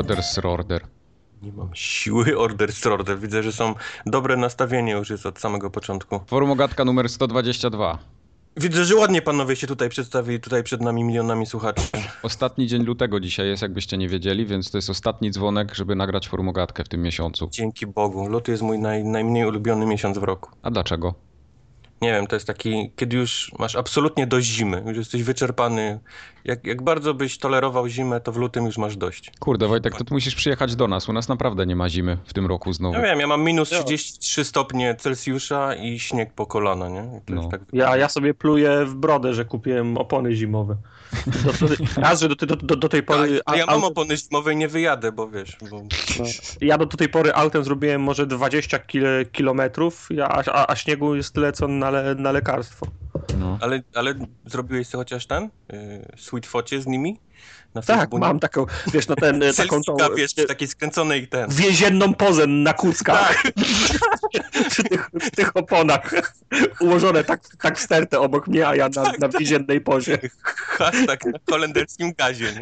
order, srorder. Nie mam siły order, srorder. Widzę, że są dobre nastawienie już jest od samego początku. Forum Ogatka numer 122. Widzę, że ładnie panowie się tutaj przedstawili, tutaj przed nami milionami słuchaczy. Ostatni dzień lutego dzisiaj jest, jakbyście nie wiedzieli, więc to jest ostatni dzwonek, żeby nagrać Forum Ogatkę w tym miesiącu. Dzięki Bogu. Luty jest mój najmniej ulubiony miesiąc w roku. A dlaczego? Nie wiem, to jest taki, kiedy już masz absolutnie dość zimy, już jesteś wyczerpany. Jak bardzo byś tolerował zimę, to w lutym już masz dość. Kurde, Wojtek, to ty musisz przyjechać do nas. U nas naprawdę nie ma zimy w tym roku znowu. Ja wiem, ja mam minus 33 stopnie Celsjusza i śnieg po kolana, nie? I to już tak... Ja sobie pluję w brodę, że kupiłem opony zimowe. Raz, że do tej pory... Ja mam opony zimowe i nie wyjadę, bo wiesz... Bo... No, ja do tej pory autem zrobiłem może 20 kilometrów, a śniegu jest tyle, co na lekarstwo. No. Ale zrobiłeś sobie chociaż ten? Sweet focie z nimi? Na Tak, Facebooku? mam taką, wiesz, no taką tą... wiesz, w takiej skręconej ten... Więzienną pozę na kuckach. Tak. w tych oponach. Ułożone tak w stertę obok mnie, a ja na więziennej pozie. Hashtag na holenderskim gazie, nie?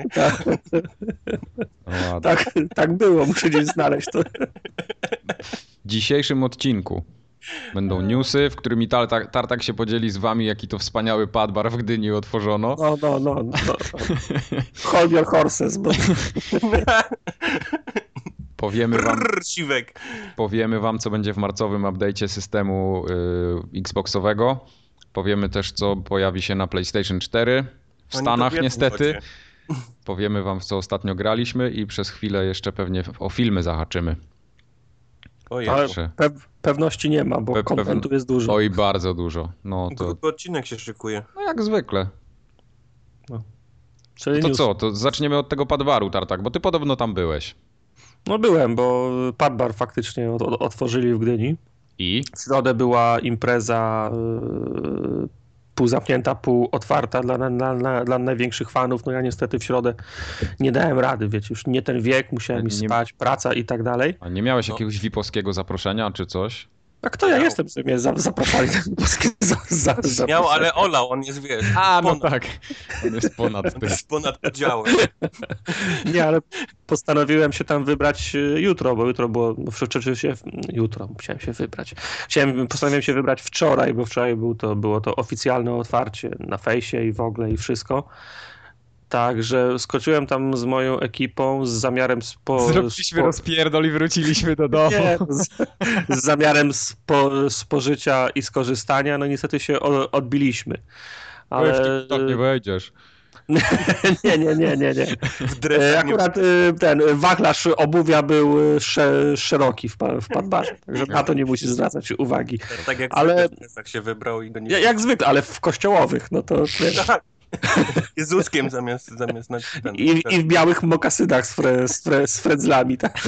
Tak było, muszę gdzieś znaleźć to. W dzisiejszym odcinku będą newsy, w którymi Tartak się podzieli z wami, jaki to wspaniały padbar w Gdyni otworzono. No. Hold your horses. Bo... Powiemy wam, co będzie w marcowym update'cie systemu Xboxowego. Powiemy też, co pojawi się na PlayStation 4 w Stanach niestety. Powiemy wam, w co ostatnio graliśmy i przez chwilę jeszcze pewnie o filmy zahaczymy. Ale pewności nie ma, bo kontentu jest dużo. Oj, bardzo dużo. No to... Gruby odcinek się szykuje. No jak zwykle. No. To co, to zaczniemy od tego padbaru, Tartak, bo ty podobno tam byłeś. No byłem, bo padbar faktycznie otworzyli w Gdyni. I? W środę była impreza pół zamknięta, pół otwarta dla największych fanów. No ja niestety w środę nie dałem rady, wiecie, już nie ten wiek, musiałem iść spać, praca i tak dalej. A nie miałeś jakiegoś VIP-owskiego zaproszenia czy coś? A kto ja jestem, że mnie zapraszali na Miał, ale olał, on jest, wiesz... No tak, on jest ponad tym. Jest ponad podziałem. Nie, ale postanowiłem się tam wybrać jutro, bo jutro było... Jutro musiałem się wybrać. Postanowiłem się wybrać wczoraj, bo wczoraj było to oficjalne otwarcie na fejsie i w ogóle i wszystko. Także skoczyłem tam z moją ekipą z zamiarem... Zrobiliśmy rozpierdol i wróciliśmy do domu. Nie, z zamiarem spożycia i skorzystania. No niestety się odbiliśmy. Ale... W nie wejdziesz. Nie. Akurat ten wachlarz obuwia był szeroki w padbarze, także na to nie musisz zwracać uwagi. Tak jak w się wybrał i go nie... Jak zwykle, ale w kościołowych, no to... Jezuskiem zamiast I w białych mokasynach z fredzlami, tak?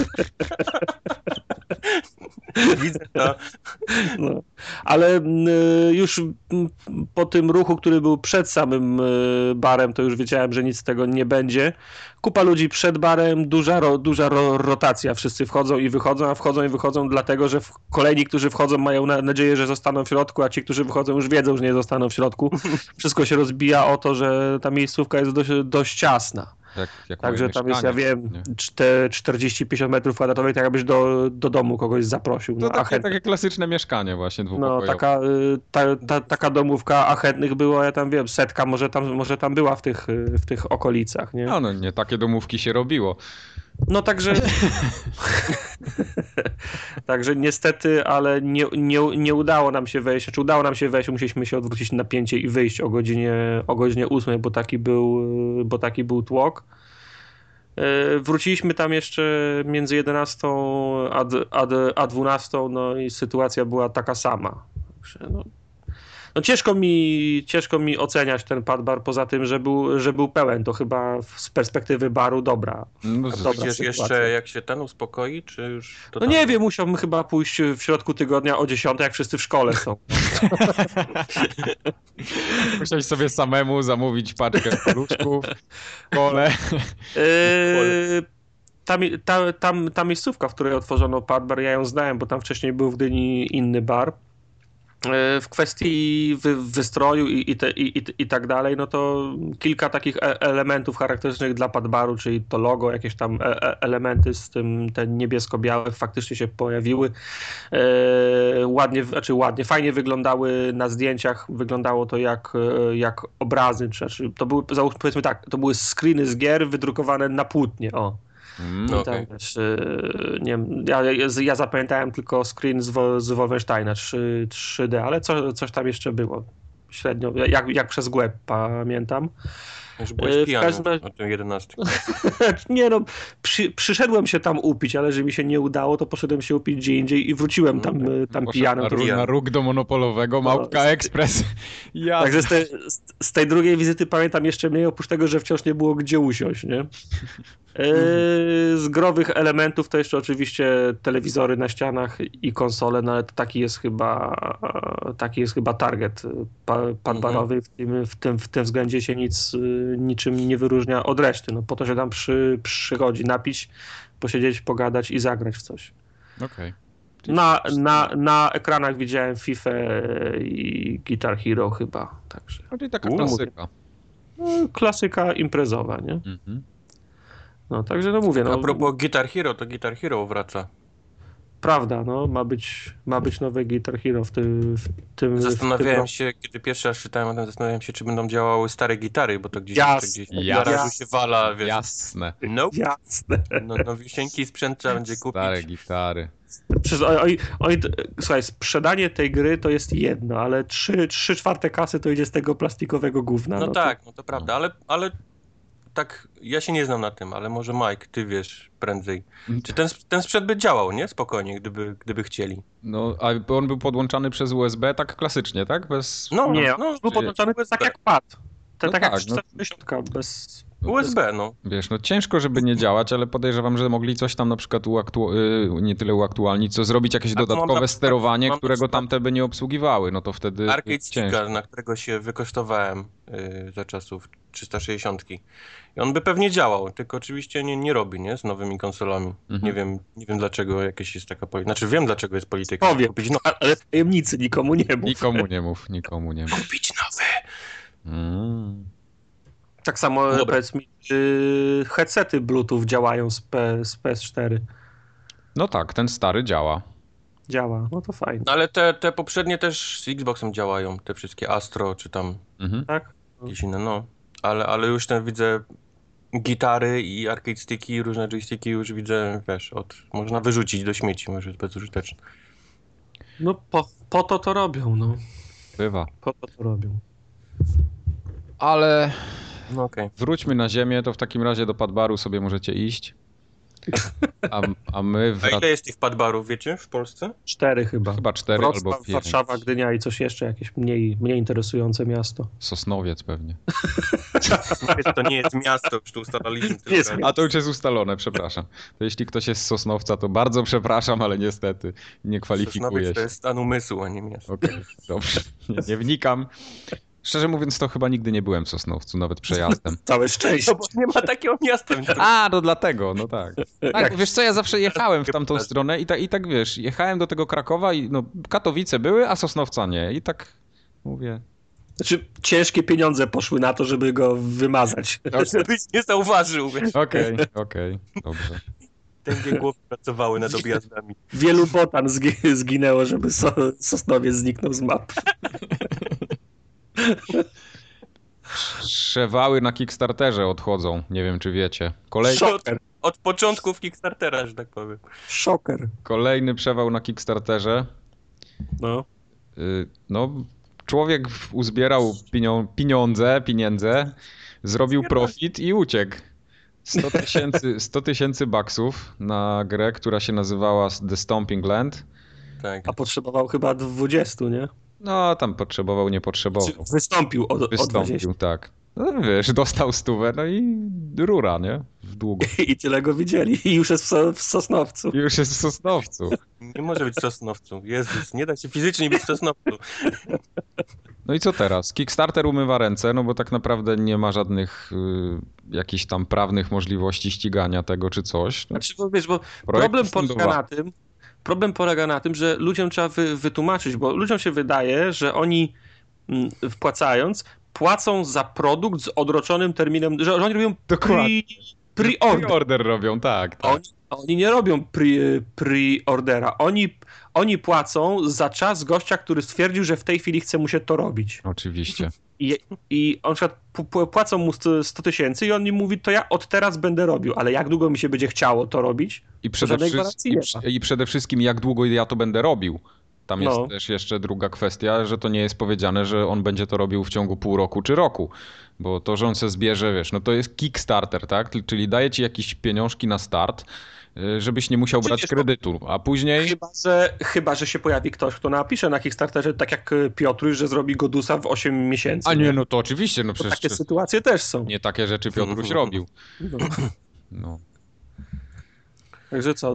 Widzę to. No. Ale już po tym ruchu, który był przed samym barem, to już wiedziałem, że nic z tego nie będzie. Kupa ludzi przed barem, duża rotacja. Wszyscy wchodzą i wychodzą, a wchodzą i wychodzą dlatego, że kolejni, którzy wchodzą, mają nadzieję, że zostaną w środku, a ci, którzy wychodzą, już wiedzą, że nie zostaną w środku. Wszystko się rozbija o to, że ta miejscówka jest dość ciasna. Także tam jest, ja wiem, 40-50 metrów kwadratowych, tak jakbyś do domu kogoś zaprosił. No, takie klasyczne mieszkanie właśnie dwupokojowe. No, taka domówka, a chętnych było, ja tam wiem, setka może tam była w tych okolicach, nie? No, nie takie domówki się robiło. No także... Także niestety, ale nie udało nam się wejść. Znaczy udało nam się wejść, musieliśmy się odwrócić napięcie i wyjść o godzinie 8, bo taki był tłok. Wróciliśmy tam jeszcze między 11 a 12, no i sytuacja była taka sama. No ciężko mi oceniać ten padbar, poza tym, że był pełen. To chyba z perspektywy baru dobra. Widzisz jeszcze, jak się ten uspokoi, czy już... No nie wiem, musiałbym chyba pójść w środku tygodnia o 10, jak wszyscy w szkole są. Musiałeś sobie samemu zamówić paczkę paluszków w szkole. Ta miejscówka, w której otworzono padbar, ja ją znałem, bo tam wcześniej był w Gdyni inny bar. W kwestii wystroju i tak dalej, no to kilka takich elementów charakterystycznych dla padbaru, czyli to logo, jakieś tam elementy z tym, te niebiesko-białe faktycznie się pojawiły. Ładnie, fajnie wyglądały na zdjęciach, wyglądało to jak obrazy, to były, powiedzmy tak, to były screeny z gier wydrukowane na płótnie, o. No okay. Nie wiem, ja zapamiętałem tylko screen z Wolfensteina 3D, ale coś tam jeszcze było średnio, jak przez mgłę pamiętam. Już byłeś pijany o tym 11. Nie no, przyszedłem się tam upić, ale że mi się nie udało, to poszedłem się upić gdzie indziej i wróciłem tam pijany. Na róg do monopolowego, Małpka Express. Także z tej drugiej wizyty pamiętam jeszcze mniej, oprócz tego, że wciąż nie było gdzie usiąść, nie? Z growych elementów to jeszcze oczywiście telewizory na ścianach i konsole, no ale to taki jest chyba target padbarowy. W tym względzie się niczym nie wyróżnia od reszty. No po to się tam przychodzi napić, posiedzieć, pogadać i zagrać w coś. Okej. Na ekranach widziałem FIFA i Guitar Hero chyba. Także. Czyli taka klasyka. Klasyka imprezowa, nie? Mhm. No, także no mówię. No, a propos Guitar Hero, to Guitar Hero wraca. Prawda, no, ma być nowe Guitar Hero w tym. Zastanawiałem się, kiedy pierwszy raz czytałem o tym, zastanawiałem się, czy będą działały stare gitary, bo to gdzieś w garażu się wala, wiesz. Jasne. Nope. Jasne. No, nowieśnieńki sprzęt trzeba będzie kupić. Stare gitary. Słuchaj, sprzedanie tej gry to jest jedno, ale 3/4 kasy to idzie z tego plastikowego gówna. No tak, to prawda, ale tak, ja się nie znam na tym, ale może Mike, ty wiesz prędzej. Czy ten sprzęt by działał, nie? Spokojnie, gdyby chcieli. No, a on był podłączany przez USB tak klasycznie, tak? Bez... Nie, był podłączany tak jak pad. Tak jak 460 bez... USB, no. Wiesz, no ciężko, żeby nie działać, ale podejrzewam, że mogli coś tam na przykład nie tyle uaktualnić, co zrobić jakieś dodatkowe sterowanie, którego tamte by nie obsługiwały, no to wtedy Arcade Sticka, na którego się wykosztowałem za czasów 360. I on by pewnie działał, tylko oczywiście nie robi, nie? Z nowymi konsolami. Mhm. Nie wiem dlaczego jakieś jest taka polityka. Znaczy wiem dlaczego jest polityka. Powiem, ale tajemnicy, nikomu nie mów. Nikomu nie mów. Kupić nowe. Tak samo powiedz mi, headsety Bluetooth działają z PS4. No tak, ten stary działa. Działa, no to fajnie. No ale te poprzednie też z Xboxem działają, te wszystkie Astro czy tam tak? jakieś inne, no. Ale już widzę gitary i arcade sticki i różne joysticki już widzę, wiesz, można wyrzucić do śmieci, może jest bezużyteczne. No po to robią, no. Bywa. Po to robią. Ale no okay. Wróćmy na ziemię, to w takim razie do padbaru sobie możecie iść. A my... A ile jest tych padbarów, wiecie, w Polsce? 4 chyba. Chyba 4 Wrocław, albo 5. Warszawa, Gdynia i coś jeszcze, jakieś mniej interesujące miasto. Sosnowiec pewnie. Sosnowiec to nie jest miasto, już tu ustalaliśmy. A to już jest ustalone, przepraszam. To jeśli ktoś jest z Sosnowca, to bardzo przepraszam, ale niestety nie kwalifikuje Sosnowiec się. to jest stan umysłu, a nie miasto. Okej, dobrze. Nie wnikam. Szczerze mówiąc, to chyba nigdy nie byłem w Sosnowcu, nawet przejazdem. Całe szczęście. No bo nie ma takiego miasta. To dlatego, no tak. Tak, wiesz co, ja zawsze jechałem w tamtą stronę i tak wiesz, jechałem do tego Krakowa i no Katowice były, a Sosnowca nie. I tak mówię... Znaczy ciężkie pieniądze poszły na to, żeby go wymazać. Żebyś nie zauważył. Okej, dobrze. Tęgie głowy pracowały nad objazdami. Wielu botan zginęło, żeby Sosnowiec zniknął z map. Przewały na Kickstarterze odchodzą, nie wiem czy wiecie. Od początków Kickstartera, że tak powiem. Szoker. Kolejny przewał na Kickstarterze. No, człowiek uzbierał pieniądze, zrobił profit i uciekł. 100 tysięcy baksów na grę, która się nazywała The Stomping Land. Tak. A potrzebował chyba 20, nie? No, tam potrzebował, nie potrzebował. Wystąpił o 20. Tak. No wiesz, dostał 100, no i rura, nie? W długo. I tyle go widzieli. I już jest w Sosnowcu. Nie może być w Sosnowcu. Jezus, nie da się fizycznie być w Sosnowcu. No i co teraz? Kickstarter umywa ręce, no bo tak naprawdę nie ma żadnych jakichś tam prawnych możliwości ścigania tego czy coś. No, znaczy, bo wiesz, bo problem polega na tym, Problem polega na tym, że ludziom trzeba wytłumaczyć, bo ludziom się wydaje, że oni wpłacając, płacą za produkt z odroczonym terminem, że oni robią Dokładnie. pre-order. Pre-order robią, tak. Oni nie robią pre-ordera. Oni płacą za czas gościa, który stwierdził, że w tej chwili chce mu się to robić. Oczywiście. I on na przykład płacą mu 100 000 i on mi mówi, to ja od teraz będę robił, ale jak długo mi się będzie chciało to robić? I przede wszystkim jak długo ja to będę robił. Tam jest też jeszcze druga kwestia, że to nie jest powiedziane, że on będzie to robił w ciągu pół roku czy roku. Bo to, że on se zbierze, wiesz, no to jest Kickstarter, tak? Czyli daje ci jakieś pieniążki na start, żebyś nie musiał brać kredytu, a później... Chyba, że się pojawi ktoś, kto napisze na Kickstarterze, tak jak Piotruś, że zrobi Godusa w 8 miesięcy. A nie, no to oczywiście. No przecież takie sytuacje też są. Nie takie rzeczy Piotruś robił. No. Także co,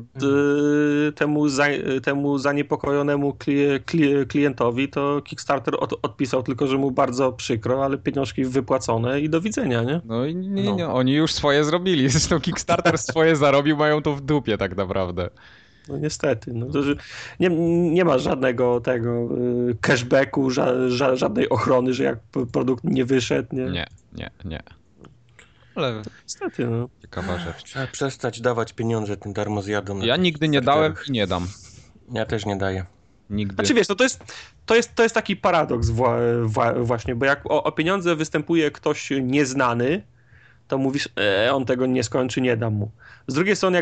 temu zaniepokojonemu klientowi to Kickstarter odpisał tylko, że mu bardzo przykro, ale pieniążki wypłacone i do widzenia, nie? No i nie, oni już swoje zrobili. Zresztą Kickstarter swoje zarobił, mają to w dupie tak naprawdę. No niestety. No, nie ma żadnego tego cashbacku, żadnej ochrony, że jak produkt nie wyszedł, nie? Nie. Ale niestety, no. Ciekawa rzecz. Trzeba przestać dawać pieniądze tym darmozjadom. Ja nigdy nie dałem i nie dam. Ja też nie daję. Nigdy. Znaczy wiesz, to jest taki paradoks właśnie, bo jak o pieniądze występuje ktoś nieznany, to mówisz, on tego nie skończy, nie dam mu. Z drugiej strony,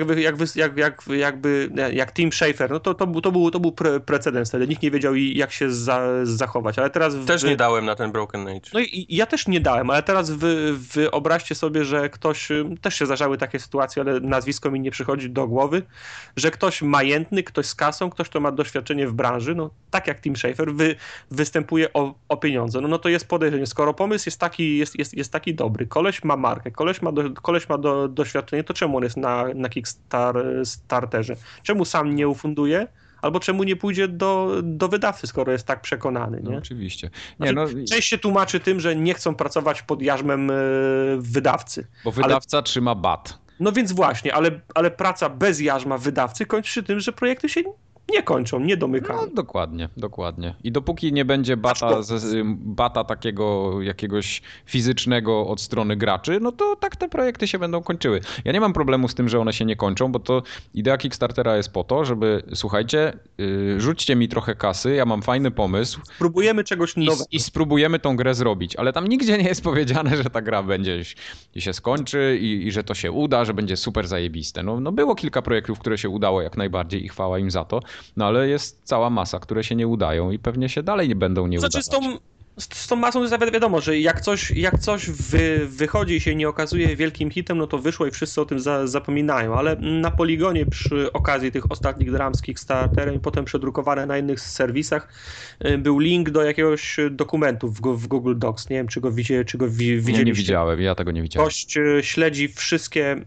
jak Tim Schafer, no to był precedens wtedy. Nikt nie wiedział, jak się zachować, ale teraz... Też nie dałem na ten Broken Age. No i ja też nie dałem, ale teraz wyobraźcie sobie, że ktoś, też się zdarzały takie sytuacje, ale nazwisko mi nie przychodzi do głowy, że ktoś majętny, ktoś z kasą, ktoś, kto ma doświadczenie w branży, no tak jak Tim Schafer, występuje o pieniądze. No to jest podejrzenie. Skoro pomysł jest taki dobry, koleś ma markę, koleś ma doświadczenie, to czemu on jest na Kickstarterze? Czemu sam nie ufunduje? Albo czemu nie pójdzie do wydawcy, skoro jest tak przekonany, nie? No, oczywiście. Część się tłumaczy tym, że nie chcą pracować pod jarzmem wydawcy. Bo wydawca trzyma bat. No więc właśnie, ale praca bez jarzma wydawcy kończy się tym, że projekty się nie kończą, nie domykają. No dokładnie. I dopóki nie będzie bata takiego jakiegoś fizycznego od strony graczy, no to tak te projekty się będą kończyły. Ja nie mam problemu z tym, że one się nie kończą, bo to idea Kickstartera jest po to, żeby słuchajcie, rzućcie mi trochę kasy, ja mam fajny pomysł. Spróbujemy czegoś nowego. I spróbujemy tą grę zrobić, ale tam nigdzie nie jest powiedziane, że ta gra będzie się skończy i że to się uda, że będzie super zajebiste. No było kilka projektów, które się udało jak najbardziej i chwała im za to. No ale jest cała masa, które się nie udają i pewnie się dalej nie będą nie udawać. Z tą masą jest wiadomo, że jak coś wychodzi i się nie okazuje wielkim hitem, no to wyszło i wszyscy o tym zapominają, ale na Poligonie przy okazji tych ostatnich dram z Kickstarterem i potem przedrukowane na innych serwisach był link do jakiegoś dokumentu w Google Docs. Nie wiem, czy go widzieliście. Nie widziałem, ja tego nie widziałem. Gość śledzi wszystkie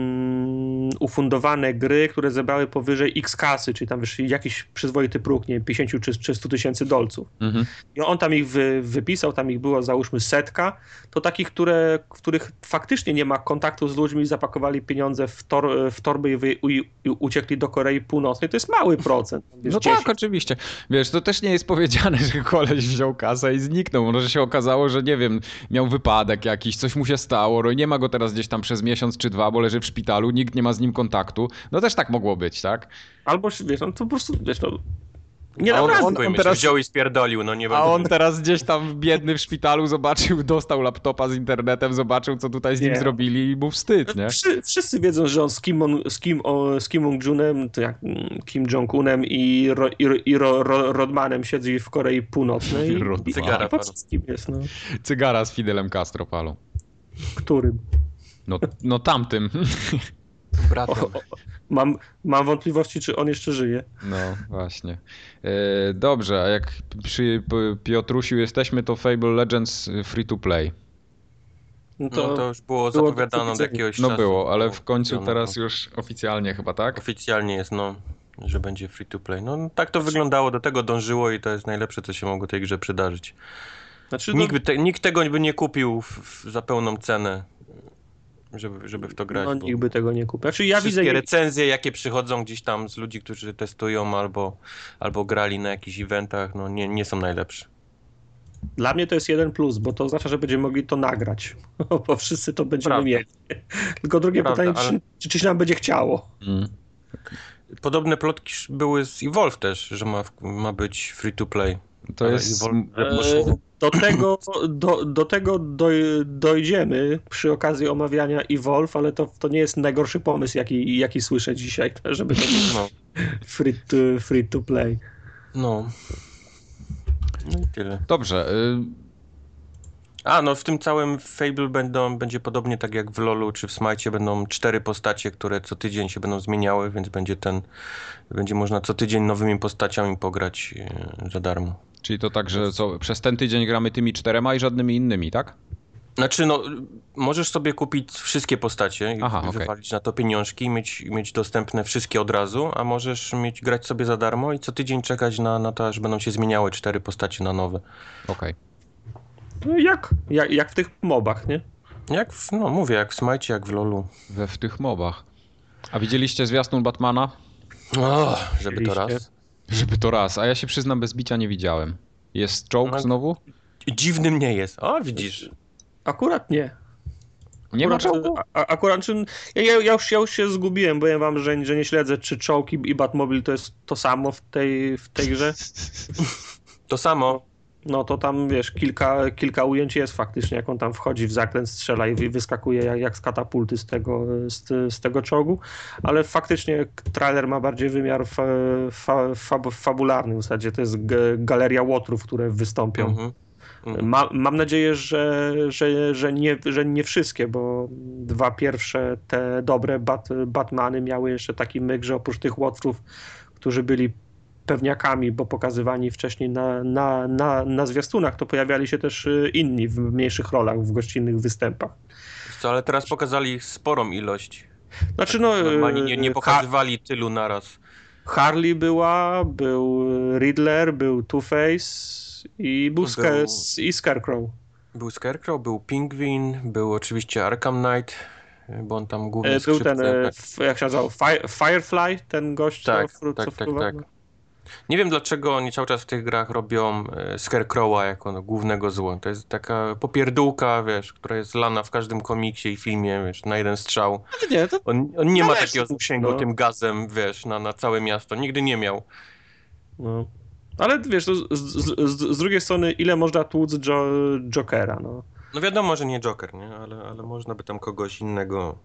ufundowane gry, które zebrały powyżej X kasy, czyli tam wyszli jakiś przyzwoity próg, nie wiem, 50 czy 100 tysięcy dolców. Mhm. I on tam ich wypisał, tam ich było załóżmy 100, to takich, w których faktycznie nie ma kontaktu z ludźmi, zapakowali pieniądze w torby i uciekli do Korei Północnej, to jest mały procent. Wiesz, no 10. Tak, oczywiście. Wiesz, to też nie jest powiedziane, że koleś wziął kasę i zniknął. Może się okazało, że nie wiem, miał wypadek jakiś, coś mu się stało, no i nie ma go teraz gdzieś tam przez miesiąc czy dwa, bo leży w szpitalu, nikt nie ma z nim kontaktu. No też tak mogło być, tak? Albo, wiesz, no to po prostu, wiesz, no nie on teraz wziął i spierdolił, no nie A on teraz gdzieś tam biedny w szpitalu zobaczył, dostał laptopa z internetem, zobaczył co tutaj z nim zrobili i mu wstyd, nie? Wszyscy wiedzą, że on z Kim Jong-unem, to jak Kim Jong-unem i Rodmanem siedzi w Korei Północnej. Cygara po wszystkim jest, no. Cygara z Fidelem Castro palą. Którym? No tamtym. Bratem. Mam wątpliwości, czy on jeszcze żyje. No właśnie. Dobrze, a jak przy Piotrusiu jesteśmy, to Fable Legends free to play. No to już było zapowiadane od jakiegoś czasu. No było, ale w końcu teraz już oficjalnie chyba, tak? Oficjalnie jest, że będzie free to play. No tak to wyglądało, do tego dążyło i to jest najlepsze, co się mogło tej grze przydarzyć. Znaczy, nikt tego by nie kupił za pełną cenę. żeby w to grać. No nikt by tego nie kupił. Znaczy, ja wszystkie widzę recenzje, jakie przychodzą gdzieś tam z ludzi, którzy testują albo grali na jakichś eventach, no nie są najlepsze. Dla mnie to jest 1+, bo to oznacza, że będziemy mogli to nagrać, bo wszyscy to będziemy Prawda. mieli. Tylko drugie Prawda, pytanie, ale... czy się nam będzie chciało? Podobne plotki były z Evolve też, że ma być free to play. To jest... Do tego dojdziemy przy okazji omawiania Evolve, ale to nie jest najgorszy pomysł, jaki słyszę dzisiaj, żeby to było free to play. No i tyle. Dobrze. No w tym całym Fable będzie podobnie tak jak w LoLu czy w Smite, będą 4 postacie, które co tydzień się będą zmieniały, więc będzie można co tydzień nowymi postaciami pograć za darmo. Czyli to tak, że przez ten tydzień gramy tymi 4 i żadnymi innymi, tak? Znaczy, możesz sobie kupić wszystkie postacie i wywalić na to pieniążki i mieć dostępne wszystkie od razu, a możesz grać sobie za darmo i co tydzień czekać na to, aż będą się zmieniały 4 postacie na nowe. Okej. No jak w tych mobach, nie? Mówię, jak w Smite, jak w LoLu. W tych mobach. A widzieliście zwiastun Batmana? Żeby to raz. Żeby to raz, a ja się przyznam, bez bicia nie widziałem. Jest czołg znowu? Dziwnym nie jest. Widzisz. Akurat nie. Nie ma czołgu? Akurat, ja już się zgubiłem, powiem wam, że nie śledzę, czy czołg i Batmobil to jest to samo w tej grze. To samo. No to tam, wiesz, kilka ujęć jest faktycznie, jak on tam wchodzi w zakręt, strzela i wyskakuje jak z katapulty z tego czołgu, ale faktycznie trailer ma bardziej wymiar fabularny w zasadzie, to jest galeria łotrów, które wystąpią. Mam nadzieję, że nie wszystkie, bo 2 pierwsze te dobre Batmany miały jeszcze taki myk, że oprócz tych łotrów, którzy byli pewniakami, bo pokazywani wcześniej na zwiastunach, to pojawiali się też inni w mniejszych rolach, w gościnnych występach. Ale teraz pokazali sporą ilość. Znaczy, normalnie nie pokazywali tylu naraz. Harley był Riddler, był Two-Face i był Scarecrow. Był Scarecrow, był Pingwin, był oczywiście Arkham Knight, bo on tam głównie był ten, jak się nazywał, Firefly, ten gość, tak. wpływał. Nie wiem, dlaczego oni cały czas w tych grach robią Scarecrowa jako głównego zła. To jest taka popierdółka, wiesz, która jest lana w każdym komiksie i filmie, wiesz, na jeden strzał. Nie, on nie ma takiego zasięgu tym gazem, wiesz, na całe miasto. Nigdy nie miał. No. Ale wiesz, z drugiej strony, ile można tłuc Jokera, no. No wiadomo, że nie Joker, nie? Ale można by tam kogoś innego...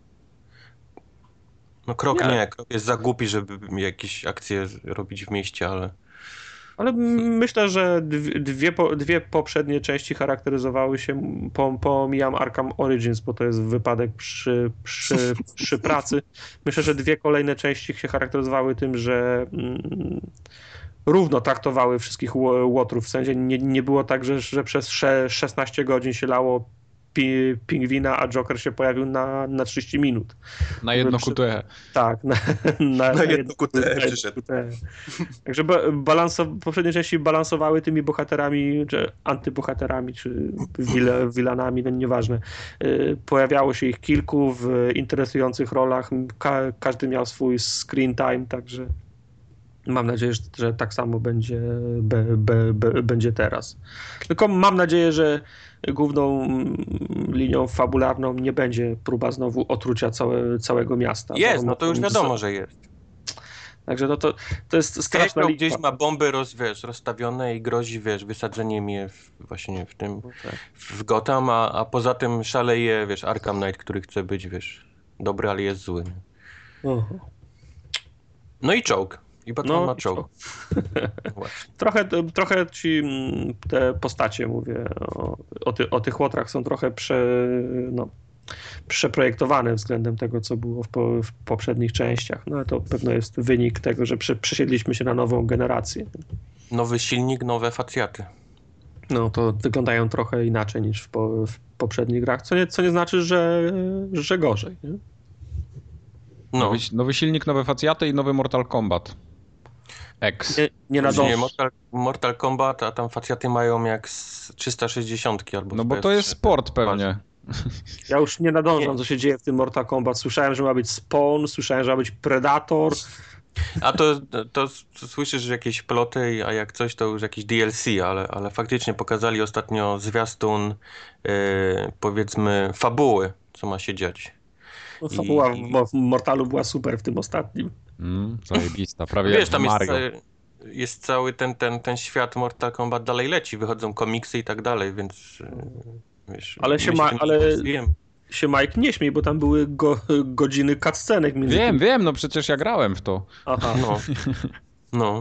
No Krok jest za głupi, żeby jakieś akcje robić w mieście, ale... Ale myślę, że dwie poprzednie części charakteryzowały się, pomijam Arkham Origins, bo to jest wypadek przy pracy. Myślę, że 2 kolejne części się charakteryzowały tym, że równo traktowały wszystkich łotrów. W sensie nie było tak, że przez 16 godzin się lało Pingwina, a Joker się pojawił na 30 minut. Na jedno QTE. Tak, na jedno QTE przyszedł. Także poprzednie części balansowały tymi bohaterami, czy antybohaterami, czy wilanami, no nieważne. Pojawiało się ich kilku w interesujących rolach, każdy miał swój screen time, także mam nadzieję, że tak samo będzie teraz. Tylko mam nadzieję, że główną linią fabularną nie będzie próba znowu otrucia całego miasta. Jest, no to już wiadomo, że jest. Także to jest straszna liczba. Gdzieś ma bomby rozstawione i grozi, wysadzeniem je właśnie w Gotham, a poza tym szaleje, Arkham Knight, który chce być, dobry, ale jest zły. No i czołg. I Batman ma czołg. Trochę ci te postacie, mówię, o tych łotrach są trochę przeprojektowane względem tego, co było w poprzednich częściach. No ale to pewno jest wynik tego, że przesiedliśmy się na nową generację. Nowy silnik, nowe facjaty. No to wyglądają trochę inaczej niż w poprzednich grach, co nie znaczy, że gorzej. Nie? Nowy silnik, nowe facjaty i nowy Mortal Kombat. X. Nie nadąży. Mortal Kombat, a tam facjaty mają jak z 360 albo. No bo to jest sport pewnie. Ja już nie nadążam, co się dzieje w tym Mortal Kombat. Słyszałem, że ma być Spawn, słyszałem, że ma być Predator. A to słyszysz jakieś ploty, a jak coś to już jakieś DLC, ale faktycznie pokazali ostatnio zwiastun, powiedzmy, fabuły, co ma się dziać. No, fabuła w Mortalu była super w tym ostatnim. Zajebista, prawie wiesz, jak tam Mario. jest cały ten świat Mortal Kombat dalej leci, wychodzą komiksy i tak dalej, więc wiesz... Ale się Mike nie śmiej, bo tam były godziny cutscenek między tym. Wiem, no przecież ja grałem w to. Aha. No.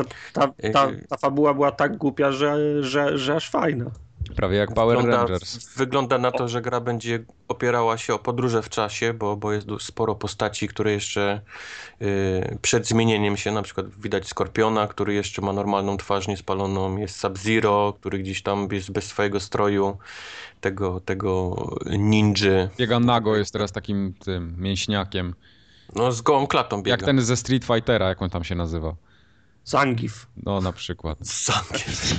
Ta fabuła była tak głupia, że aż fajna. Prawie jak Power Rangers. Wygląda na to, że gra będzie opierała się o podróże w czasie, bo jest sporo postaci, które jeszcze przed zmienieniem się, na przykład widać Skorpiona, który jeszcze ma normalną twarz niespaloną, jest Sub-Zero, który gdzieś tam jest bez swojego stroju, tego ninży. Biega nago, jest teraz takim tym mięśniakiem. No z gołą klatą biega. Jak ten ze Street Fightera, jak on tam się nazywa. Zangief. No na przykład. Zangief.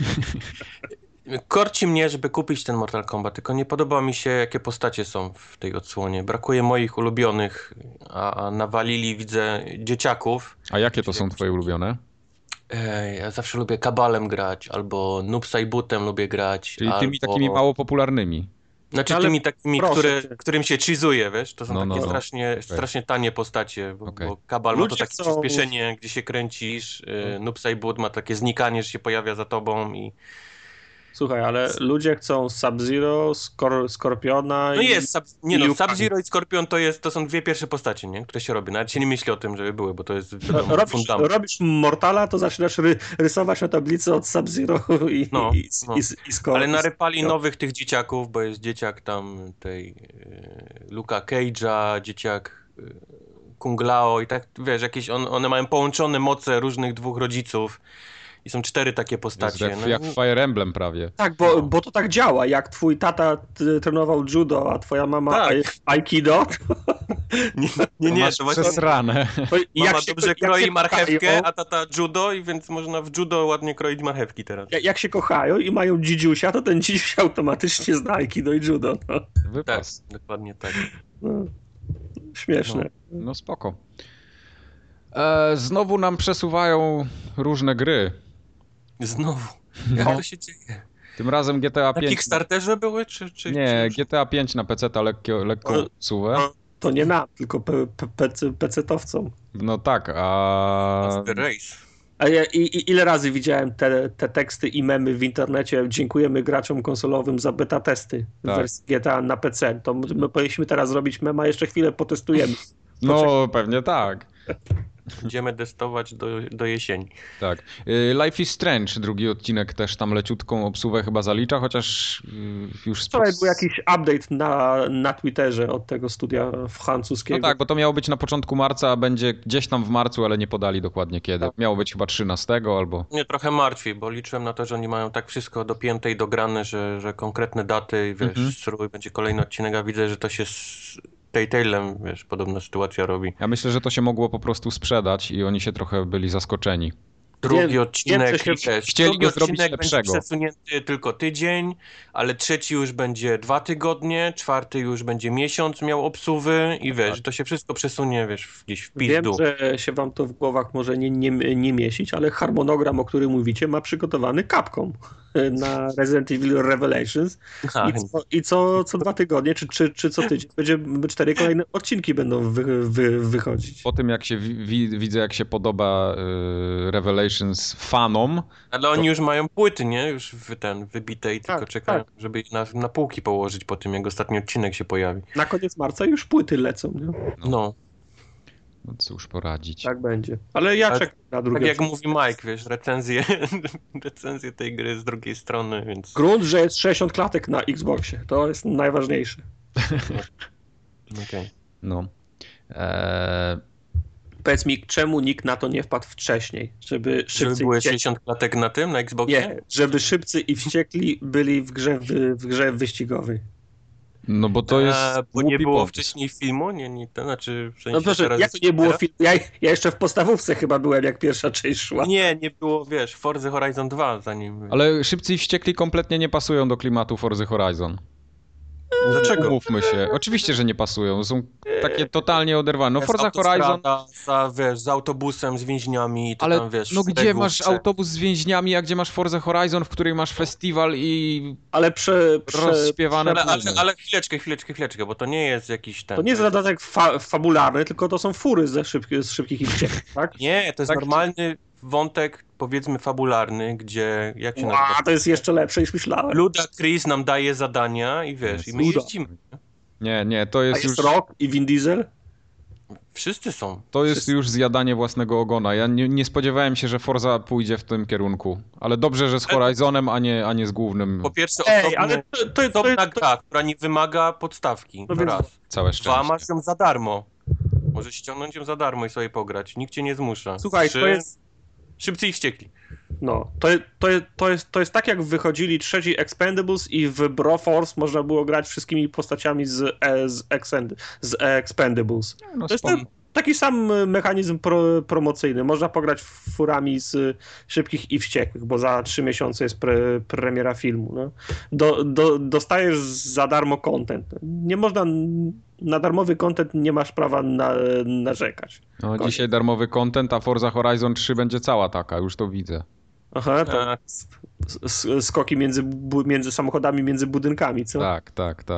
Korci mnie, żeby kupić ten Mortal Kombat, tylko nie podoba mi się, jakie postacie są w tej odsłonie. Brakuje moich ulubionych, a nawalili, widzę, dzieciaków. A jakie to są twoje ulubione? Ja zawsze lubię Kabalem grać, albo Noobsaibutem lubię grać. Czyli tymi takimi mało popularnymi. Znaczy tymi takimi, którym się cheese'uje, wiesz? To są takie strasznie tanie postacie, bo Kabal ma to takie przyspieszenie, gdzie się kręcisz, Noobsaibut ma takie znikanie, że się pojawia za tobą i... Słuchaj, ale ludzie chcą Sub-Zero, Skorpiona Sub-Zero i Skorpion to są dwie pierwsze postacie, nie? Które się robi. Nawet się nie myśli o tym, żeby były, bo to jest fundament. Robisz Mortala, to zaczynasz rysować na tablicy od Sub-Zero i Skorpion. Ale narypali nowych tych dzieciaków, bo jest dzieciak tam tej Luka Cage'a, dzieciak Kung Lao i tak, wiesz, jakieś one mają połączone moce różnych dwóch rodziców. I są 4 takie postacie. Jak w Fire Emblem prawie. Tak, bo to tak działa. Jak twój tata trenował judo, a twoja mama aikido. Nie, to właśnie przesrane. Mama dobrze kroi marchewkę, a tata judo, i więc można w judo ładnie kroić marchewki teraz. Jak się kochają i mają dzidziusia, to ten dzidziuś automatycznie zna aikido i judo. No. Wypas. Tak, dokładnie tak. No, śmieszne. No spoko. Znowu nam przesuwają różne gry. Znowu? Jak to się dzieje? Tym razem GTA 5... Na Kickstarterze były? Nie, GTA 5 na PC-ta lekko suwę. To nie nam, tylko PC-towcom. No tak, The Race. A ja ile razy widziałem te teksty i memy w internecie? Dziękujemy graczom konsolowym za beta testy w wersji GTA na PC. To my powinniśmy teraz zrobić mema, jeszcze chwilę potestujemy. No pewnie tak. Będziemy testować do jesieni. Tak. Life is Strange, drugi odcinek też tam leciutką obsługę chyba zalicza, chociaż już... Wczoraj był jakiś update na Twitterze od tego studia francuskiego. No tak, bo to miało być na początku marca, a będzie gdzieś tam w marcu, ale nie podali dokładnie kiedy. Tak. Miało być chyba 13 albo... Mnie trochę martwi, bo liczyłem na to, że oni mają tak wszystko dopięte i dograne, że konkretne daty, wiesz, strój, będzie kolejny odcinek, a widzę, że to się... Telltale'em, wiesz, podobna sytuacja robi. Ja myślę, że to się mogło po prostu sprzedać i oni się trochę byli zaskoczeni. Drugi odcinek chcieli go zrobić lepszego. Będzie przesunięty tylko tydzień, ale trzeci już będzie 2 tygodnie, czwarty już będzie miesiąc miał obsuwy i wiesz, to się wszystko przesunie, wiesz, gdzieś w pizdu. Wiem, że się wam to w głowach może nie mieścić, ale harmonogram, o którym mówicie, ma przygotowany Capcom na Resident Evil Revelations i co 2 tygodnie, czy co tydzień, 4 kolejne odcinki będą wychodzić. Po tym, jak się widzę, jak się podoba Revelations fanom. Ale oni już mają płyty, nie? Już wybite i tylko czekają, żeby ich na półki położyć po tym, jak ostatni odcinek się pojawi. Na koniec marca już płyty lecą, nie? No cóż poradzić. Tak będzie. Ale ja czekam na drugie. Tak jak mówi Mike, wiesz, recenzje tej gry z drugiej strony, więc... Grunt, że jest 60 klatek na Xboxie. To jest najważniejsze. Okej. No. Powiedz mi, czemu nikt na to nie wpadł wcześniej? Żeby były 60 klatek na tym, na Xboxie? Nie, żeby Szybcy i Wściekli byli w grze wyścigowej. No bo to jest bo nie było wcześniej filmu? Nie, to znaczy... W sensie no proszę, jak to nie było filmu? Ja jeszcze w podstawówce chyba byłem, jak pierwsza część szła. Nie było, wiesz, Forza Horizon 2 zanim... Ale Szybcy i Wściekli kompletnie nie pasują do klimatu Forza Horizon. Dlaczego? Umówmy się. Oczywiście, że nie pasują. Są takie totalnie oderwane. No Forza Horizon... Z autobusem, z więźniami, to ale tam wiesz... no gdzie masz autobus z więźniami, a gdzie masz Forza Horizon, w której masz festiwal i ale rozśpiewane... Ale chwileczkę, bo to nie jest jakiś ten... To nie jest dodatek fabularny, tylko to są fury z szybkich i wściekłych, tak? Nie, to jest normalny wątek, powiedzmy fabularny, gdzie... Jak się nazywa? To jest jeszcze lepsze niż myślałem. Ludacris nam daje zadania i wiesz, i my jeździmy. Nie, to jest już... Rock i Vin Diesel? Wszyscy są. To jest już zjadanie własnego ogona. Ja nie spodziewałem się, że Forza pójdzie w tym kierunku. Ale dobrze, że z Horizonem, a nie z głównym. Po pierwsze, ale osobna gra, która nie wymaga podstawki. No raz. Całe szczęście. 2, masz ją za darmo. Możesz ściągnąć ją za darmo i sobie pograć. Nikt cię nie zmusza. Słuchaj, 3, to jest... Szybcy i wściekli. No, to jest tak, jak wychodzili trzeci Expendables i w Broforce można było grać wszystkimi postaciami z Expendables. No, to jest taki sam mechanizm promocyjny. Można pograć furami z Szybkich i Wściekłych, bo za 3 miesiące jest premiera filmu. No. Dostajesz za darmo content. Nie można... Na darmowy content nie masz prawa narzekać. No, dzisiaj darmowy content, a Forza Horizon 3 będzie cała taka, już to widzę. Aha, to skoki między samochodami, między budynkami, co? Tak.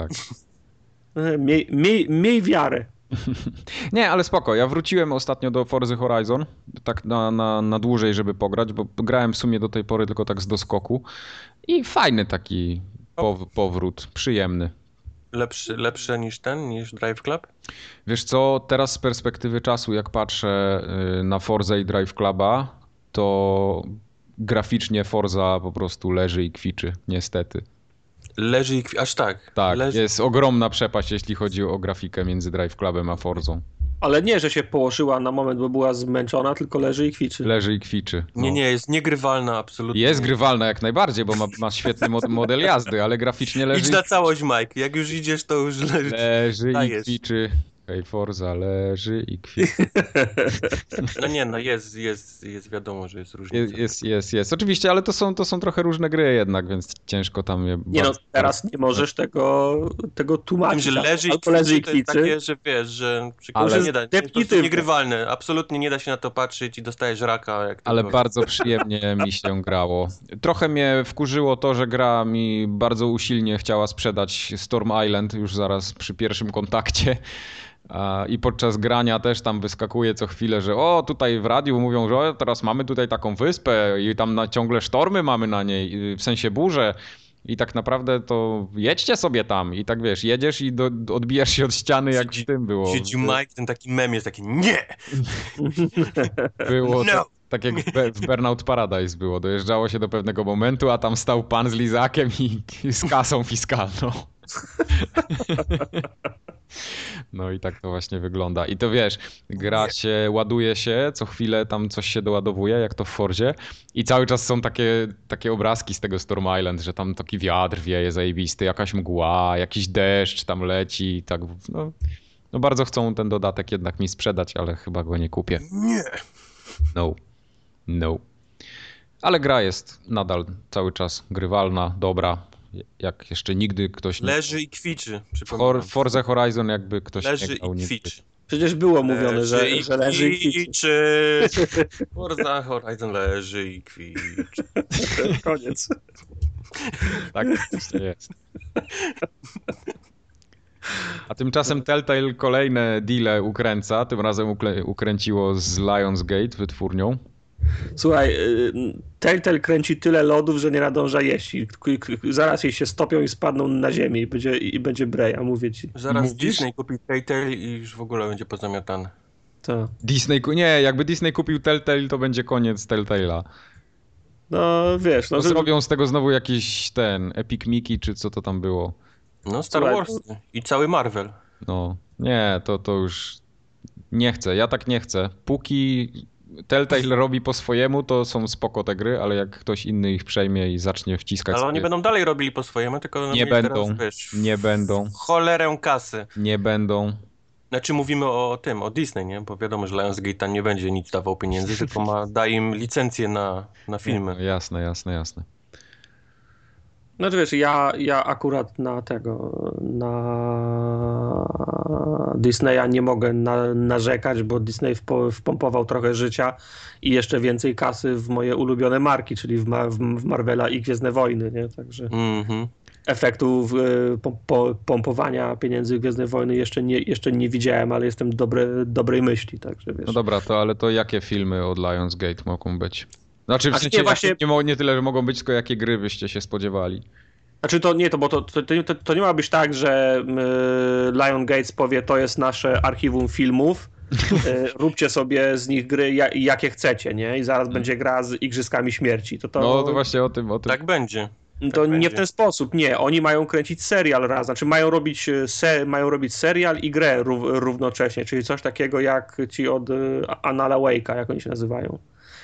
Miej wiarę. Nie, ale spoko. Ja wróciłem ostatnio do Forzy Horizon, tak na dłużej, żeby pograć, bo grałem w sumie do tej pory tylko tak z doskoku. I fajny taki powrót, przyjemny. Lepsze niż Drive Club? Wiesz co, teraz z perspektywy czasu, jak patrzę na Forzę i Drive Cluba, to graficznie Forza po prostu leży i kwiczy, niestety. Leży i aż tak? Tak, jest ogromna przepaść, jeśli chodzi o grafikę między Drive Clubem a Forzą. Ale nie, że się położyła na moment, bo była zmęczona, tylko leży i kwiczy. Leży i kwiczy. No. Nie, jest niegrywalna absolutnie. Jest grywalna jak najbardziej, bo ma świetny model jazdy, ale graficznie leży... Idź na całość, Mike. Jak już idziesz, to już leży. Leży i kwiczy. Hej, Forza leży i kwiczy. No jest wiadomo, że jest różnica. Jest. Oczywiście, ale to są trochę różne gry jednak, więc ciężko tam je... Nie no, teraz nie możesz tego tłumaczyć. Tym, że leży i kwiczy, to jest takie, że wiesz, że nie da, jest niegrywalne. Absolutnie nie da się na to patrzeć i dostajesz raka. Ale bardzo przyjemnie mi się grało. Trochę mnie wkurzyło to, że gra mi bardzo usilnie chciała sprzedać Storm Island już zaraz przy pierwszym kontakcie. I podczas grania też tam wyskakuje co chwilę, że tutaj w radiu mówią, że teraz mamy tutaj taką wyspę i tam ciągle sztormy mamy na niej, w sensie burze. I tak naprawdę to jedźcie sobie tam i tak wiesz, jedziesz i odbijasz się od ściany, jak w tym było. Siedzi Mike, ten taki mem jest taki nie! Było tak jak w Burnout Paradise było. Dojeżdżało się do pewnego momentu, a tam stał pan z lizakiem i z kasą fiskalną. No i tak to właśnie wygląda. I to wiesz, gra się, ładuje się, co chwilę tam coś się doładowuje, jak to w Forzie. I cały czas są takie obrazki z tego Storm Island, że tam taki wiatr wieje zajebisty, jakaś mgła, jakiś deszcz tam leci. Tak, no bardzo chcą ten dodatek jednak mi sprzedać, ale chyba go nie kupię. Nie. No. Ale gra jest nadal cały czas grywalna, dobra. Jak jeszcze nigdy ktoś nie... Leży i kwiczy. Forza Horizon jakby ktoś leży nie grał i kwiczy. Przecież było mówione, że leży i kwiczy. Forza Horizon leży i kwiczy. Koniec. Tak to jest. A tymczasem Telltale kolejne deale ukręca. Tym razem ukręciło z Lionsgate, wytwórnią. Słuchaj, Telltale kręci tyle lodów, że nie nadąża jeść. Zaraz jej się stopią i spadną na ziemię i będzie breja, mówię ci. Zaraz Disney kupi Telltale i już w ogóle będzie pozamiatany. To. Jakby Disney kupił Telltale, to będzie koniec Telltale'a. No wiesz. No, zrobią z tego znowu jakiś Epic Mickey, czy co to tam było. No Star Wars i cały Marvel. No, nie, to już nie chcę. Ja tak nie chcę. Póki Telltale robi po swojemu, to są spoko te gry, ale jak ktoś inny ich przejmie i zacznie wciskać... Ale oni będą dalej robili po swojemu, tylko... Nie będą, nie będą. Cholerę kasy. Nie będą. Znaczy mówimy o Disney, nie? Bo wiadomo, że Lionsgate tam nie będzie nic dawał pieniędzy, tylko da im licencję na filmy. Nie, jasne. Znaczy wiesz, ja akurat na Disneya nie mogę narzekać, bo Disney wpompował trochę życia i jeszcze więcej kasy w moje ulubione marki, czyli w Marvela i Gwiezdne Wojny, nie? Także efektu pompowania pieniędzy w Gwiezdne Wojny jeszcze nie widziałem, ale jestem dobrej myśli, także wiesz. No dobra, ale to jakie filmy od Lionsgate mogą być? Znaczy w sensie właśnie... nie tyle, że mogą być, tylko jakie gry byście się spodziewali. Znaczy to nie ma być tak, że Lion Gates powie, to jest nasze archiwum filmów, róbcie sobie z nich gry jakie chcecie, nie? I zaraz będzie gra z Igrzyskami Śmierci. No to właśnie o tym. Tak będzie. To nie w ten sposób, nie. Oni mają kręcić serial raz, znaczy mają robić serial i grę równocześnie, czyli coś takiego jak ci od Anala Wake'a, jak oni się nazywają.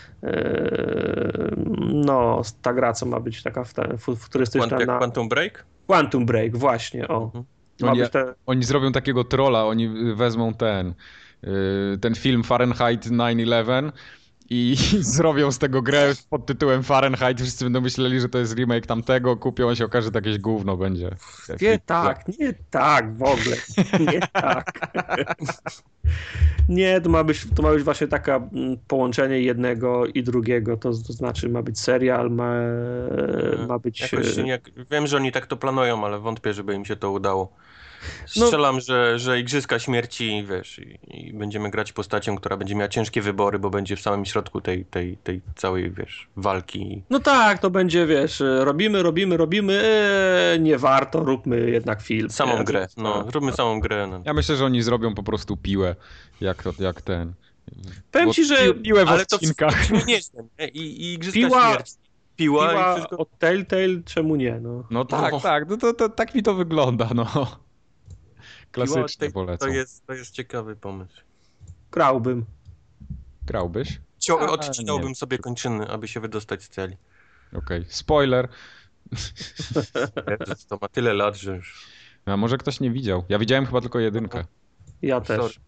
No, ta gra, co ma być taka futurystyczna. Jak Quantum Break? Quantum Break, właśnie, o. Oni zrobią takiego trolla, oni wezmą ten film Fahrenheit 9/11 i zrobią z tego grę pod tytułem Fahrenheit. Wszyscy będą myśleli, że to jest remake tamtego, kupią, a się okaże, że to jakieś gówno będzie. Nie tak w ogóle. Nie tak. Nie, to ma być właśnie taka połączenie jednego i drugiego, to znaczy ma być serial, ma być... Wiem, że oni tak to planują, ale wątpię, żeby im się to udało. Strzelam, że Igrzyska Śmierci, wiesz, i będziemy grać postacią, która będzie miała ciężkie wybory, bo będzie w samym środku tej całej, wiesz, walki. No tak, to będzie, wiesz, robimy, nie warto, róbmy jednak film. Samą grę, róbmy samą grę. No. Ja myślę, że oni zrobią po prostu piłę, jak ten... Powiem ci, że... Piłę w odcinkach. To nie I Igrzyska Śmierci. Piła i wszystko... od Telltale, czemu nie, no. No tak, to tak mi to wygląda, no. Klasycznie polecam. To jest ciekawy pomysł. Grałbym. Grałbyś? Odcinałbym sobie kończyny, aby się wydostać z celi. Okej. Spoiler. To ma tyle lat, że już... A może ktoś nie widział? Ja widziałem chyba tylko 1. Ja też.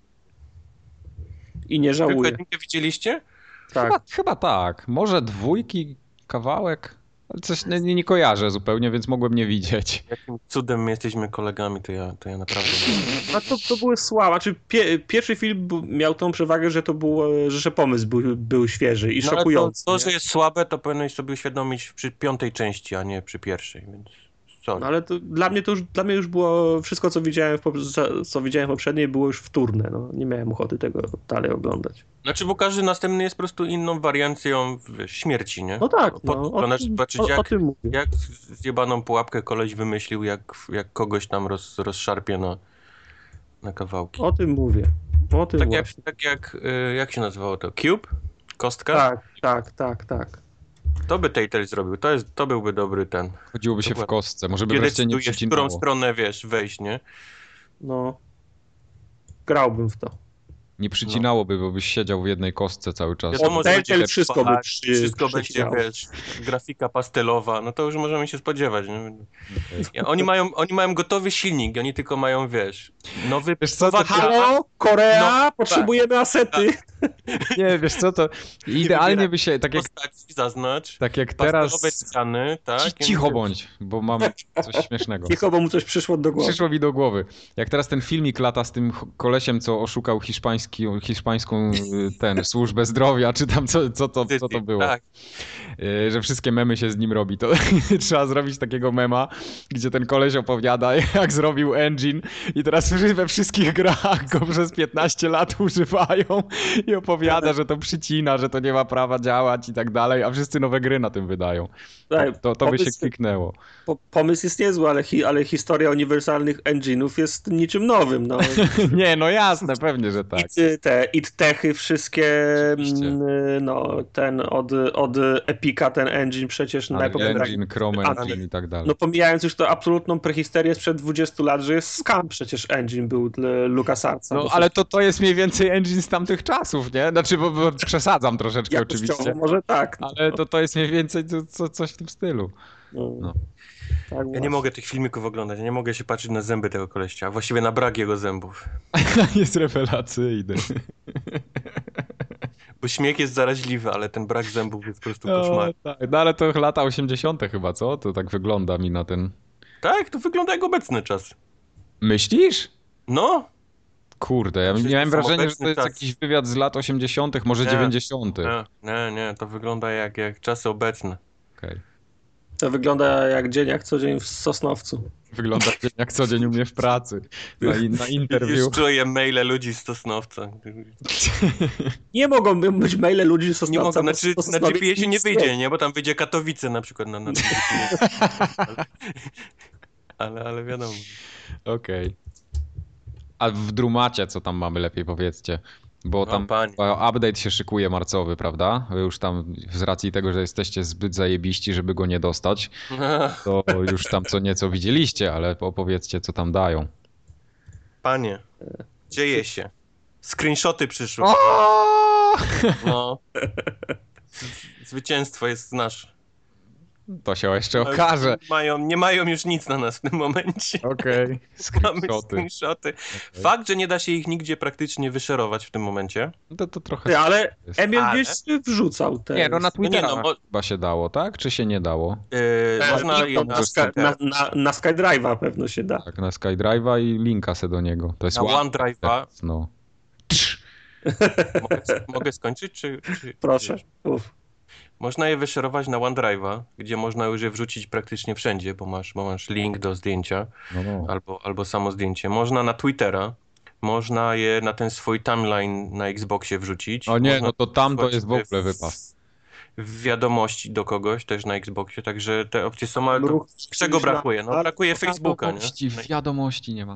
I nie żałuję. Tylko 1 widzieliście? Tak. Chyba tak. Może 2 kawałek? Ale coś nie kojarzę zupełnie, więc mogłem nie widzieć. Jakim cudem my jesteśmy kolegami, to ja naprawdę... A to były słabe. Znaczy, pierwszy film miał tą przewagę, że pomysł był świeży i szokujący. To, że jest słabe, to powinieneś sobie uświadomić przy 5. części, a nie przy 1, więc... No, ale to dla mnie już było wszystko, co widziałem w poprzedniej, było już wtórne. No, nie miałem ochoty tego dalej oglądać. Znaczy, bo każdy następny jest po prostu inną wariancją śmierci, nie? No tak. Zobaczyć, jak zjebaną pułapkę koleś wymyślił, jak kogoś tam rozszarpie na kawałki. O tym mówię. Jak się nazywało to? Cube? Kostka? Tak. To by Telltale zrobił. To byłby dobry ten. Chodziłoby się w kostce. Może by wreszcie nie przycinało. W którą stronę, wiesz, wejść, nie? No. Grałbym w to. Nie przycinałoby, bo byś siedział w jednej kostce cały czas. Telltale wszystko by wszystko będzie, wiesz, grafika pastelowa, no to już możemy się spodziewać. Nie? Okay. Oni mają gotowy silnik, oni tylko mają, wiesz, nowy... Wiesz co, halo, Korea, potrzebujemy asety. Nie, wiesz co, to idealnie by się... Tak jak, postaci zaznacz, tak jak teraz... ściany, tak? Cicho bądź, bo mam coś śmiesznego. Cicho, bo mu coś przyszło do głowy. Przyszło mi do głowy. Jak teraz ten filmik lata z tym kolesiem, co oszukał hiszpańską służbę zdrowia, czy tam co to było. Tak. Że wszystkie memy się z nim robi. To trzeba zrobić takiego mema, gdzie ten koleś opowiada, jak zrobił engine i teraz we wszystkich grach go przez 15 lat używają i opowiada, że to przycina, że to nie ma prawa działać i tak dalej, a wszyscy nowe gry na tym wydają. To by się kliknęło. Pomysł jest niezły, ale historia uniwersalnych engine'ów jest niczym nowym. No. Nie, no jasne, pewnie, że tak. Techy wszystkie, ten od Epica, ten engine przecież najpopularniejszy. Engine, Chrome Engine i tak dalej. No pomijając już to absolutną prehistorię sprzed 20 lat, że jest scam przecież engine był dla LucasArtsa. No ale to jest mniej więcej engine z tamtych czasów, nie? Znaczy, bo przesadzam troszeczkę oczywiście. Może tak. No. Ale to jest mniej więcej coś w tym stylu. No. Tak, ja nie mogę tych filmików oglądać, ja nie mogę się patrzeć na zęby tego koleścia, a właściwie na brak jego zębów. Jest rewelacyjny. Bo śmiech jest zaraźliwy, ale ten brak zębów jest po prostu koszmar. Tak. No ale to lata 80. chyba, co? To tak wygląda mi na ten... Tak, to wygląda jak obecny czas. Myślisz? No. Kurde, ja Przecież miałem to wrażenie, że to jest czas. jakiś wywiad z lat 80., może 90. Nie, to wygląda jak czasy obecne. Okay. To wygląda jak dzień, jak co dzień w Sosnowcu. Wygląda dzień jak co dzień u mnie w pracy, na interview. Już czuję maile ludzi z Sosnowca. Nie mogą być maile ludzi z Sosnowca. Nie mogą, na GPS-ie nie wyjdzie, nie? Bo tam wyjdzie Katowice na przykład na ale wiadomo. Okej. A w Drumacie co tam mamy, lepiej powiedzcie? Bo tam update się szykuje marcowy, prawda? Wy już tam z racji tego, że jesteście zbyt zajebiści, żeby go nie dostać, to już tam co nieco widzieliście, ale opowiedzcie, co tam dają. Panie, dzieje się. Screenshoty przyszły. No. Zwycięstwo jest nasze. To się jeszcze okaże. Nie mają już nic na nas w tym momencie. Okej. Mamy screenshoty. Fakt, że nie da się ich nigdzie praktycznie wyszerować w tym momencie. To trochę... Ale Emil gdzieś wrzucał te... Nie, no na Twittera chyba się dało, tak? Czy się nie dało? Można na SkyDrive'a pewno się da. Tak, na SkyDrive'a i linka se do niego. To jest na OneDrive'a. No. Mogę skończyć? Czy... Proszę. Można je wyszerować na OneDrive'a, gdzie można już je wrzucić praktycznie wszędzie, bo masz link do zdjęcia albo samo zdjęcie. Można na Twittera, można je na ten swój timeline na Xboxie wrzucić. O nie, można no to tam to jest w ogóle wypas. W wiadomości do kogoś też na Xboxie, także te opcje są, ale to czego brakuje? No brakuje Facebooka, nie? Wiadomości nie ma.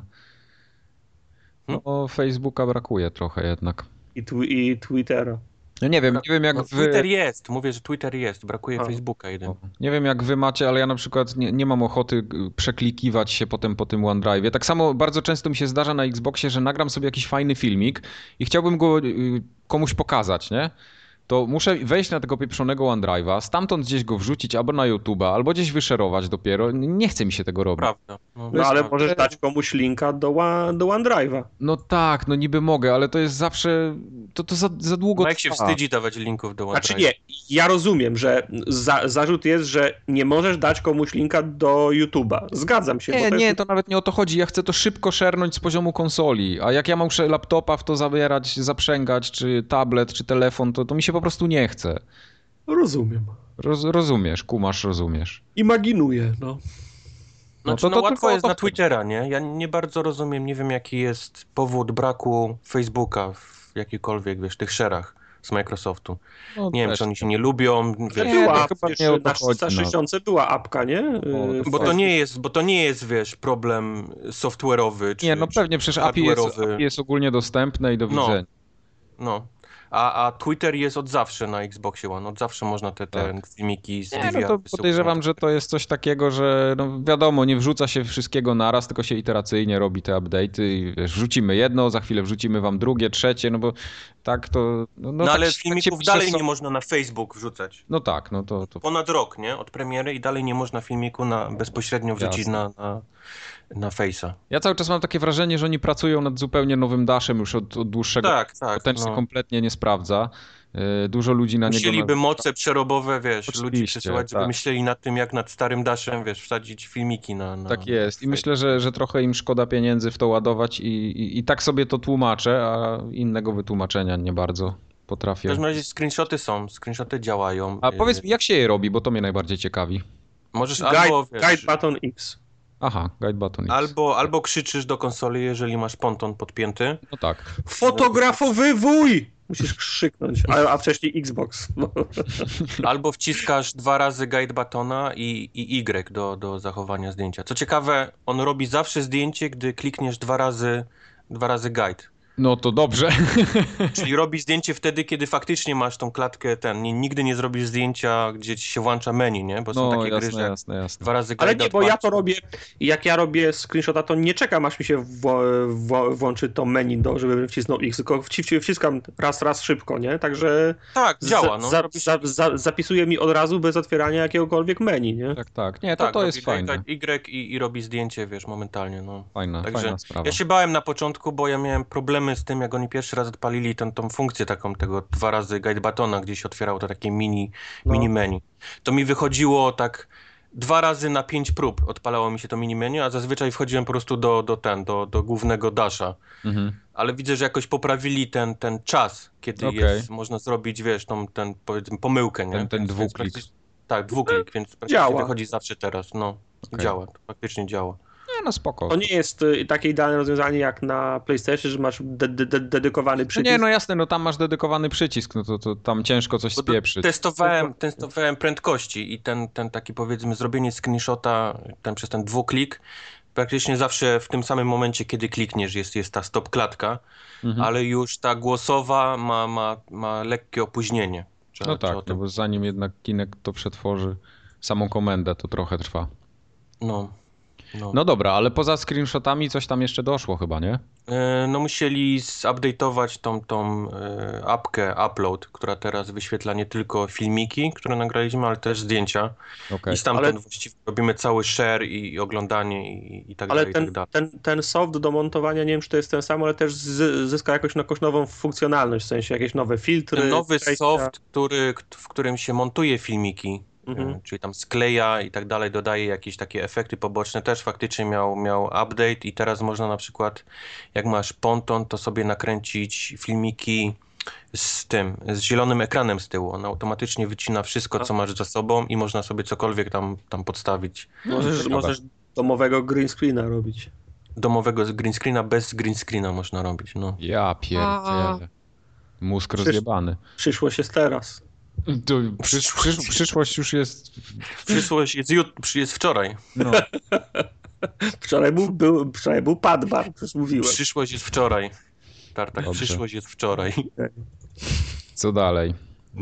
No Facebooka brakuje trochę jednak. I Twittera. No nie wiem jak wy... Twitter jest, mówię, że Twitter jest, brakuje Facebooka jeden. Nie wiem jak wy macie, ale ja na przykład nie mam ochoty przeklikiwać się potem po tym OneDrive'ie. Tak samo bardzo często mi się zdarza na Xboxie, że nagram sobie jakiś fajny filmik i chciałbym go komuś pokazać, nie? To muszę wejść na tego pieprzonego OneDrive'a, stamtąd gdzieś go wrzucić albo na YouTube'a, albo gdzieś wyszerować dopiero. Nie chce mi się tego robić. Prawda. No ale możesz dać komuś linka do OneDrive'a. No tak, no niby mogę, ale to jest zawsze... To za długo trwa. Jak się wstydzi dawać linków do OneDrive'a. Znaczy nie, ja rozumiem, że zarzut jest, że nie możesz dać komuś linka do YouTube'a. Zgadzam się. To nawet nie o to chodzi. Ja chcę to szybko szernąć z poziomu konsoli, a jak ja muszę laptopa w to zabierać, zaprzęgać, czy tablet, czy telefon, to mi się po prostu nie chce. Rozumiem. Rozumiesz, kumasz, rozumiesz. Imaginuję, no. Znaczy, to łatwo jest na Twittera, nie? Ja nie bardzo rozumiem, nie wiem jaki jest powód braku Facebooka w jakikolwiek, tych szerach z Microsoftu. No, nie wiem, czy oni się nie lubią. Była, na 360 była apka, nie? Bo to nie jest, problem software'owy. Nie, no pewnie, przecież API jest ogólnie dostępne i do widzenia. No. A Twitter jest od zawsze na Xboxie One. Od zawsze można te filmiki z DVR no to podejrzewam, że to jest coś takiego, że no wiadomo, nie wrzuca się wszystkiego naraz, tylko się iteracyjnie robi te update'y i wrzucimy jedno, za chwilę wrzucimy wam drugie, trzecie, no bo tak to... No ale tak, filmików dalej nie można na Facebook wrzucać. No tak, no to... Ponad rok, nie? Od premiery i dalej nie można filmiku bezpośrednio wrzucić na Face'a. Ja cały czas mam takie wrażenie, że oni pracują nad zupełnie nowym Dashem już od dłuższego czasu. Tak. Ten się kompletnie nie sprawdza. Dużo ludzi na niego... Musieliby moce przerobowe, ludzi przesyłać, żeby myśleli nad tym, jak nad starym Dashem, wsadzić filmiki na Tak jest i myślę, że trochę im szkoda pieniędzy w to ładować i tak sobie to tłumaczę, a innego wytłumaczenia nie bardzo potrafię. W każdym razie screenshoty działają. A powiedz mi, jak się je robi, bo to mnie najbardziej ciekawi. Możesz Guide button X. Aha, guide button X. Albo krzyczysz do konsoli, jeżeli masz ponton podpięty. No tak. Fotografowywuj! Musisz krzyknąć, a wcześniej Xbox. Albo wciskasz 2 razy guide batona i Y do zachowania zdjęcia. Co ciekawe, on robi zawsze zdjęcie, gdy klikniesz 2 razy guide. No to dobrze. Czyli robi zdjęcie wtedy, kiedy faktycznie masz tą klatkę, nigdy nie zrobisz zdjęcia, gdzie ci się włącza menu, nie? Bo są takie gry, że jasne. 2 razy ale nie, bo ja to robię, jak ja robię screenshota, to nie czekam, aż mi się włączy to menu, żeby wcisnął X, tylko wciskam raz szybko, nie? Także tak, działa. zapisuje mi od razu bez otwierania jakiegokolwiek menu, nie? Tak. Nie, to jest fajne. Y i robi zdjęcie, momentalnie, no. Fajna sprawa. Ja się bałem na początku, bo ja miałem problemy problemy z tym, jak oni pierwszy raz odpalili tą funkcję taką tego 2 razy guide buttona, gdzie się otwierało to takie mini menu. To mi wychodziło tak 2 razy na 5 prób odpalało mi się to mini menu, a zazwyczaj wchodziłem po prostu do głównego dasha. Ale widzę, że jakoś poprawili ten czas, kiedy można zrobić, wiesz, powiedzmy pomyłkę, nie? Ten dwuklik. Tak, dwuklik, więc praktycznie wychodzi zawsze teraz, no. Działa, to faktycznie działa. No spoko. To nie jest takie idealne rozwiązanie jak na PlayStation, że masz dedykowany przycisk. No nie, no jasne, no tam masz dedykowany przycisk, no to tam ciężko coś spieprzyć. Testowałem prędkości i ten taki, powiedzmy, zrobienie screenshota przez ten dwuklik praktycznie zawsze w tym samym momencie, kiedy klikniesz, jest ta stop klatka, ale już ta głosowa ma lekkie opóźnienie. No tak, no bo zanim jednak Kinect to przetworzy samą komendę, to trochę trwa. No dobra, ale poza screenshotami coś tam jeszcze doszło chyba, nie? No musieli zupdate'ować tą apkę Upload, która teraz wyświetla nie tylko filmiki, które nagraliśmy, ale też zdjęcia. I stamtąd właściwie robimy cały share i oglądanie i tak dalej. Ale ten soft do montowania, nie wiem czy to jest ten sam, ale też zyska jakąś nową funkcjonalność, w sensie jakieś nowe filtry. Ten nowy soft, w którym się montuje filmiki, czyli tam skleja i tak dalej, dodaje jakieś takie efekty poboczne, też faktycznie miał update i teraz można na przykład, jak masz ponton, to sobie nakręcić filmiki z zielonym ekranem z tyłu. On automatycznie wycina wszystko, co masz za sobą i można sobie cokolwiek tam podstawić. Możesz domowego green screena robić. Domowego green screena bez green screena można robić, no. Ja pierdzielę. Mózg rozjebany. Przyszłość jest teraz. Przyszłość już jest... Przyszłość jest wczoraj. No. Wczoraj był Padbar, już mówiłem. Przyszłość jest wczoraj. Tartak, przyszłość jest wczoraj. Co dalej?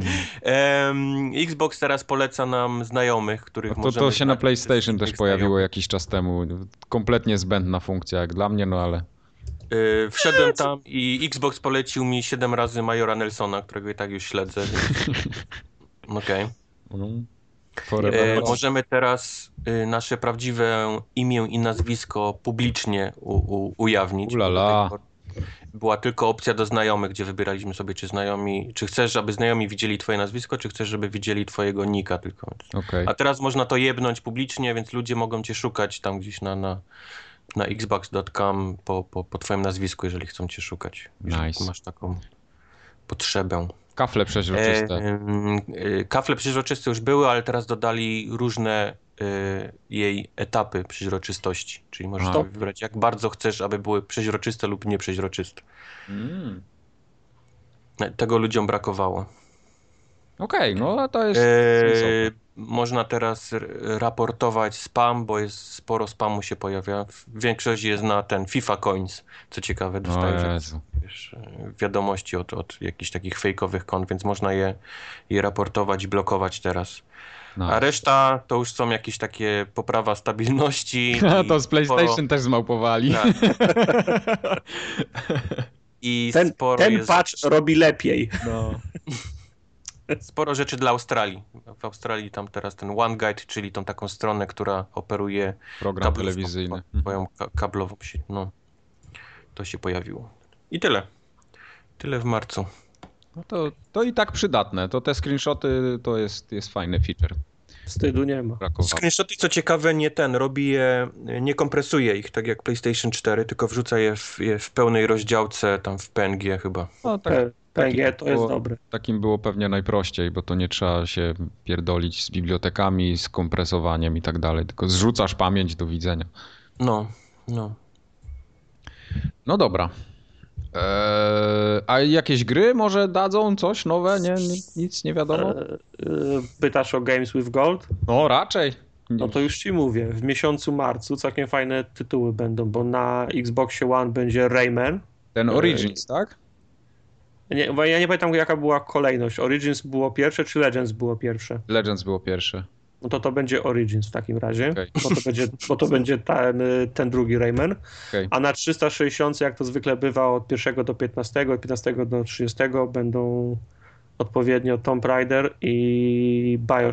Xbox teraz poleca nam znajomych, których możemy... To się na PlayStation też pojawiło jakiś czas temu. Kompletnie zbędna funkcja jak dla mnie, no ale... Wszedłem tam i Xbox polecił mi 7 razy Majora Nelsona, którego i tak już śledzę. Okej. Możemy teraz nasze prawdziwe imię i nazwisko publicznie ujawnić. Ulala. Była tylko opcja do znajomych, gdzie wybieraliśmy sobie, czy chcesz, aby znajomi widzieli twoje nazwisko, czy chcesz, żeby widzieli twojego nika tylko. A teraz można to jebnąć publicznie, więc ludzie mogą cię szukać tam gdzieś na xbox.com po twoim nazwisku, jeżeli chcą cię szukać. Nice. Masz taką potrzebę. Kafle przeźroczyste. Kafle przeźroczyste już były, ale teraz dodali różne jej etapy przeźroczystości. Czyli możesz sobie wybrać, jak bardzo chcesz, aby były przeźroczyste lub nieprzeźroczyste. Tego ludziom brakowało. Okej, no to jest... Można teraz raportować spam, bo sporo spamu się pojawia. Większość jest na ten FIFA Coins, co ciekawe, dostajesz wiadomości od jakichś takich fejkowych kont, więc można je raportować i blokować teraz. A reszta to już są jakieś takie poprawa stabilności. To z PlayStation też zmałpowali. Tak. I ten patch robi lepiej. No. Sporo rzeczy dla Australii. W Australii tam teraz ten OneGuide, czyli tą taką stronę, która operuje program telewizyjny. Swoją kablową sieć. No, to się pojawiło. I tyle. Tyle w marcu. No to i tak przydatne. To te screenshoty to jest fajny feature. Wstydu nie ma. Screenshoty, co ciekawe, nie kompresuje ich, tak jak PlayStation 4, tylko wrzuca je w pełnej rozdziałce, tam w PNG chyba. No, tak. PNG to jest dobre. Takim było pewnie najprościej, bo to nie trzeba się pierdolić z bibliotekami, z kompresowaniem i tak dalej, tylko zrzucasz pamięć, do widzenia. No. No dobra. A jakieś gry może dadzą coś nowe? Nic nie wiadomo? Pytasz o Games with Gold? No raczej. No to już ci mówię. W miesiącu marcu całkiem fajne tytuły będą, bo na Xboxie One będzie Rayman. Ten Origins, tak? Ja nie pamiętam, jaka była kolejność. Origins było pierwsze, czy Legends było pierwsze? Legends było pierwsze. No to będzie Origins w takim razie, okay. bo to będzie ten drugi Rayman. Okay. A na 360, jak to zwykle bywa, od 1 do 15, od 15 do 30 będą odpowiednio Tomb Raider i BioShock.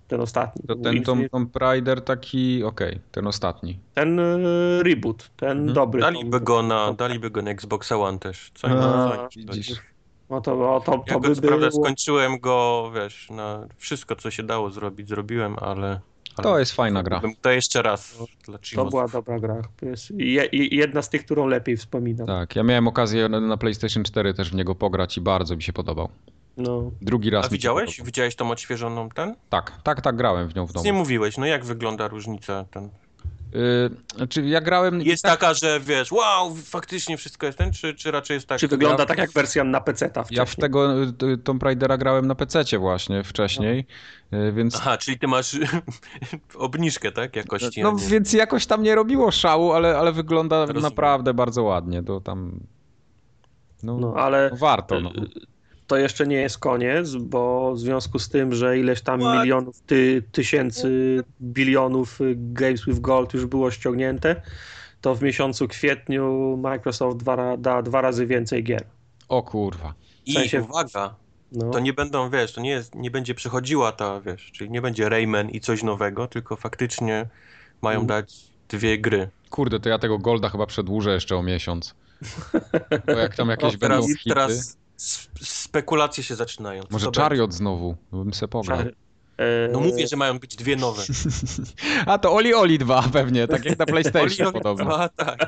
ten ostatni. To ten Tomb Raider taki, ten ostatni. Ten reboot, ten dobry. Daliby go na Xboxa One też. Widzisz. No to ja by było... skończyłem go, wiesz, na wszystko, co się dało zrobiłem, ale to jest fajna gra. To jeszcze raz. To była dobra gra. Jedna z tych, którą lepiej wspominam. Tak, ja miałem okazję na PlayStation 4 też w niego pograć i bardzo mi się podobał. No. Drugi raz. A widziałeś? Widziałeś tą odświeżoną ten? Tak, grałem w nią w domu. Nie mówiłeś, no jak wygląda różnica ten? Znaczy ja grałem... Jest taka, że wiesz, wow, faktycznie wszystko jest ten, czy raczej jest tak... Czy wygląda tak jak wersja na PC-ta wcześniej? Ja w tego Tomb Raidera grałem na PC-cie właśnie wcześniej, więc... Aha, czyli ty masz obniżkę, tak, jakości? No więc jakoś tam nie robiło szału, ale wygląda naprawdę bardzo ładnie, to tam... ale warto, To jeszcze nie jest koniec, bo w związku z tym, że ileś tam milionów, tysięcy, bilionów Games with Gold już było ściągnięte, to w miesiącu kwietniu Microsoft da 2 razy więcej gier. O kurwa. W sensie, uwaga, to nie będą, wiesz, to nie będzie przychodziła ta, wiesz, czyli nie będzie Rayman i coś nowego, tylko faktycznie mają dać 2 gry. Kurde, to ja tego Golda chyba przedłużę jeszcze o miesiąc. Bo jak tam jakieś będą hity... Teraz spekulacje się zaczynają. Może Chariot znowu, bym se pograł. No mówię, że mają być 2 nowe. A to Oli 2 pewnie, tak jak na PlayStation podobno. 2, tak.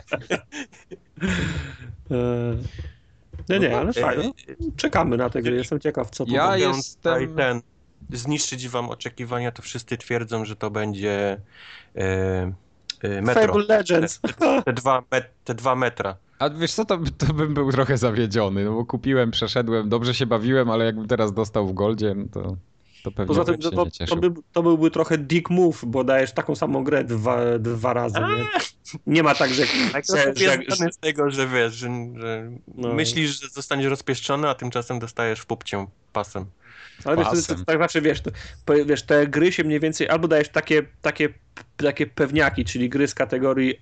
Nie, ale fajnie. Czekamy na te gry, jestem ciekaw, co tu zniszczyć wam oczekiwania, to wszyscy twierdzą, że to będzie Metro. Fable Legends. Te 2 metra. A wiesz co, to bym był trochę zawiedziony, no bo kupiłem, przeszedłem, dobrze się bawiłem, ale jakbym teraz dostał w Goldzie, no to pewnie poza tym, bym się nie cieszył. To byłby trochę dick move, bo dajesz taką samą grę dwa razy. Nie ma tak, że z tego, że wiesz, że myślisz, że zostaniesz rozpieszczony, a tymczasem dostajesz w pupcię pasem. Ale wiesz, to tak znaczy, wiesz, te gry się mniej więcej albo dajesz takie pewniaki, czyli gry z kategorii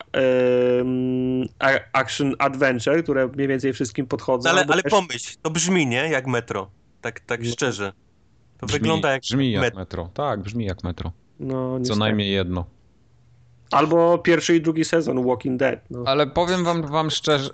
action adventure, które mniej więcej wszystkim podchodzą. Ale pomyśl, to brzmi, nie? Jak Metro. Tak szczerze. To wygląda jak Metro. Tak, brzmi jak Metro. No, co najmniej jedno. Albo pierwszy i drugi sezon Walking Dead. No. Ale powiem wam szczerze...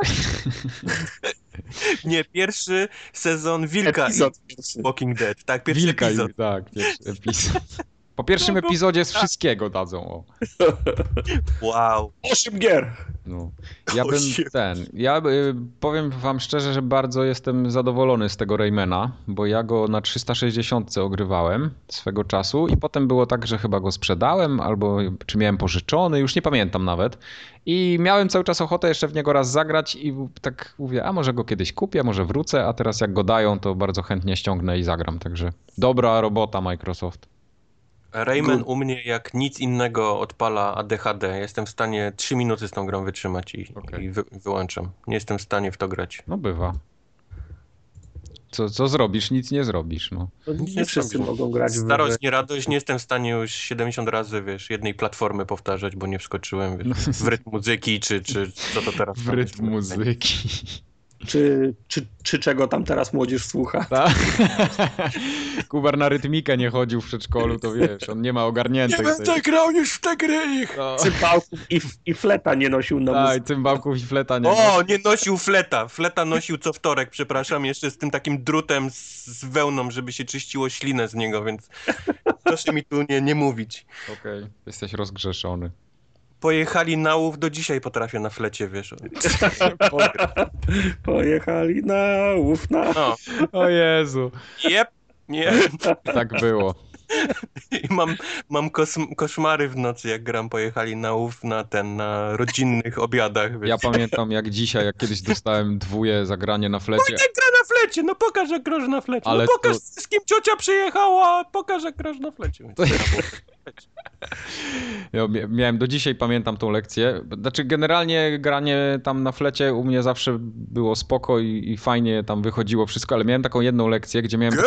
Nie, pierwszy sezon Wilka i Walking Dead. Tak, pierwszy epizod. Pierwszy epizod. Po pierwszym epizodzie z wszystkiego dadzą. Wow. 8 gier. No. Ja powiem wam szczerze, że bardzo jestem zadowolony z tego Raymana, bo ja go na 360 ogrywałem swego czasu i potem było tak, że chyba go sprzedałem albo czy miałem pożyczony, już nie pamiętam nawet. I miałem cały czas ochotę jeszcze w niego raz zagrać i tak mówię, a może go kiedyś kupię, może wrócę, a teraz jak go dają, to bardzo chętnie ściągnę i zagram. Także dobra robota Microsoft. Rayman u mnie jak nic innego odpala ADHD. Jestem w stanie 3 minuty z tą grą wytrzymać i wyłączam. Nie jestem w stanie w to grać. No bywa. Co zrobisz? Nic nie zrobisz. No. Nie wszyscy mogą grać w starość, nie radość. Nie jestem w stanie już 70 razy, jednej platformy powtarzać, bo nie wskoczyłem w rytm muzyki, czy co to teraz. W rytm muzyki. Czy czego tam teraz młodzież słucha? Tak. Kubar na rytmikę nie chodził w przedszkolu, to wiesz, on nie ma ogarniętych. Nie będę grał już w te gry. No. Cymbałków i fleta nie nosił na muzykę. Tak, cymbałków i fleta nie nosił. Nie nosił fleta. Fleta nosił co wtorek, przepraszam, jeszcze z tym takim drutem z wełną, żeby się czyściło ślinę z niego, więc proszę mi tu nie mówić. Okej, jesteś rozgrzeszony. Pojechali na łów, do dzisiaj potrafię na flecie, wiesz. Pojechali na łów, No. O Jezu. Yep. Tak było. I mam koszmary w nocy, jak gram Pojechali na łów na rodzinnych obiadach. Wiesz. Ja pamiętam jak dzisiaj, jak kiedyś dostałem 2 za granie na flecie. Wojtek gra na flecie, no pokaż jak grasz na flecie. Ale no pokaż z kim ciocia przyjechała, pokaż jak grasz na flecie. Ja miałem do dzisiaj, pamiętam tą lekcję. Znaczy generalnie granie tam na flecie u mnie zawsze było spoko i fajnie tam wychodziło wszystko, ale miałem taką jedną lekcję, gdzie miałem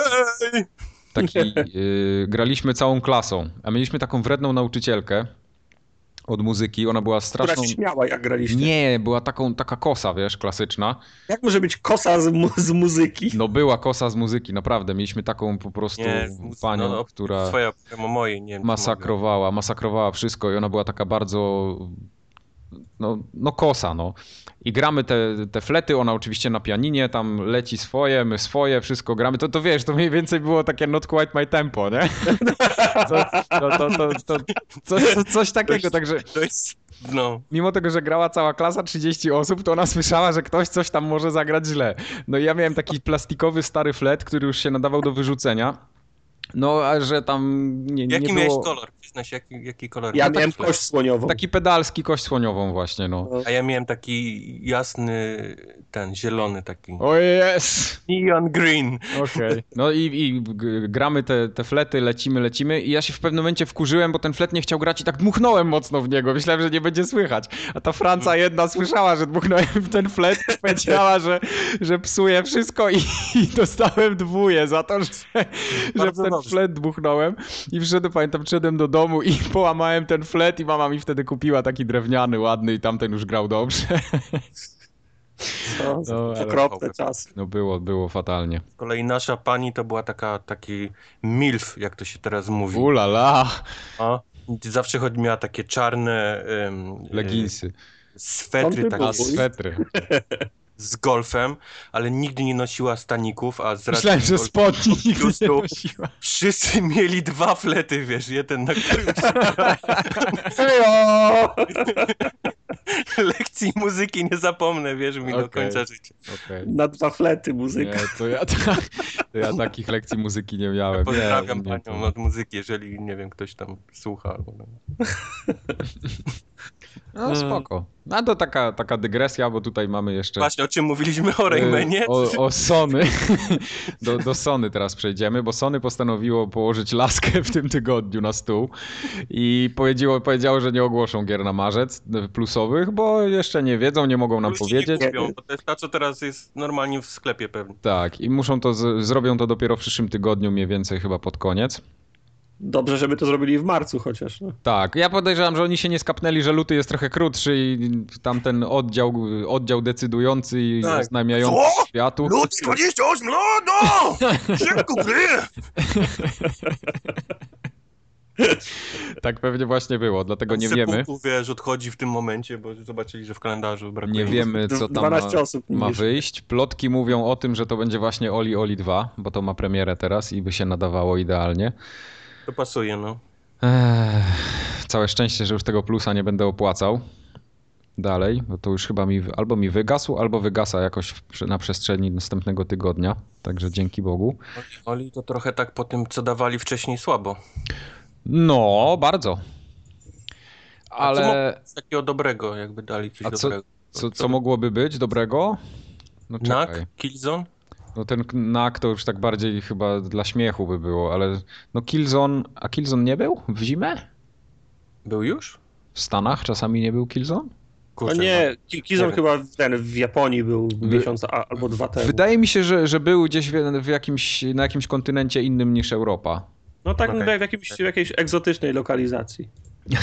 graliśmy całą klasą, a mieliśmy taką wredną nauczycielkę. od muzyki. Ona była straszną... Która się śmiała, jak graliście. Nie, była taka kosa, wiesz, klasyczna. Jak może być kosa z muzyki? No była kosa z muzyki, naprawdę. Mieliśmy taką po prostu panią, która Twoja, mojej, nie wiem, masakrowała wszystko i ona była taka bardzo... No kosa, no. I gramy te flety, ona oczywiście na pianinie, tam leci swoje, my swoje, wszystko gramy. To wiesz, to mniej więcej było takie not quite my tempo, nie? Coś takiego, także... No. Mimo tego, że grała cała klasa, 30 osób, to ona słyszała, że ktoś coś tam może zagrać źle. No i ja miałem taki plastikowy stary flet, który już się nadawał do wyrzucenia. No, a że tam nie Jaki było... miałeś kolor? Przyznaj się, jaki kolor? Ja miałem kość słoniową. Taki pedalski, kość słoniową właśnie, no. A ja miałem taki jasny, zielony taki. O jest! Neon green. Okej. No i gramy te flety, lecimy i ja się w pewnym momencie wkurzyłem, bo ten flet nie chciał grać i tak dmuchnąłem mocno w niego. Myślałem, że nie będzie słychać. A ta Franca jedna słyszała, że dmuchnąłem w ten flet i powiedziała, że psuje wszystko i dostałem 2 za to, że w ten flet dmuchnąłem i przyszedłem do domu i połamałem ten flet i mama mi wtedy kupiła taki drewniany, ładny i tamten już grał dobrze. Okropne czasy. No było fatalnie. Z kolei nasza pani to była taki milf, jak to się teraz mówi. Ulala! Zawsze miała takie czarne leginsy. Swetry. Swetry. Z golfem, ale nigdy nie nosiła staników, a z racji myślałem, że spodni nigdy nie nosiła. Wszyscy mieli 2 flety, wiesz, jeden na którym lekcji muzyki nie zapomnę, wierz mi, do końca życia. Na 2 flety muzyka. Nie, to ja takich lekcji muzyki nie miałem. Pozdrawiam panią od muzyki, jeżeli, nie wiem, ktoś tam słucha. No spoko. No to taka dygresja, bo tutaj mamy jeszcze... Właśnie, o czym mówiliśmy? O Raymanie? O Sony. Do Sony teraz przejdziemy, bo Sony postanowiło położyć laskę w tym tygodniu na stół i powiedziało, że nie ogłoszą gier na marzec plusowych, bo jeszcze nie wiedzą, nie mogą nam powiedzieć. Nie kupią, bo to jest ta, co teraz jest normalnie w sklepie pewnie. Tak, i muszą zrobią to dopiero w przyszłym tygodniu, mniej więcej chyba pod koniec. Dobrze, żeby to zrobili w marcu chociaż. No. Tak, ja podejrzewam, że oni się nie skapnęli, że luty jest trochę krótszy i tamten oddział decydujący i oznajmiający światu. Luty 28, no! Szybko gry! Tak pewnie właśnie było, dlatego nie wiemy. Wiesz, odchodzi w tym momencie, bo zobaczyli, że w kalendarzu brakuje. Nie wiemy, co tam 12 osób ma wyjść. Plotki mówią o tym, że to będzie właśnie Oli Oli 2, bo to ma premierę teraz i by się nadawało idealnie. To pasuje, no. Całe szczęście, że już tego plusa nie będę opłacał dalej, bo to już chyba albo mi wygasł, albo wygasa jakoś na przestrzeni następnego tygodnia. Także dzięki Bogu. Oli to trochę tak po tym, co dawali wcześniej, słabo. No, bardzo. Ale... Co takiego dobrego, jakby dali coś dobrego? Co mogłoby być dobrego? No czekaj. Killzone? No ten NAK to już tak bardziej chyba dla śmiechu by było, ale no Killzone, a Killzone nie był w zimę? Był już? W Stanach czasami nie był Killzone? Kurczę, no nie, Killzone chyba w Japonii był miesiąc albo 2 temu. Wydaje mi się, że był gdzieś na jakimś kontynencie innym niż Europa. No tak, w jakiejś egzotycznej lokalizacji.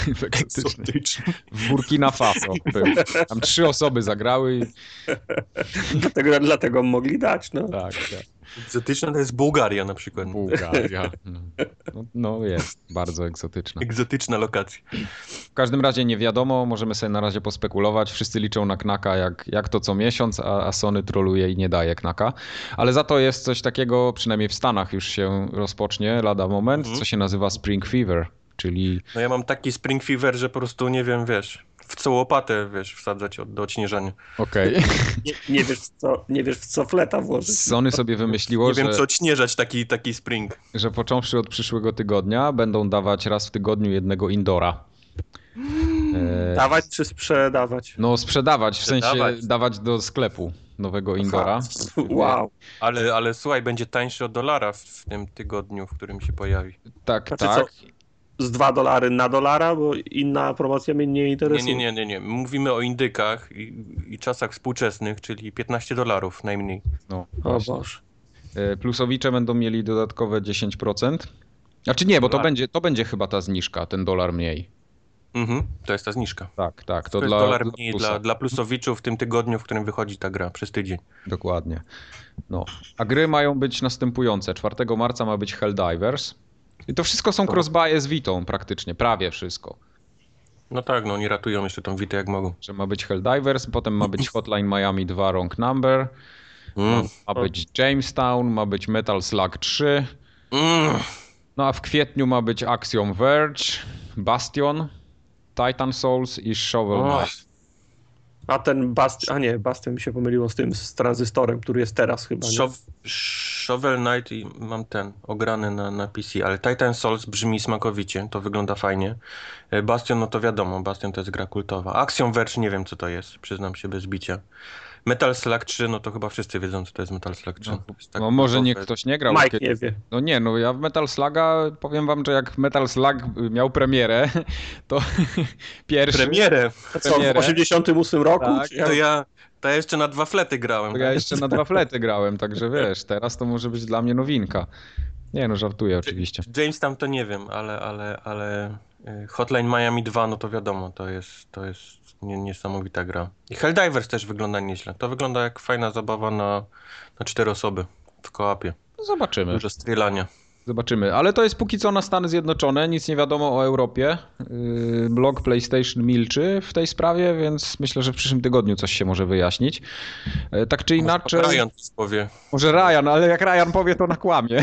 W Burkina Faso był. Tam 3 osoby zagrały. Dlatego mogli dać, no. Tak. Egzotyczna to jest Bułgaria na przykład. Bułgaria. No jest, bardzo egzotyczna. Egzotyczna lokacja. W każdym razie nie wiadomo, możemy sobie na razie pospekulować. Wszyscy liczą na Knaka jak to co miesiąc, a Sony troluje i nie daje Knaka. Ale za to jest coś takiego, przynajmniej w Stanach już się rozpocznie lada moment, co się nazywa Spring Fever, czyli... No ja mam taki Spring Fever, że po prostu nie wiem, wiesz... W co łopatę, wiesz, wsadzać do odśnieżania. Okej. Nie wiesz w co fleta włożyć. Sony sobie wymyśliło, że... Nie wiem, co odśnieżać taki Spring. Że począwszy od przyszłego tygodnia będą dawać raz w tygodniu jednego indora. Dawać czy sprzedawać? No sprzedawać, w sensie dawać do sklepu nowego indora. Wow. Ale słuchaj, będzie tańszy od $1 w tym tygodniu, w którym się pojawi. Tak, znaczy, tak. Z $2 na $1, bo inna promocja mnie nie interesuje. Nie. Mówimy o indykach i czasach współczesnych, czyli $15 najmniej. No, o Boże. Plusowicze będą mieli dodatkowe 10%. Znaczy nie, bo to będzie chyba ta zniżka, ten $1 mniej. To jest ta zniżka. Tak. To jest dolar mniej dla plusowiczów w tym tygodniu, w którym wychodzi ta gra przez tydzień. Dokładnie. No. A gry mają być następujące. 4 marca ma być Helldivers. I to wszystko są crossbuye z Vitą praktycznie, prawie wszystko. No tak, no oni ratują jeszcze tą Vitę jak mogą. Że ma być Helldivers, potem ma być Hotline Miami 2 Wrong Number, ma być Jamestown, ma być Metal Slug 3, no a w kwietniu ma być Axiom Verge, Bastion, Titan Souls i Shovel Knight. A ten Bastion mi się pomyliło z tym, z tranzystorem, który jest teraz chyba. Shovel Knight i mam ograny na PC, ale Titan Souls brzmi smakowicie, to wygląda fajnie. Bastion, no to wiadomo, Bastion to jest gra kultowa. Axiom Verge nie wiem co to jest, przyznam się bez bicia. Metal Slug 3, no to chyba wszyscy wiedzą co to jest Metal Slug 3. No może ktoś nie grał. Mike nie wie. No nie, no ja w Metal Sluga powiem wam, że jak Metal Slug miał premierę, to pierwszy... Premierę? Co, w 88 roku? Tak, to ja jeszcze na 2 flety grałem. To ja jeszcze na 2 flety grałem, także wiesz, teraz to może być dla mnie nowinka. Nie no, żartuję oczywiście. Jamestown to nie wiem, ale Hotline Miami 2, no to wiadomo, to jest niesamowita gra. I Helldivers też wygląda nieźle. To wygląda jak fajna zabawa na 4 osoby w koopie. No zobaczymy. Dużo strzelania. Zobaczymy, ale to jest póki co na Stany Zjednoczone, nic nie wiadomo o Europie. Blog PlayStation milczy w tej sprawie, więc myślę, że w przyszłym tygodniu coś się może wyjaśnić. Tak czy inaczej... Może Ryan coś powie. Może Ryan, ale jak Ryan powie, to nakłamie.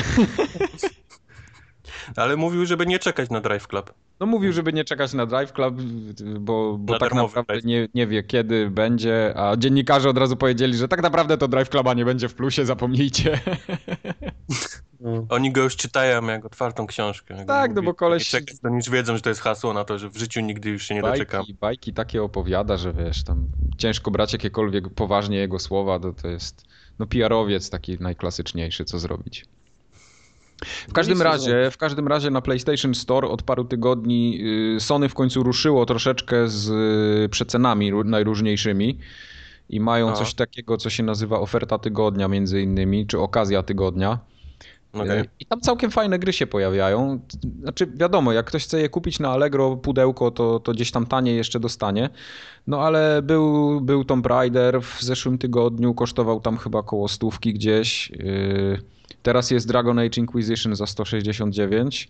Ale mówił, żeby nie czekać na Drive Club. No mówił, żeby nie czekać na Drive Club, bo tak naprawdę nie wie kiedy będzie, a dziennikarze od razu powiedzieli, że tak naprawdę to Drive Cluba nie będzie w plusie, zapomnijcie. Oni go już czytają jak otwartą książkę. Tak, no bo koleś... Czekać, to już wiedzą, że to jest hasło na to, że w życiu nigdy już się nie doczekam. Bajki takie opowiada, że wiesz, tam ciężko brać jakiekolwiek poważnie jego słowa, to jest no PR-owiec taki najklasyczniejszy, co zrobić. W każdym razie na PlayStation Store od paru tygodni Sony w końcu ruszyło troszeczkę z przecenami najróżniejszymi i mają coś takiego, co się nazywa oferta tygodnia między innymi, czy okazja tygodnia. Okay. I tam całkiem fajne gry się pojawiają. Znaczy wiadomo, jak ktoś chce je kupić na Allegro pudełko, to gdzieś tam taniej jeszcze dostanie. No ale był Tomb Raider w zeszłym tygodniu, kosztował tam chyba koło 100 gdzieś. Teraz jest Dragon Age Inquisition za 169.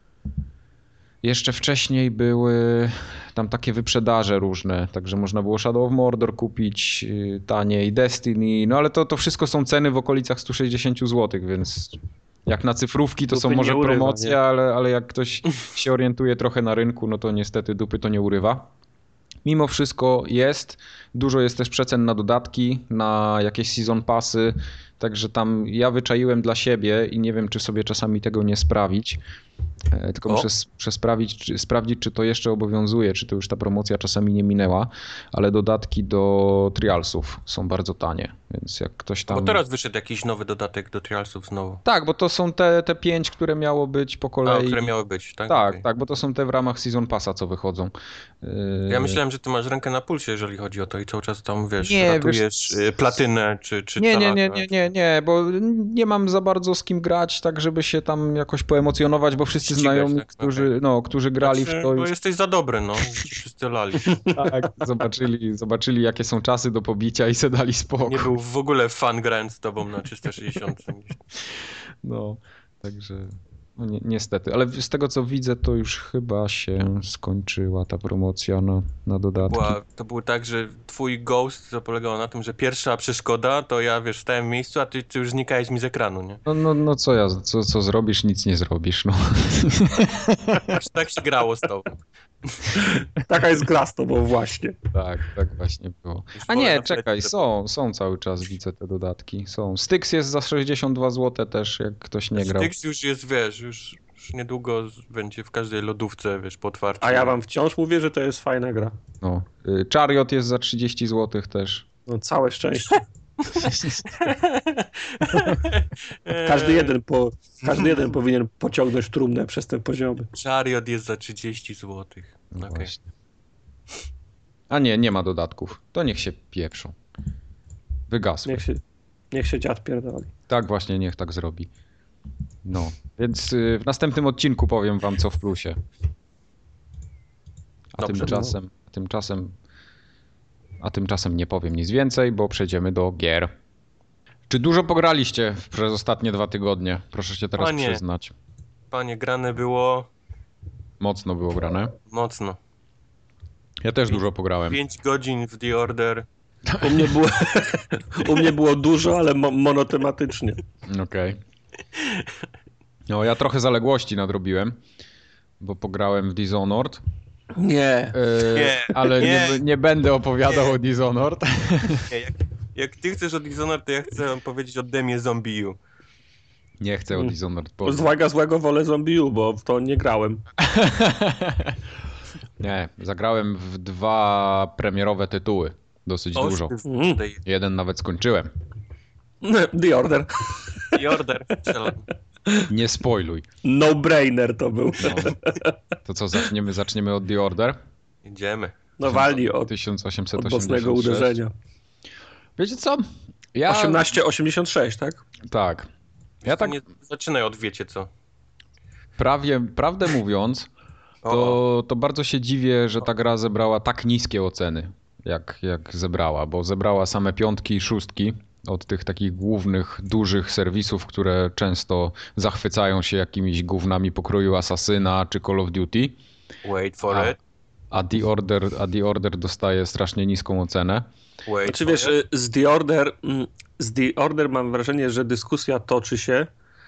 Jeszcze wcześniej były tam takie wyprzedaże różne, także można było Shadow of Mordor kupić taniej, Destiny, no ale to wszystko są ceny w okolicach 160 zł, więc jak na cyfrówki to są może promocje, ale jak ktoś się orientuje trochę na rynku, no to niestety dupy to nie urywa. Mimo wszystko dużo jest też przecen na dodatki, na jakieś season passy, także tam ja wyczaiłem dla siebie i nie wiem, czy sobie czasami tego nie sprawić, tylko muszę sprawdzić, czy to jeszcze obowiązuje, czy to już ta promocja czasami nie minęła, ale dodatki do Trialsów są bardzo tanie, więc jak ktoś tam... Bo teraz wyszedł jakiś nowy dodatek do Trialsów znowu. Tak, bo to są te 5, które miało być po kolei. Które miały być, tak? Tak, tak, bo to są te w ramach Season Passa, co wychodzą. Ja myślałem, że ty masz rękę na pulsie, jeżeli chodzi o to i cały czas tam, ratujesz platynę czy Nie, bo nie mam za bardzo z kim grać, tak żeby się tam jakoś poemocjonować, bo wszyscy znajomi, którzy grali w to... Bo jesteś za dobry, no. Wszyscy lali. Tak, zobaczyli jakie są czasy do pobicia i se dali spokój. Nie był w ogóle fan grając z tobą na 360. No, także... No niestety, ale z tego co widzę, to już chyba się skończyła ta promocja na dodatki. To było tak, że twój ghost to polegało na tym, że pierwsza przeszkoda, to ja stałem w miejscu, a ty już znikałeś mi z ekranu, nie? No co zrobisz, nic nie zrobisz, no. Tak się grało z tobą. Taka jest gra z tobą właśnie. Tak właśnie było. A nie, czekaj, są cały czas, widzę te dodatki. Są. Styx jest za 62 zł też, jak ktoś nie grał. Styx już jest, już niedługo będzie w każdej lodówce, po otwarciu. A ja wam wciąż mówię, że to jest fajna gra. No. Chariot jest za 30 zł też. No całe szczęście. Każdy jeden powinien pociągnąć trumnę przez te poziomy. Chariot jest za 30 zł. No okay. Właśnie. A nie ma dodatków. To niech się pieprzą. Wygasły. Niech się dziad pierdoli. Tak właśnie, niech tak zrobi. No, więc w następnym odcinku powiem wam co w plusie. A tymczasem nie powiem nic więcej, bo przejdziemy do gier. Czy dużo pograliście przez ostatnie 2 tygodnie? Proszę się teraz przyznać. Panie, grane było... Mocno było grane. Mocno. Ja też dużo pograłem. 5 godzin w The Order. U mnie było dużo, ale monotematycznie. Okej. No, ja trochę zaległości nadrobiłem, bo pograłem w Dishonored. Nie. Ale nie będę opowiadał o Dishonored. Jak ty chcesz o Dishonored, to ja chcę powiedzieć o demie Zombie U. Nie chcę o Dishonored. Złego wolę Zombie U, bo w to nie grałem. Nie, zagrałem w 2 premierowe tytuły. Dosyć dużo. Jeden nawet skończyłem. The Order. The Order. Nie spoiluj. No-brainer to był. No. To co, zaczniemy od The Order? Idziemy. No walni od 1886. Od mocnego uderzenia. Wiecie co? 1886, tak? Tak. Ja tak... Nie zaczynaj od wiecie co. Prawdę mówiąc, to bardzo się dziwię, że ta gra zebrała tak niskie oceny, jak zebrała, bo zebrała same 5 i 6 od tych takich głównych, dużych serwisów, które często zachwycają się jakimiś gównami pokroju Assassina czy Call of Duty. Wait for it. A The Order dostaje strasznie niską ocenę. Znaczy wiesz, z The Order mam wrażenie, że dyskusja toczy się,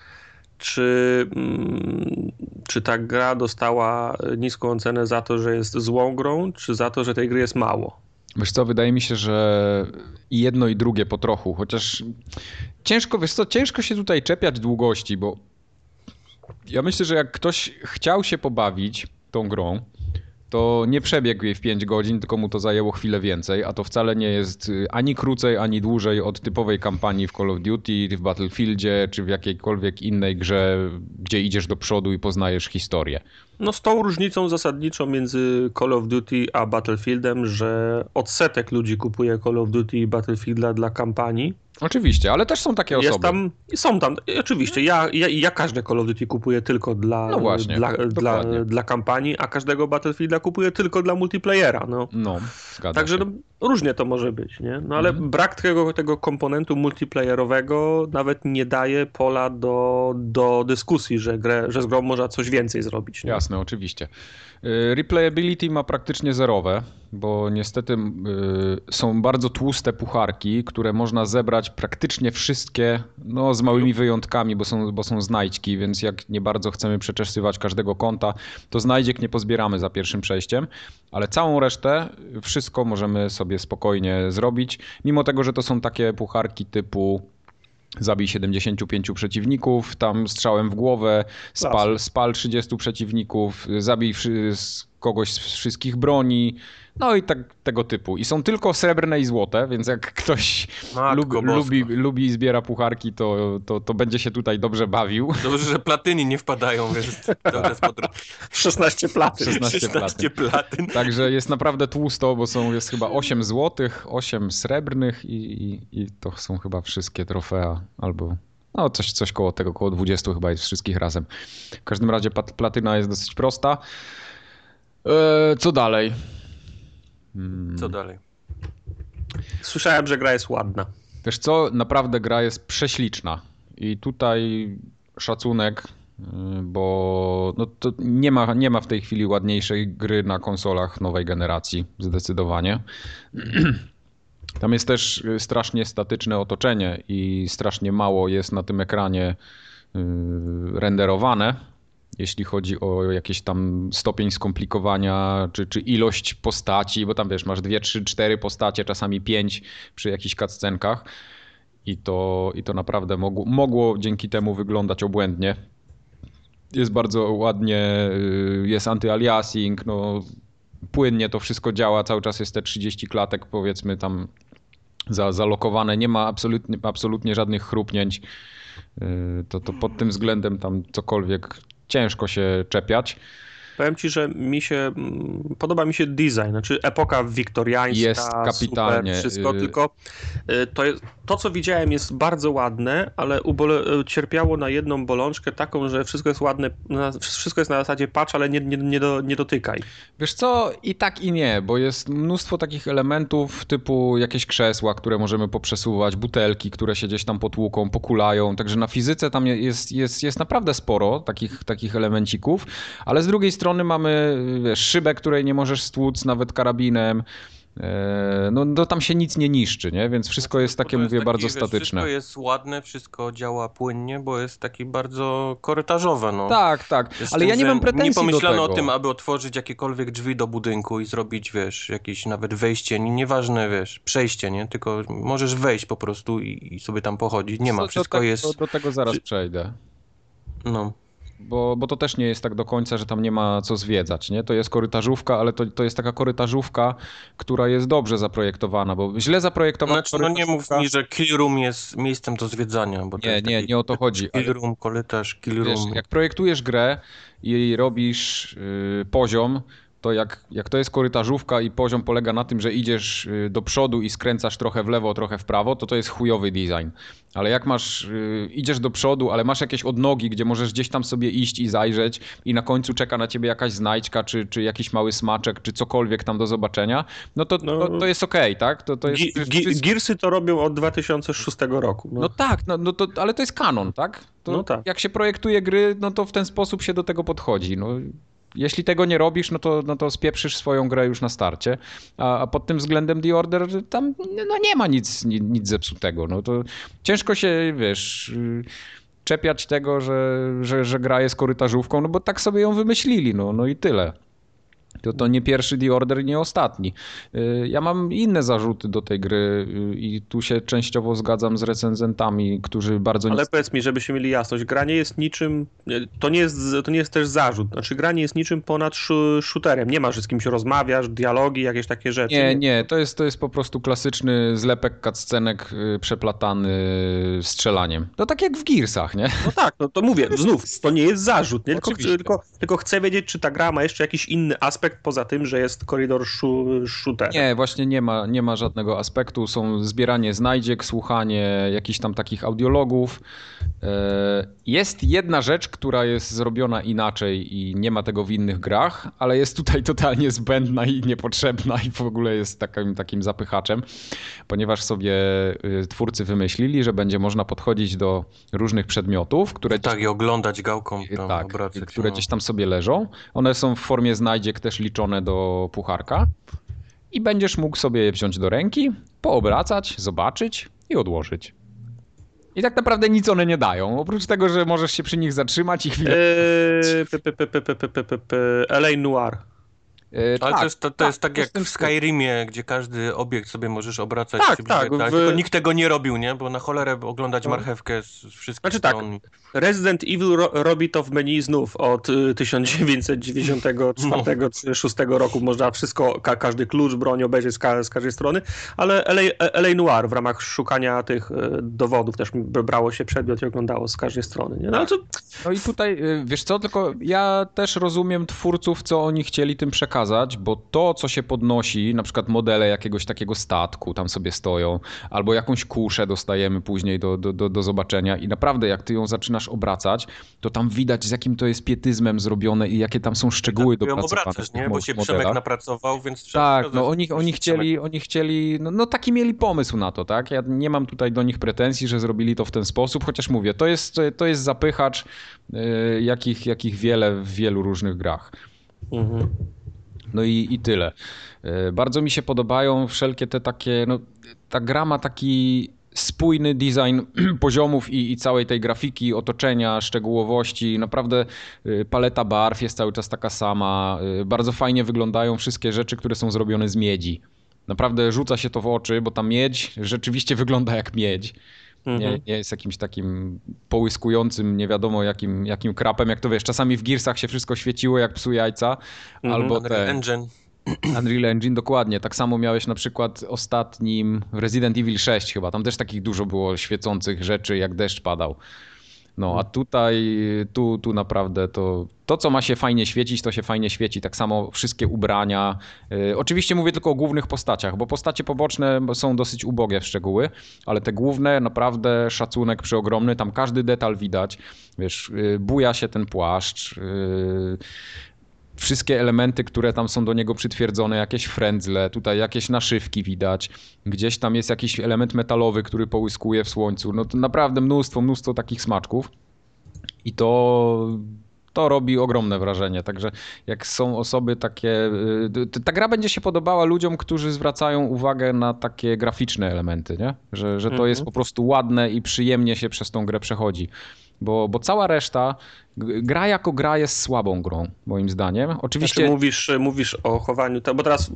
czy ta gra dostała niską ocenę za to, że jest złą grą, czy za to, że tej gry jest mało. Wiesz co, wydaje mi się, że i jedno i drugie po trochu, chociaż ciężko się tutaj czepiać długości, bo ja myślę, że jak ktoś chciał się pobawić tą grą, to nie przebiegł jej w 5 godzin, tylko mu to zajęło chwilę więcej, a to wcale nie jest ani krócej, ani dłużej od typowej kampanii w Call of Duty, w Battlefieldzie, czy w jakiejkolwiek innej grze, gdzie idziesz do przodu i poznajesz historię. No z tą różnicą zasadniczą między Call of Duty a Battlefieldem, że odsetek ludzi kupuje Call of Duty i Battlefielda dla kampanii. Oczywiście, ale też są takie osoby. Są tam, oczywiście. Ja każde Call of Duty kupuję tylko dla kampanii, a każdego Battlefielda kupuję tylko dla multiplayera. No, zgadza Także się. Różnie to może być, nie? No ale brak tego komponentu multiplayerowego nawet nie daje pola do dyskusji, że z grą można coś więcej zrobić. Nie? Jasne, oczywiście. Replayability ma praktycznie zerowe, bo niestety są bardzo tłuste pucharki, które można zebrać praktycznie wszystkie, no z małymi wyjątkami, bo są znajdźki, więc jak nie bardzo chcemy przeczesywać każdego konta, to znajdziek nie pozbieramy za pierwszym przejściem, ale całą resztę, wszystko możemy sobie spokojnie zrobić, mimo tego, że to są takie pucharki typu zabij 75 przeciwników, tam strzałem w głowę, spal 30 przeciwników, zabij kogoś z wszystkich broni, no i tak tego typu. I są tylko srebrne i złote, więc jak ktoś lubi i zbiera pucharki, to będzie się tutaj dobrze bawił. Dobrze, że platyny nie wpadają. 16 platyn. 16 platyn. Także jest naprawdę tłusto, bo jest chyba 8 złotych, 8 srebrnych i to są chyba wszystkie trofea, albo no coś koło tego, koło 20 chyba jest wszystkich razem. W każdym razie platyna jest dosyć prosta. Co dalej? Co dalej? Słyszałem, że gra jest ładna. Wiesz co, naprawdę gra jest prześliczna i tutaj szacunek, bo no to nie ma w tej chwili ładniejszej gry na konsolach nowej generacji, zdecydowanie. Tam jest też strasznie statyczne otoczenie i strasznie mało jest na tym ekranie renderowane, jeśli chodzi o jakiś tam stopień skomplikowania, czy ilość postaci, bo tam wiesz, masz 2, 3, 4 postacie, czasami 5 przy jakichś cutscenkach i to naprawdę mogło dzięki temu wyglądać obłędnie. Jest bardzo ładnie, jest anty-aliasing, no płynnie to wszystko działa, cały czas jest te 30 klatek powiedzmy tam zalokowane, nie ma absolutnie żadnych chrupnięć, to pod tym względem tam cokolwiek ciężko się czepiać. Powiem ci, że podoba mi się design, znaczy epoka wiktoriańska, jest kapitalnie. Super, wszystko, tylko to, co widziałem, jest bardzo ładne, ale cierpiało na jedną bolączkę taką, że wszystko jest ładne, wszystko jest na zasadzie patrz, ale nie dotykaj. Wiesz co, i tak i nie, bo jest mnóstwo takich elementów typu jakieś krzesła, które możemy poprzesuwać, butelki, które się gdzieś tam potłuką, pokulają, także na fizyce tam jest naprawdę sporo takich elemencików, ale z drugiej strony mamy, wiesz, szybę, której nie możesz stłuc nawet karabinem. No tam się nic nie niszczy, nie? Więc wszystko jest takie, mówię, bardzo statyczne. Wszystko jest ładne, wszystko działa płynnie, bo jest taki bardzo korytarzowe, no. Tak, ale ja nie mam pretensji do tego. Nie pomyślano o tym, aby otworzyć jakiekolwiek drzwi do budynku i zrobić, wiesz, jakieś nawet wejście, nieważne, wiesz, przejście, nie? Tylko możesz wejść po prostu i sobie tam pochodzić. Nie ma, wszystko jest... Do tego zaraz przejdę. No. Bo to też nie jest tak do końca, że tam nie ma co zwiedzać, nie? To jest korytarzówka, ale to jest taka korytarzówka, która jest dobrze zaprojektowana, bo źle zaprojektowana Znaczy, nie mów mi, że Kill Room jest miejscem do zwiedzania, bo to nie o to chodzi. Kill Room, korytarz, Kill Room. Wiesz, jak projektujesz grę i robisz poziom, to jak to jest korytarzówka i poziom polega na tym, że idziesz do przodu i skręcasz trochę w lewo, trochę w prawo, to jest chujowy design. Ale jak idziesz do przodu, ale masz jakieś odnogi, gdzie możesz gdzieś tam sobie iść i zajrzeć i na końcu czeka na ciebie jakaś znajdźka, czy jakiś mały smaczek, czy cokolwiek tam do zobaczenia, to jest okej, tak? To jest... Gearsy to robią od 2006 roku. No tak, ale to jest kanon, tak? Tak. Jak się projektuje gry, no to w ten sposób się do tego podchodzi. No. Jeśli tego nie robisz, no to spieprzysz swoją grę już na starcie, a pod tym względem The Order tam nie ma nic zepsutego. No to ciężko się, wiesz, czepiać tego, że gra jest korytarzówką, no bo tak sobie ją wymyślili, no i tyle. To nie pierwszy The Order, nie ostatni. Ja mam inne zarzuty do tej gry i tu się częściowo zgadzam z recenzentami, którzy bardzo... Ale powiedz mi, żebyśmy mieli jasność, gra nie jest niczym, to nie jest też zarzut, znaczy gra nie jest niczym ponad shooterem, nie ma, że z kimś rozmawiasz, dialogi, jakieś takie rzeczy. Nie, to jest po prostu klasyczny zlepek cutscenek przeplatany strzelaniem. To tak jak w Gearsach, nie? No tak, no to mówię, znów, to nie jest zarzut, nie? Tylko chcę wiedzieć, czy ta gra ma jeszcze jakiś inny aspekt poza tym, że jest korydor shooter. Nie, właśnie nie ma żadnego aspektu. Są zbieranie znajdziek, słuchanie jakichś tam takich audiologów. Jest jedna rzecz, która jest zrobiona inaczej i nie ma tego w innych grach, ale jest tutaj totalnie zbędna i niepotrzebna i w ogóle jest takim zapychaczem, ponieważ sobie twórcy wymyślili, że będzie można podchodzić do różnych przedmiotów, które... Tak, i oglądać gałką. Tak, które gdzieś tam sobie leżą. One są w formie znajdziek też liczone do pucharka i będziesz mógł sobie je wziąć do ręki, poobracać, zobaczyć i odłożyć. I tak naprawdę nic one nie dają, oprócz tego, że możesz się przy nich zatrzymać i chwilę... LA Noire. Ale to jest tak jak w Skyrimie, gdzie każdy obiekt sobie możesz obracać. Tak. Tylko nikt tego nie robił, nie? Bo na cholerę oglądać marchewkę z wszystkich stron. Tak, Resident Evil robi to w menu znów od 1994 czy 2006 roku. Można wszystko, każdy klucz, broń obejrzeć z każdej strony, ale LA Noire w ramach szukania tych dowodów też brało się przedmiot i oglądało z każdej strony. Nie? No i tutaj, wiesz co, tylko ja też rozumiem twórców, co oni chcieli tym przekazać, bo to, co się podnosi, na przykład modele jakiegoś takiego statku tam sobie stoją, albo jakąś kuszę dostajemy później do zobaczenia i naprawdę jak ty ją zaczynasz obracać, to tam widać, z jakim to jest pietyzmem zrobione i jakie tam są szczegóły dopracowane. Obracać, nie? Bo się Przemek napracował, więc trzeba... Tak, no oni chcieli, no taki mieli pomysł na to, tak? Ja nie mam tutaj do nich pretensji, że zrobili to w ten sposób, chociaż mówię, to jest zapychacz, jakich wiele w wielu różnych grach. Mhm. No i tyle. Bardzo mi się podobają wszelkie te takie, no ta gra ma taki spójny design poziomów i całej tej grafiki, otoczenia, szczegółowości. Naprawdę paleta barw jest cały czas taka sama. Bardzo fajnie wyglądają wszystkie rzeczy, które są zrobione z miedzi. Naprawdę rzuca się to w oczy, bo ta miedź rzeczywiście wygląda jak miedź. Nie jest jakimś takim połyskującym, nie wiadomo jakim krapem, jak to wiesz, czasami w Gearsach się wszystko świeciło jak psu jajca, albo Unreal Engine, dokładnie. Tak samo miałeś na przykład ostatnim Resident Evil 6 chyba, tam też takich dużo było świecących rzeczy, jak deszcz padał. No a tutaj, tu naprawdę to, co ma się fajnie świecić, to się fajnie świeci. Tak samo wszystkie ubrania. Oczywiście mówię tylko o głównych postaciach, bo postacie poboczne są dosyć ubogie w szczegóły, ale te główne naprawdę szacunek przeogromny, tam każdy detal widać. Wiesz, buja się ten płaszcz, wszystkie elementy, które tam są do niego przytwierdzone, jakieś frędzle, tutaj jakieś naszywki widać, gdzieś tam jest jakiś element metalowy, który połyskuje w słońcu. No to naprawdę mnóstwo takich smaczków i to robi ogromne wrażenie. Także jak są osoby takie... Ta gra będzie się podobała ludziom, którzy zwracają uwagę na takie graficzne elementy, nie? Że to jest po prostu ładne i przyjemnie się przez tą grę przechodzi. Bo cała reszta, gra jako gra jest słabą grą, moim zdaniem. Oczywiście mówisz o chowaniu, bo teraz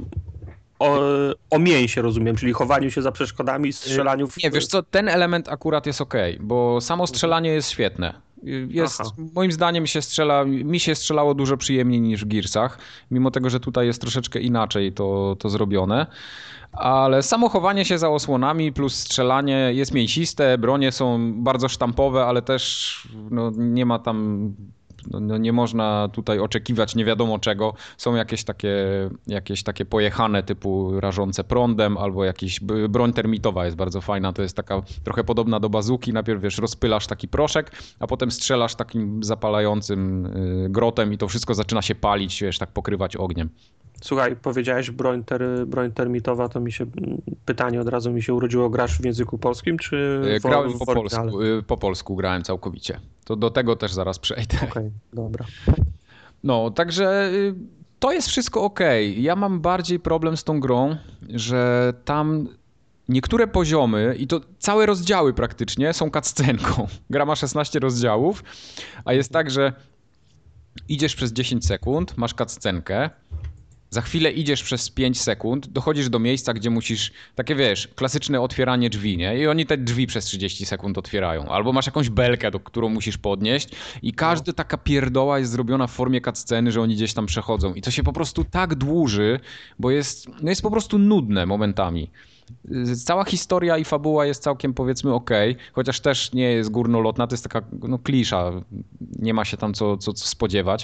o mięsie rozumiem, czyli chowaniu się za przeszkodami, strzelaniu w... Nie, wiesz co, ten element akurat jest okej, bo samo strzelanie jest świetne. Moim zdaniem mi się strzelało dużo przyjemniej niż w Gearsach, mimo tego, że tutaj jest troszeczkę inaczej to zrobione. Ale samo chowanie się za osłonami plus strzelanie jest mięsiste, bronie są bardzo sztampowe, ale też nie ma tam... nie można tutaj oczekiwać nie wiadomo czego. Są jakieś takie pojechane typu rażące prądem albo broń termitowa jest bardzo fajna. To jest taka trochę podobna do bazuki. Najpierw wiesz, rozpylasz taki proszek, a potem strzelasz takim zapalającym grotem i to wszystko zaczyna się palić, wiesz, tak pokrywać ogniem. Słuchaj, powiedziałeś broń termitowa, to pytanie od razu mi się urodziło. Grasz w języku polskim, czy grałem po polsku? Po polsku grałem całkowicie. To do tego też zaraz przejdę. Okej, dobra. No, także to jest wszystko okej. Ja mam bardziej problem z tą grą, że tam niektóre poziomy, i to całe rozdziały praktycznie, są cutscenką. Gra ma 16 rozdziałów, a jest tak, że idziesz przez 10 sekund, masz cutscenkę, za chwilę idziesz przez 5 sekund, dochodzisz do miejsca, gdzie musisz, takie wiesz, klasyczne otwieranie drzwi, nie? I oni te drzwi przez 30 sekund otwierają. Albo masz jakąś belkę, którą musisz podnieść i każda taka pierdoła jest zrobiona w formie cutsceny, że oni gdzieś tam przechodzą. I to się po prostu tak dłuży, bo jest po prostu nudne momentami. Cała historia i fabuła jest całkiem, powiedzmy, okej, chociaż też nie jest górnolotna, to jest taka klisza, nie ma się tam co spodziewać.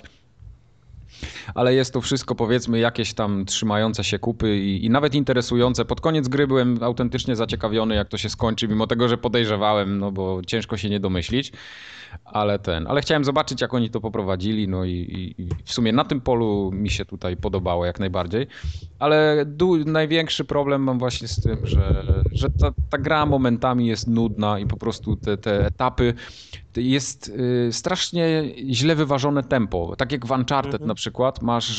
Ale jest to wszystko, powiedzmy, jakieś tam trzymające się kupy i nawet interesujące. Pod koniec gry byłem autentycznie zaciekawiony, jak to się skończy, mimo tego, że podejrzewałem, no bo ciężko się nie domyślić. Ale chciałem zobaczyć, jak oni to poprowadzili, no i w sumie na tym polu mi się tutaj podobało jak najbardziej. Ale największy problem mam właśnie z tym, że ta gra momentami jest nudna i po prostu te etapy jest strasznie źle wyważone tempo. Tak jak w Uncharted na przykład masz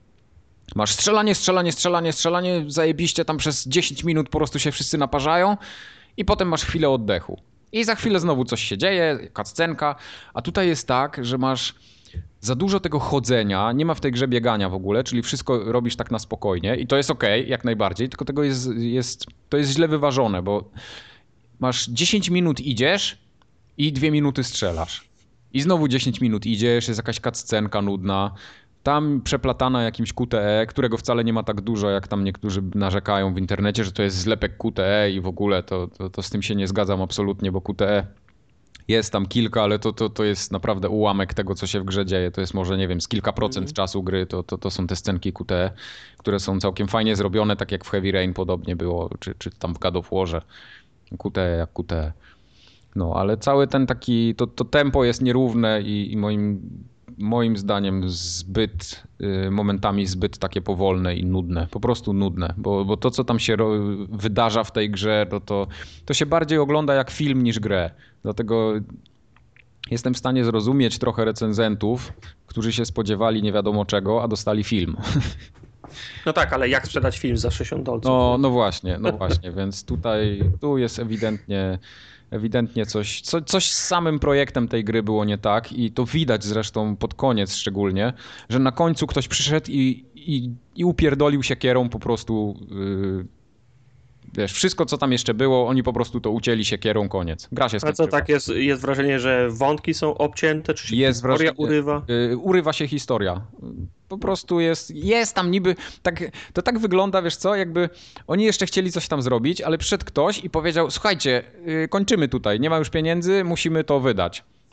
strzelanie, zajebiście tam przez 10 minut po prostu się wszyscy naparzają i potem masz chwilę oddechu. I za chwilę znowu coś się dzieje, cutscenka, a tutaj jest tak, że masz za dużo tego chodzenia, nie ma w tej grze biegania w ogóle, czyli wszystko robisz tak na spokojnie i to jest okej, jak najbardziej, tylko to jest źle wyważone, bo masz 10 minut idziesz i 2 minuty strzelasz. I znowu 10 minut idziesz, jest jakaś cutscenka nudna, tam przeplatana jakimś QTE, którego wcale nie ma tak dużo, jak tam niektórzy narzekają w internecie, że to jest zlepek QTE i w ogóle to z tym się nie zgadzam absolutnie, bo QTE jest tam kilka, ale to jest naprawdę ułamek tego, co się w grze dzieje. To jest może, nie wiem, z kilka procent czasu gry, to są te scenki QTE, które są całkiem fajnie zrobione, tak jak w Heavy Rain podobnie było, czy tam w God of Warze. QTE jak QTE. No, ale cały ten taki, to tempo jest nierówne i moim zdaniem momentami zbyt takie powolne i nudne, po prostu nudne, bo to, co tam się wydarza w tej grze, to się bardziej ogląda jak film niż grę. Dlatego jestem w stanie zrozumieć trochę recenzentów, którzy się spodziewali nie wiadomo czego, a dostali film. No tak, ale jak sprzedać film za $60? No właśnie, więc tu jest ewidentnie coś z samym projektem tej gry było nie tak i to widać zresztą pod koniec szczególnie, że na końcu ktoś przyszedł i upierdolił siekierą po prostu, wiesz, wszystko co tam jeszcze było, oni po prostu to ucięli siekierą, koniec. Gra się skończyła. A co, tak jest wrażenie, że wątki są obcięte, czy się historia urywa? Urywa się historia. Po prostu jest tam niby, to tak wygląda, wiesz co, jakby oni jeszcze chcieli coś tam zrobić, ale przyszedł ktoś i powiedział, słuchajcie, kończymy tutaj, nie ma już pieniędzy, musimy to wydać.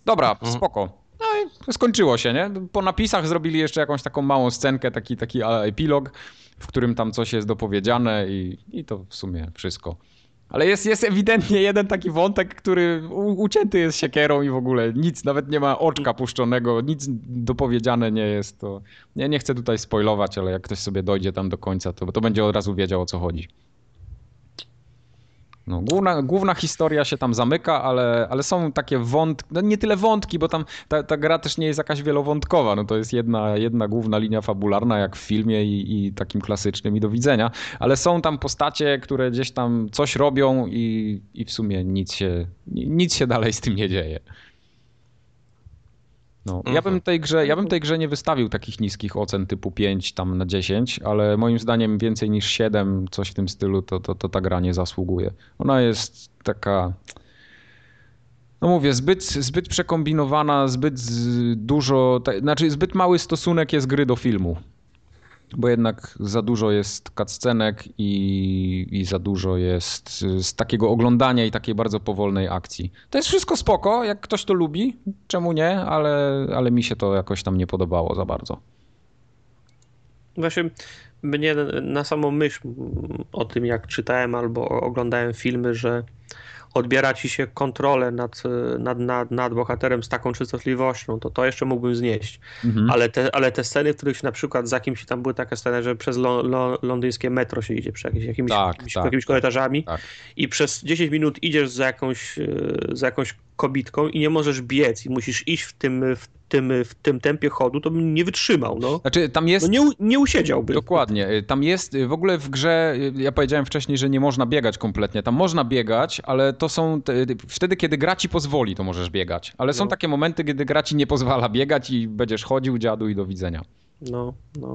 Dobra, spoko. No i skończyło się, nie? Po napisach zrobili jeszcze jakąś taką małą scenkę, taki epilog, w którym tam coś jest dopowiedziane i to w sumie wszystko. Ale jest ewidentnie jeden taki wątek, który ucięty jest siekierą i w ogóle nic, nawet nie ma oczka puszczonego, nic dopowiedziane nie jest. To nie chcę tutaj spoilować, ale jak ktoś sobie dojdzie tam do końca, to będzie od razu wiedział, o co chodzi. No, główna historia się tam zamyka, ale są takie wątki, no nie tyle wątki, bo tam ta gra też nie jest jakaś wielowątkowa, no to jest jedna główna linia fabularna jak w filmie i takim klasycznym i do widzenia, ale są tam postacie, które gdzieś tam coś robią i w sumie nic się dalej z tym nie dzieje. No, ja bym tej grze nie wystawił takich niskich ocen typu 5 tam na 10, ale moim zdaniem więcej niż 7, coś w tym stylu, to ta gra nie zasługuje. Ona jest taka, no mówię, zbyt przekombinowana, zbyt dużo, znaczy zbyt mały stosunek jest gry do filmu. Bo jednak za dużo jest cutscenek i za dużo jest z takiego oglądania i takiej bardzo powolnej akcji. To jest wszystko spoko, jak ktoś to lubi, czemu nie, ale mi się to jakoś tam nie podobało za bardzo. Właśnie mnie na samą myśl o tym, jak czytałem albo oglądałem filmy, że odbiera ci się kontrolę nad bohaterem z taką częstotliwością, to jeszcze mógłbym znieść. Ale te sceny, w których na przykład za kimś tam były takie sceny, że przez londyńskie metro się idzie, przy jakimiś korytarzami i przez 10 minut idziesz za jakąś kobitką i nie możesz biec i musisz iść w tym tempie chodu, to bym nie wytrzymał. No. Znaczy, tam jest... No nie usiedziałbym. Dokładnie. Tam jest w ogóle w grze, ja powiedziałem wcześniej, że nie można biegać kompletnie. Tam można biegać, ale to są... Wtedy, kiedy gra ci pozwoli, to możesz biegać. Ale są takie momenty, kiedy gra ci nie pozwala biegać i będziesz chodził, dziadu, i do widzenia. No.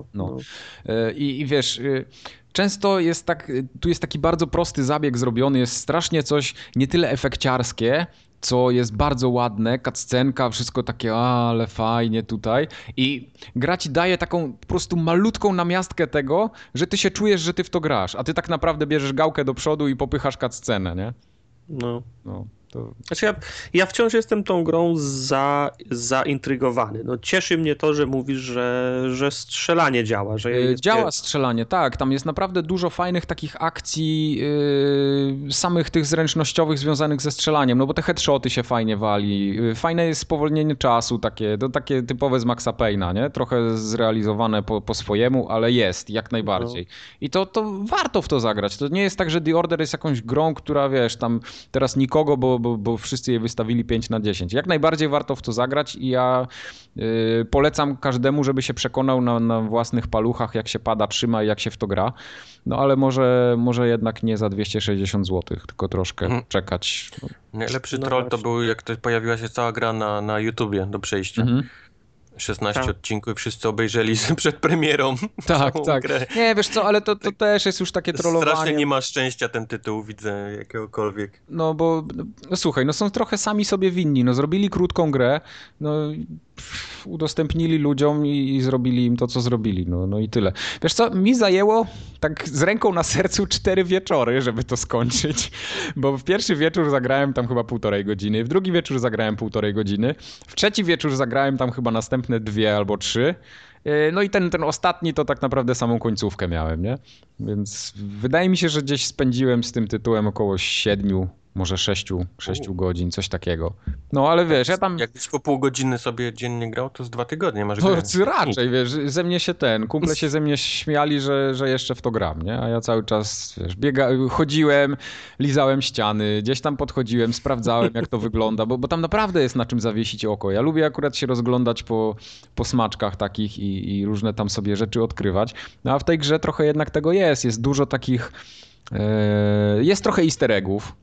I wiesz... Często jest tu jest taki bardzo prosty zabieg zrobiony, jest strasznie coś nie tyle efekciarskie, co jest bardzo ładne, cutscenka, wszystko takie, ale fajnie tutaj. I gra ci daje taką po prostu malutką namiastkę tego, że ty się czujesz, że ty w to grasz, a ty tak naprawdę bierzesz gałkę do przodu i popychasz cutscenę, nie? No. Znaczy ja wciąż jestem tą grą zaintrygowany. No, cieszy mnie to, że mówisz, że strzelanie działa. Działa strzelanie, tak. Tam jest naprawdę dużo fajnych takich akcji samych tych zręcznościowych związanych ze strzelaniem, no bo te headshoty się fajnie wali. Fajne jest spowolnienie czasu, takie typowe z Maxa Payne'a, nie? Trochę zrealizowane po swojemu, ale jest, jak najbardziej. I to warto w to zagrać. To nie jest tak, że The Order jest jakąś grą, która, wiesz, tam teraz nikogo, bo wszyscy jej wystawili 5 na 10. Jak najbardziej warto w to zagrać i ja polecam każdemu, żeby się przekonał na własnych paluchach, jak się pada, trzyma i jak się w to gra. No ale może jednak nie za 260 zł, tylko troszkę czekać. Najlepszy troll to był, jak to pojawiła się cała gra na YouTubie do przejścia. 16 odcinków i wszyscy obejrzeli przed premierą. Tak. Grę. Nie, wiesz co, ale to też jest już takie trollowanie. Strasznie nie ma szczęścia ten tytuł, widzę, jakiegokolwiek. No bo, słuchaj, są trochę sami sobie winni. Zrobili krótką grę, udostępnili ludziom i zrobili im to, co zrobili. No i tyle. Wiesz co, mi zajęło tak z ręką na sercu 4 wieczory, żeby to skończyć. Bo w pierwszy wieczór zagrałem tam chyba 1,5 godziny, w drugi wieczór zagrałem 1,5 godziny, w trzeci wieczór zagrałem tam chyba następne 2 albo 3. No i ten ostatni to tak naprawdę samą końcówkę miałem, nie? Więc wydaje mi się, że gdzieś spędziłem z tym tytułem około 7, może 6 godzin, coś takiego. No ale wiesz, ja tam... Jakbyś po pół godziny sobie dziennie grał, to z 2 tygodnie masz grę. To raczej, wiesz, ze mnie się kumple się ze mnie śmiali, że jeszcze w to gram, nie? A ja cały czas, wiesz, chodziłem, lizałem ściany, gdzieś tam podchodziłem, sprawdzałem, jak to wygląda, bo tam naprawdę jest na czym zawiesić oko. Ja lubię akurat się rozglądać po smaczkach takich i różne tam sobie rzeczy odkrywać. No a w tej grze trochę jednak tego jest dużo takich... Jest trochę easter eggów.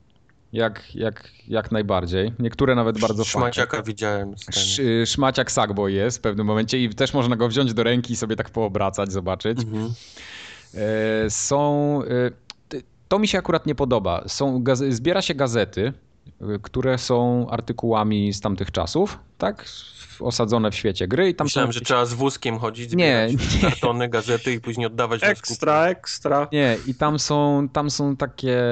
Jak najbardziej. Niektóre nawet bardzo fajne. Szmaciaka widziałem. Szmaciak Sackboy jest w pewnym momencie i też można go wziąć do ręki i sobie tak poobracać, zobaczyć. To mi się akurat nie podoba. Zbiera się gazety które są artykułami z tamtych czasów, tak? Osadzone w świecie gry. I tam myślałem, że trzeba z wózkiem chodzić, zbierać kartony, gazety i później oddawać na skupy. Ekstra. Nie, i tam są takie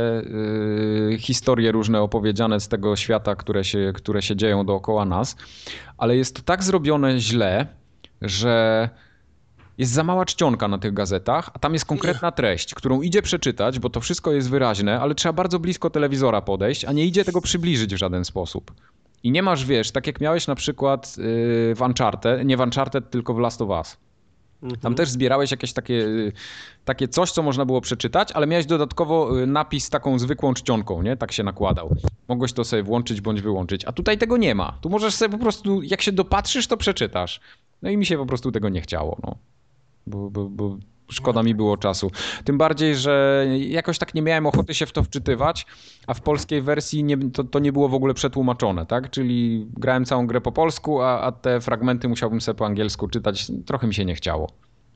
historie różne opowiedziane z tego świata, które się dzieją dookoła nas, ale jest to tak zrobione źle, że jest za mała czcionka na tych gazetach, a tam jest konkretna treść, którą idzie przeczytać, bo to wszystko jest wyraźne, ale trzeba bardzo blisko telewizora podejść, a nie idzie tego przybliżyć w żaden sposób. I nie masz, wiesz, tak jak miałeś na przykład w Uncharted, nie w Uncharted, tylko w Last of Us. Tam też zbierałeś jakieś takie coś, co można było przeczytać, ale miałeś dodatkowo napis taką zwykłą czcionką, nie? Tak się nakładał. Mogłeś to sobie włączyć bądź wyłączyć, a tutaj tego nie ma. Tu możesz sobie po prostu, jak się dopatrzysz, to przeczytasz. No i mi się po prostu tego nie chciało, no. Bo szkoda mi było czasu. Tym bardziej, że jakoś tak nie miałem ochoty się w to wczytywać, a w polskiej wersji to nie było w ogóle przetłumaczone, tak? Czyli grałem całą grę po polsku, a te fragmenty musiałbym sobie po angielsku czytać. Trochę mi się nie chciało.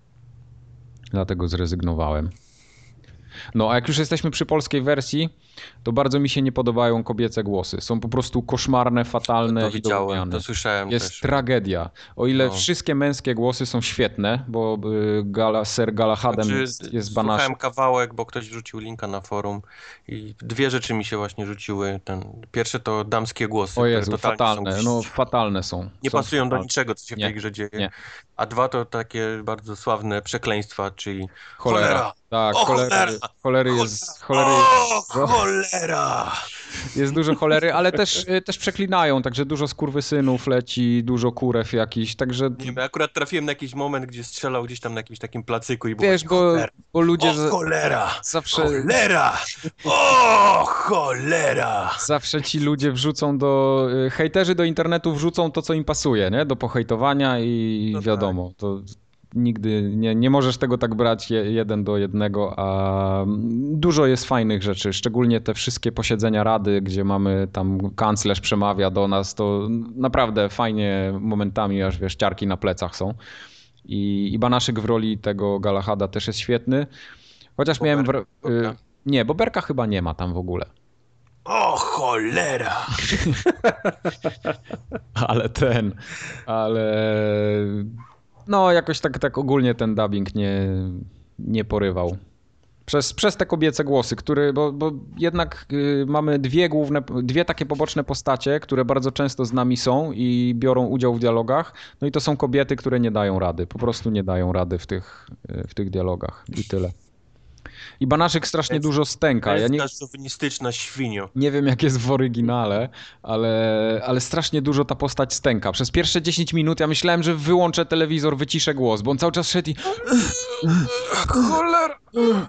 Dlatego zrezygnowałem. No a jak już jesteśmy przy polskiej wersji, to bardzo mi się nie podobają kobiece głosy. Są po prostu koszmarne, fatalne. To widziałem, to słyszałem Jest też. tragedia. O ile wszystkie męskie głosy są świetne, bo Sir Galahadem jest banaszem. Słuchałem kawałek, bo ktoś wrzucił linka na forum i dwie rzeczy mi się właśnie rzuciły. Pierwsze to damskie głosy. O Jezu, fatalne. No fatalne są. Nie pasują fatalne do niczego, co się w tej grze dzieje. Nie. A dwa to takie bardzo sławne przekleństwa, czyli cholera. Tak, cholery jest... Cholera! Jest dużo cholery, ale też przeklinają, także dużo skurwysynów leci, dużo kurew jakichś, także... Nie, bo akurat trafiłem na jakiś moment, gdzie strzelał gdzieś tam na jakimś takim placyku i było... Wiesz, bo ludzie... cholera! Zawsze... Cholera! O, cholera! Zawsze ci ludzie wrzucą hejterzy do internetu wrzucą to, co im pasuje, nie? Do pohejtowania i no wiadomo, tak. To... Nigdy nie możesz tego tak brać 1:1, a dużo jest fajnych rzeczy, szczególnie te wszystkie posiedzenia rady, gdzie mamy tam kanclerz przemawia do nas, to naprawdę fajnie momentami aż wiesz, ciarki na plecach są. I Banaszyk w roli tego Galahada też jest świetny. Chociaż miałem... Nie, Boberka chyba nie ma tam w ogóle. O cholera! ale... No, jakoś tak ogólnie ten dubbing nie porywał. Przez te kobiece głosy, bo jednak mamy dwie takie poboczne postacie, które bardzo często z nami są i biorą udział w dialogach. No i to są kobiety, które nie dają rady. Po prostu nie dają rady w tych dialogach i tyle. I Banaszyk strasznie dużo stęka. Szowinistyczna świnio. Nie wiem, jak jest w oryginale, ale strasznie dużo ta postać stęka. Przez pierwsze 10 minut ja myślałem, że wyłączę telewizor, wyciszę głos, bo on cały czas szedł i... Cholera!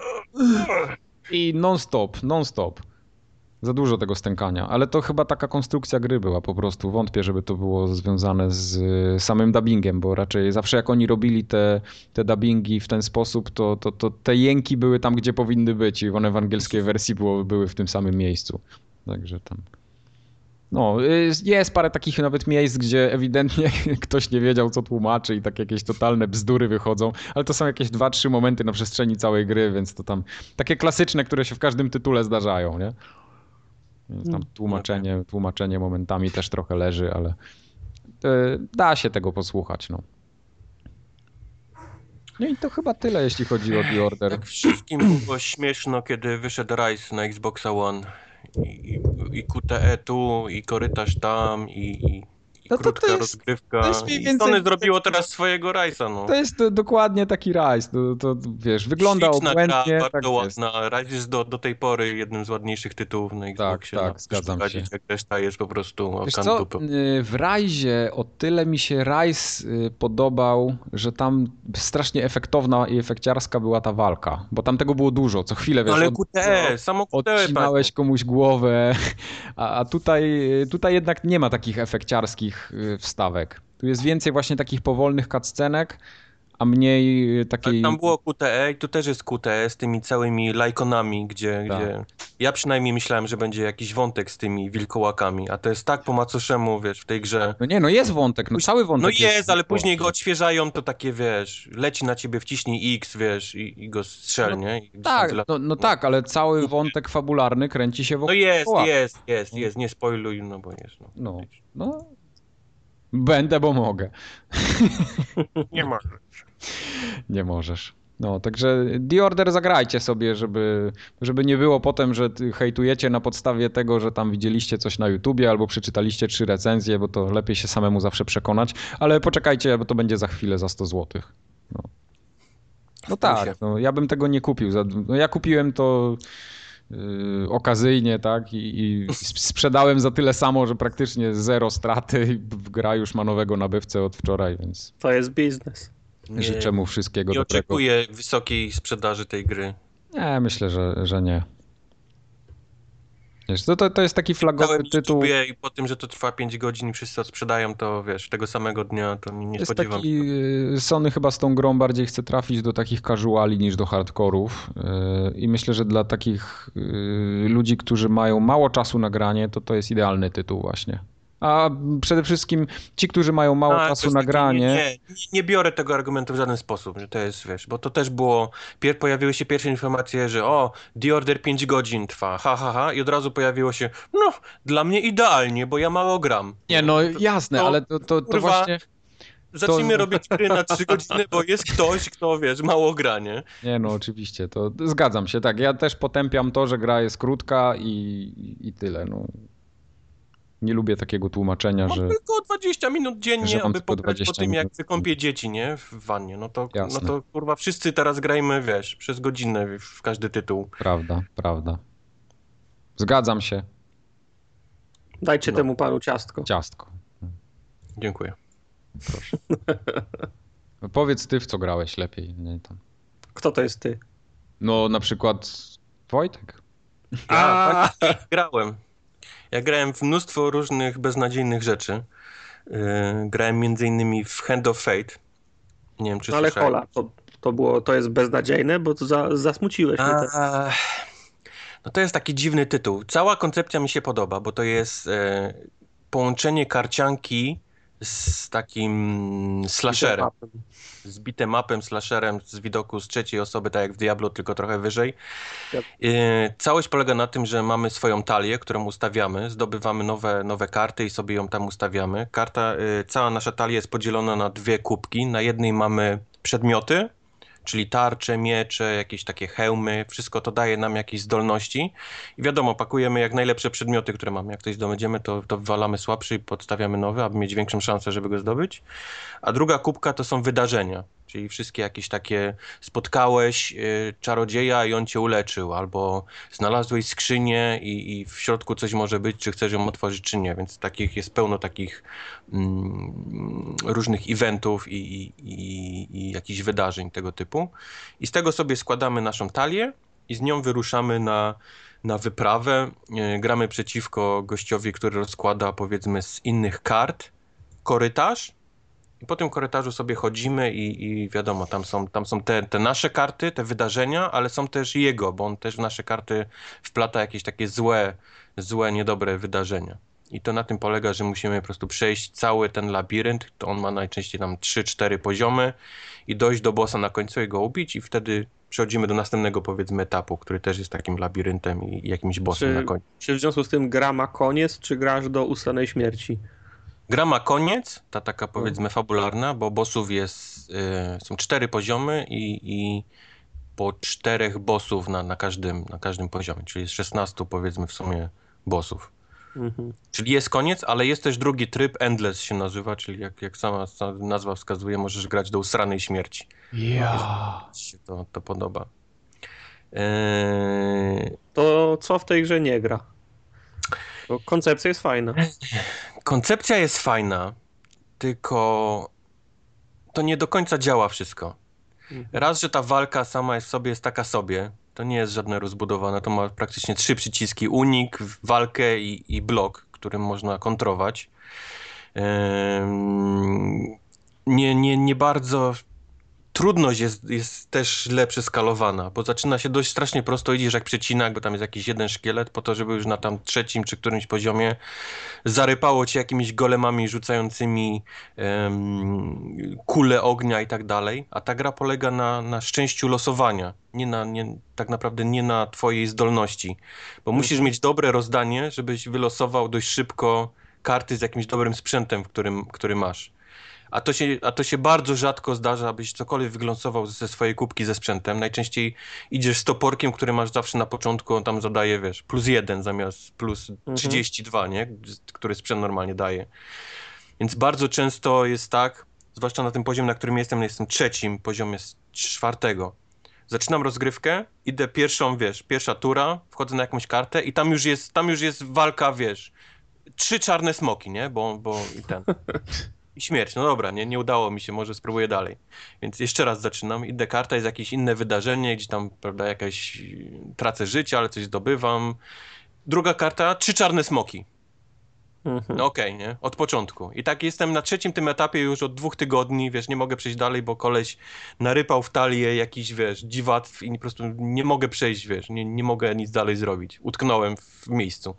I non-stop. Za dużo tego stękania, ale to chyba taka konstrukcja gry była po prostu. Wątpię, żeby to było związane z samym dubbingiem, bo raczej zawsze jak oni robili te dubbingi w ten sposób, to te jęki były tam, gdzie powinny być i one w angielskiej wersji były w tym samym miejscu. Także tam... No, jest parę takich nawet miejsc, gdzie ewidentnie ktoś nie wiedział, co tłumaczy i tak jakieś totalne bzdury wychodzą, ale to są jakieś 2-3 momenty na przestrzeni całej gry, więc to tam takie klasyczne, które się w każdym tytule zdarzają, nie? Tam tłumaczenie momentami też trochę leży, ale da się tego posłuchać, no. No i to chyba tyle, jeśli chodzi o The Order. Tak wszystkim było śmieszno, kiedy wyszedł Rise na Xboxa One i QTE tu, i korytarz tam, i krótka rozgrywka. I Sony zrobiło teraz swojego Rise'a, no. To jest dokładnie taki Rise. To wiesz, wygląda obłędnie. Bardzo ładna. Rise jest do tej pory jednym z ładniejszych tytułów na Xboxie. Tak, zgadzam się. Jak reszta jest po prostu wiesz co? W Rise'ie o tyle mi się Rise podobał, że tam strasznie efektowna i efekciarska była ta walka, bo tam tego było dużo, co chwilę, wiesz, ale QTE, samo QTE. Odcinałeś komuś głowę, a tutaj jednak nie ma takich efekciarskich wstawek. Tu jest więcej właśnie takich powolnych cutscenek, a mniej takiej... Tam było QTE i tu też jest QTE z tymi całymi lajkonami, gdzie Ja przynajmniej myślałem, że będzie jakiś wątek z tymi wilkołakami, a to jest tak po macoszemu, wiesz, w tej grze. No nie, no jest wątek, no cały wątek No jest, ale wilkołaki. później go odświeżają, to takie, wiesz, leci na ciebie, wciśnij X, wiesz, i go strzel, nie? I Tak, tak, ale cały wątek fabularny kręci się No wokół jest, nie spoiluj, no bo jest, no. No, będę, bo mogę. Nie ma. Nie możesz. No, także The Order zagrajcie sobie, żeby nie było potem, że hejtujecie na podstawie tego, że tam widzieliście coś na YouTubie albo przeczytaliście 3 recenzje, bo to lepiej się samemu zawsze przekonać, ale poczekajcie, bo to będzie za chwilę za 100 zł. No tak, no, ja bym tego nie kupił. No, ja kupiłem to okazyjnie, tak, i sprzedałem za tyle samo, że praktycznie zero straty i gra już ma nowego nabywcę od wczoraj, więc... To jest biznes. Życzę mu wszystkiego dobrego. Nie oczekuję wysokiej sprzedaży tej gry. Nie, myślę, że nie. Wiesz, to jest taki flagowy tytuł. I po tym, że to trwa 5 godzin i wszyscy odsprzedają to, wiesz, tego samego dnia, to nie Jest spodziewam taki, się. Sony chyba z tą grą bardziej chce trafić do takich casuali niż do hardkorów. I myślę, że dla takich ludzi, którzy mają mało czasu na granie, to jest idealny tytuł właśnie. A przede wszystkim ci, którzy mają mało czasu na granie... Nie biorę tego argumentu w żaden sposób, że to jest, wiesz, bo to też było... Pojawiły się pierwsze informacje, że The Order 5 godzin trwa, i od razu pojawiło się, no, dla mnie idealnie, bo ja mało gram. Nie, no jasne, ale to właśnie... Zacznijmy robić gry na 3 godziny, bo jest ktoś, kto, wiesz, mało gra, nie? Nie, no oczywiście, to zgadzam się, tak. Ja też potępiam to, że gra jest krótka i tyle, no. Nie lubię takiego tłumaczenia, Mam że... tylko 20 minut dziennie, aby pograć po tym, jak minut. wykąpię dzieci, nie? W wannie. No to kurwa, wszyscy teraz grajmy, wiesz, przez godzinę w każdy tytuł. Prawda. Zgadzam się. Dajcie temu panu ciastko. Ciastko. Dziękuję. Proszę. No powiedz ty, w co grałeś lepiej. Nie, tam. Kto to jest ty? No na przykład Wojtek. Ja grałem. Ja grałem w mnóstwo różnych beznadziejnych rzeczy. Grałem między innymi w Hand of Fate. Nie wiem, czy ale słyszałeś. Hola, to jest beznadziejne, bo to zasmuciłeś mnie. No to jest taki dziwny tytuł. Cała koncepcja mi się podoba, bo to jest połączenie karcianki z takim slasherem. Z beat'em slasherem z widoku z trzeciej osoby, tak jak w Diablo, tylko trochę wyżej. Yep. Całość polega na tym, że mamy swoją talię, którą ustawiamy, zdobywamy nowe karty i sobie ją tam ustawiamy. Cała nasza talia jest podzielona na 2 kubki. Na jednej mamy przedmioty, czyli tarcze, miecze, jakieś takie hełmy, wszystko to daje nam jakieś zdolności i wiadomo, pakujemy jak najlepsze przedmioty, które mamy. Jak coś zdobędziemy, to wywalamy słabszy i podstawiamy nowy, aby mieć większą szansę, żeby go zdobyć. A druga kubka to są wydarzenia, czyli wszystkie jakieś takie spotkałeś czarodzieja i on cię uleczył, albo znalazłeś skrzynię i w środku coś może być, czy chcesz ją otworzyć, czy nie, więc jest pełno takich różnych eventów i jakichś wydarzeń tego typu. I z tego sobie składamy naszą talię i z nią wyruszamy na wyprawę. Gramy przeciwko gościowi, który rozkłada, powiedzmy, z innych kart korytarz. I po tym korytarzu sobie chodzimy i wiadomo, tam są te nasze karty, te wydarzenia, ale są też jego, bo on też w nasze karty wplata jakieś takie złe, niedobre wydarzenia. I to na tym polega, że musimy po prostu przejść cały ten labirynt, to on ma najczęściej tam 3-4 poziomy i dojść do bossa na końcu i go ubić i wtedy przechodzimy do następnego, powiedzmy, etapu, który też jest takim labiryntem i jakimś bossem na końcu. Czy w związku z tym gra ma koniec, czy grasz do ustanej śmierci? Gra ma koniec, ta taka, powiedzmy, fabularna, bo bossów są 4 poziomy i po 4 bossów na każdym poziomie, czyli jest 16, powiedzmy, w sumie bossów. Mhm. Czyli jest koniec, ale jest też drugi tryb, Endless się nazywa, czyli jak sama nazwa wskazuje, możesz grać do usranej śmierci. Ja. Się to podoba. To co w tej grze nie gra? Bo koncepcja jest fajna. Koncepcja jest fajna, tylko to nie do końca działa wszystko. Raz, że ta walka sama jest taka sobie, to nie jest żadne rozbudowane, to ma praktycznie 3 przyciski, unik, walkę i blok, którym można kontrować. Nie bardzo trudność jest też źle przeskalowana, bo zaczyna się dość strasznie prosto, idziesz jak przecinak, bo tam jest jakiś jeden szkielet, po to, żeby już na tam trzecim czy którymś poziomie zarypało cię jakimiś golemami rzucającymi kule ognia i tak dalej, a ta gra polega na szczęściu losowania, tak naprawdę nie na twojej zdolności, bo musisz mieć dobre rozdanie, żebyś wylosował dość szybko karty z jakimś dobrym sprzętem, który masz. A to się bardzo rzadko zdarza, abyś cokolwiek wygląsował ze swojej kubki ze sprzętem. Najczęściej idziesz z toporkiem, który masz zawsze na początku, on tam zadaje, wiesz, +1 zamiast plus 32, nie? Który sprzęt normalnie daje. Więc bardzo często jest tak, zwłaszcza na tym poziomie, na którym jestem trzecim, poziomie z 4. Zaczynam rozgrywkę, idę pierwsza tura, wchodzę na jakąś kartę i tam już jest walka, wiesz, 3 czarne smoki, nie? Bo i ten... I śmierć, no dobra, nie udało mi się, może spróbuję dalej. Więc jeszcze raz zaczynam, idę karta, jest jakieś inne wydarzenie, gdzieś tam, prawda, jakaś tracę życie, ale coś zdobywam. Druga karta, 3 czarne smoki. No okej, nie? Od początku. I tak jestem na trzecim tym etapie już od 2 tygodni, wiesz, nie mogę przejść dalej, bo koleś narypał w talię jakiś, wiesz, dziwactw i po prostu nie mogę przejść, wiesz, nie mogę nic dalej zrobić. Utknąłem w miejscu.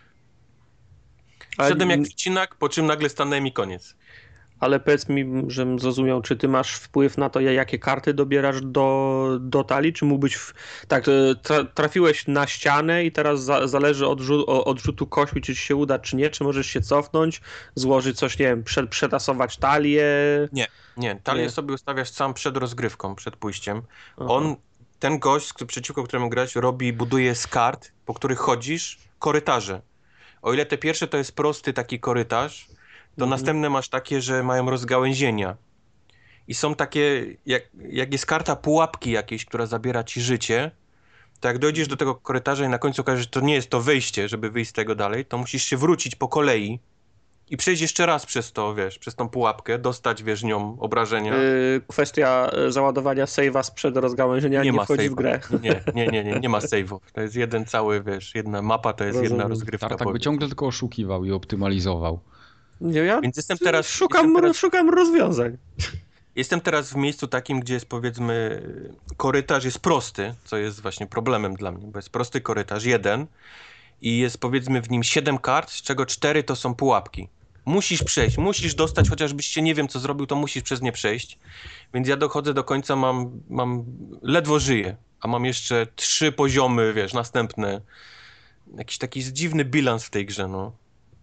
Szedłem jak wycinak, po czym nagle stanąłem i koniec. Ale powiedz mi, żebym zrozumiał, czy ty masz wpływ na to, jakie karty dobierasz do talii, czy mógłbyś... Tak, trafiłeś na ścianę i teraz zależy od rzutu kośmi, czy ci się uda, czy nie, czy możesz się cofnąć, złożyć coś, nie wiem, przetasować talię... Nie, talię sobie ustawiasz sam przed rozgrywką, przed pójściem. Ten gość, przeciwko któremu grać, buduje z kart, po których chodzisz, korytarze. O ile te pierwsze to jest prosty taki korytarz, to następne masz takie, że mają rozgałęzienia. I są takie, jak jest karta pułapki jakiejś, która zabiera ci życie, to jak dojdziesz do tego korytarza i na końcu okaże, że to nie jest to wyjście, żeby wyjść z tego dalej, to musisz się wrócić po kolei i przejść jeszcze raz przez to, wiesz, przez tą pułapkę, dostać, wiesz, nią obrażenia. Kwestia załadowania save'a sprzed rozgałęzienia nie wchodzi w grę. Nie ma save'ów. To jest jeden cały, wiesz, jedna mapa, to jest jedna rozgrywka. Tak by ciągle tylko oszukiwał i optymalizował. Nie, ja Więc szukam rozwiązań. Jestem teraz w miejscu takim, gdzie jest, powiedzmy, korytarz jest prosty, co jest właśnie problemem dla mnie, bo jest prosty korytarz, jeden i jest, powiedzmy, w nim 7 kart, z czego 4 to są pułapki. Musisz przejść, musisz dostać, chociażbyś się nie wiem co zrobił, to musisz przez nie przejść. Więc ja dochodzę do końca, mam ledwo żyję, a mam jeszcze 3 poziomy, wiesz, następne. Jakiś taki dziwny bilans w tej grze, no.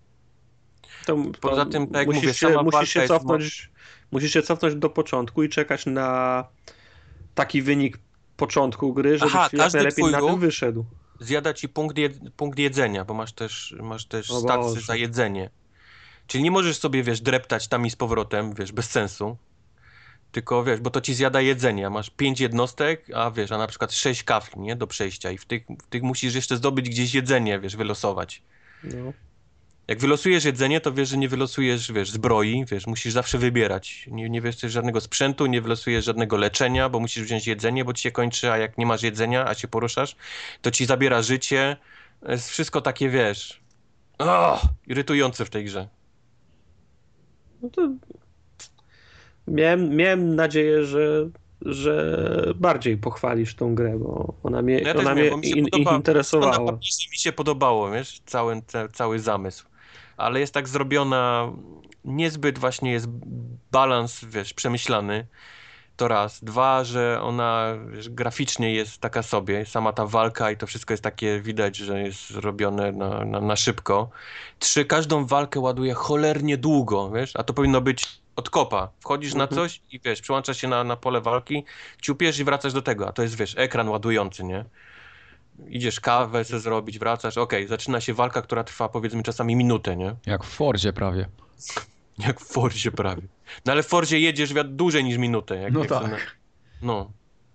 Poza tym, tak jak mówię, sama musisz się cofnąć do początku i czekać na taki wynik początku gry, żebyś jak najlepiej na tym wyszedł. Zjada ci punkt jedzenia, bo masz też stacje za jedzenie. Czyli nie możesz sobie, wiesz, dreptać tam i z powrotem, wiesz, bez sensu. Tylko, wiesz, bo to ci zjada jedzenie. Masz 5 jednostek, a na przykład 6 kafli, nie? Do przejścia i w tych musisz jeszcze zdobyć gdzieś jedzenie, wiesz, wylosować. No. Jak wylosujesz jedzenie, to wiesz, że nie wylosujesz, wiesz, zbroi, wiesz, musisz zawsze wybierać. Nie wylosujesz żadnego sprzętu, nie wylosujesz żadnego leczenia, bo musisz wziąć jedzenie, bo ci się kończy, a jak nie masz jedzenia, a się poruszasz, to ci zabiera życie. Jest wszystko takie, wiesz, irytujące w tej grze. No to miałem nadzieję, że bardziej pochwalisz tą grę, bo ona mnie interesowała. Mi się podobało, wiesz, cały zamysł. Ale jest tak zrobiona, niezbyt właśnie jest balans, wiesz, przemyślany. To raz. 2, że ona, wiesz, graficznie jest taka sobie. Sama ta walka i to wszystko jest takie, widać, że jest robione na szybko. 3, każdą walkę ładuje cholernie długo, wiesz, a to powinno być od kopa. Wchodzisz na coś i wiesz, przyłączasz się na pole walki, ciupiesz i wracasz do tego, a to jest, wiesz, ekran ładujący, nie? Idziesz kawę sobie zrobić, wracasz, zaczyna się walka, która trwa, powiedzmy, czasami minutę, nie? Jak w Forzie prawie. Jak w Forzie prawie. No ale w Forzie jedziesz dłużej niż minutę. Tak. No.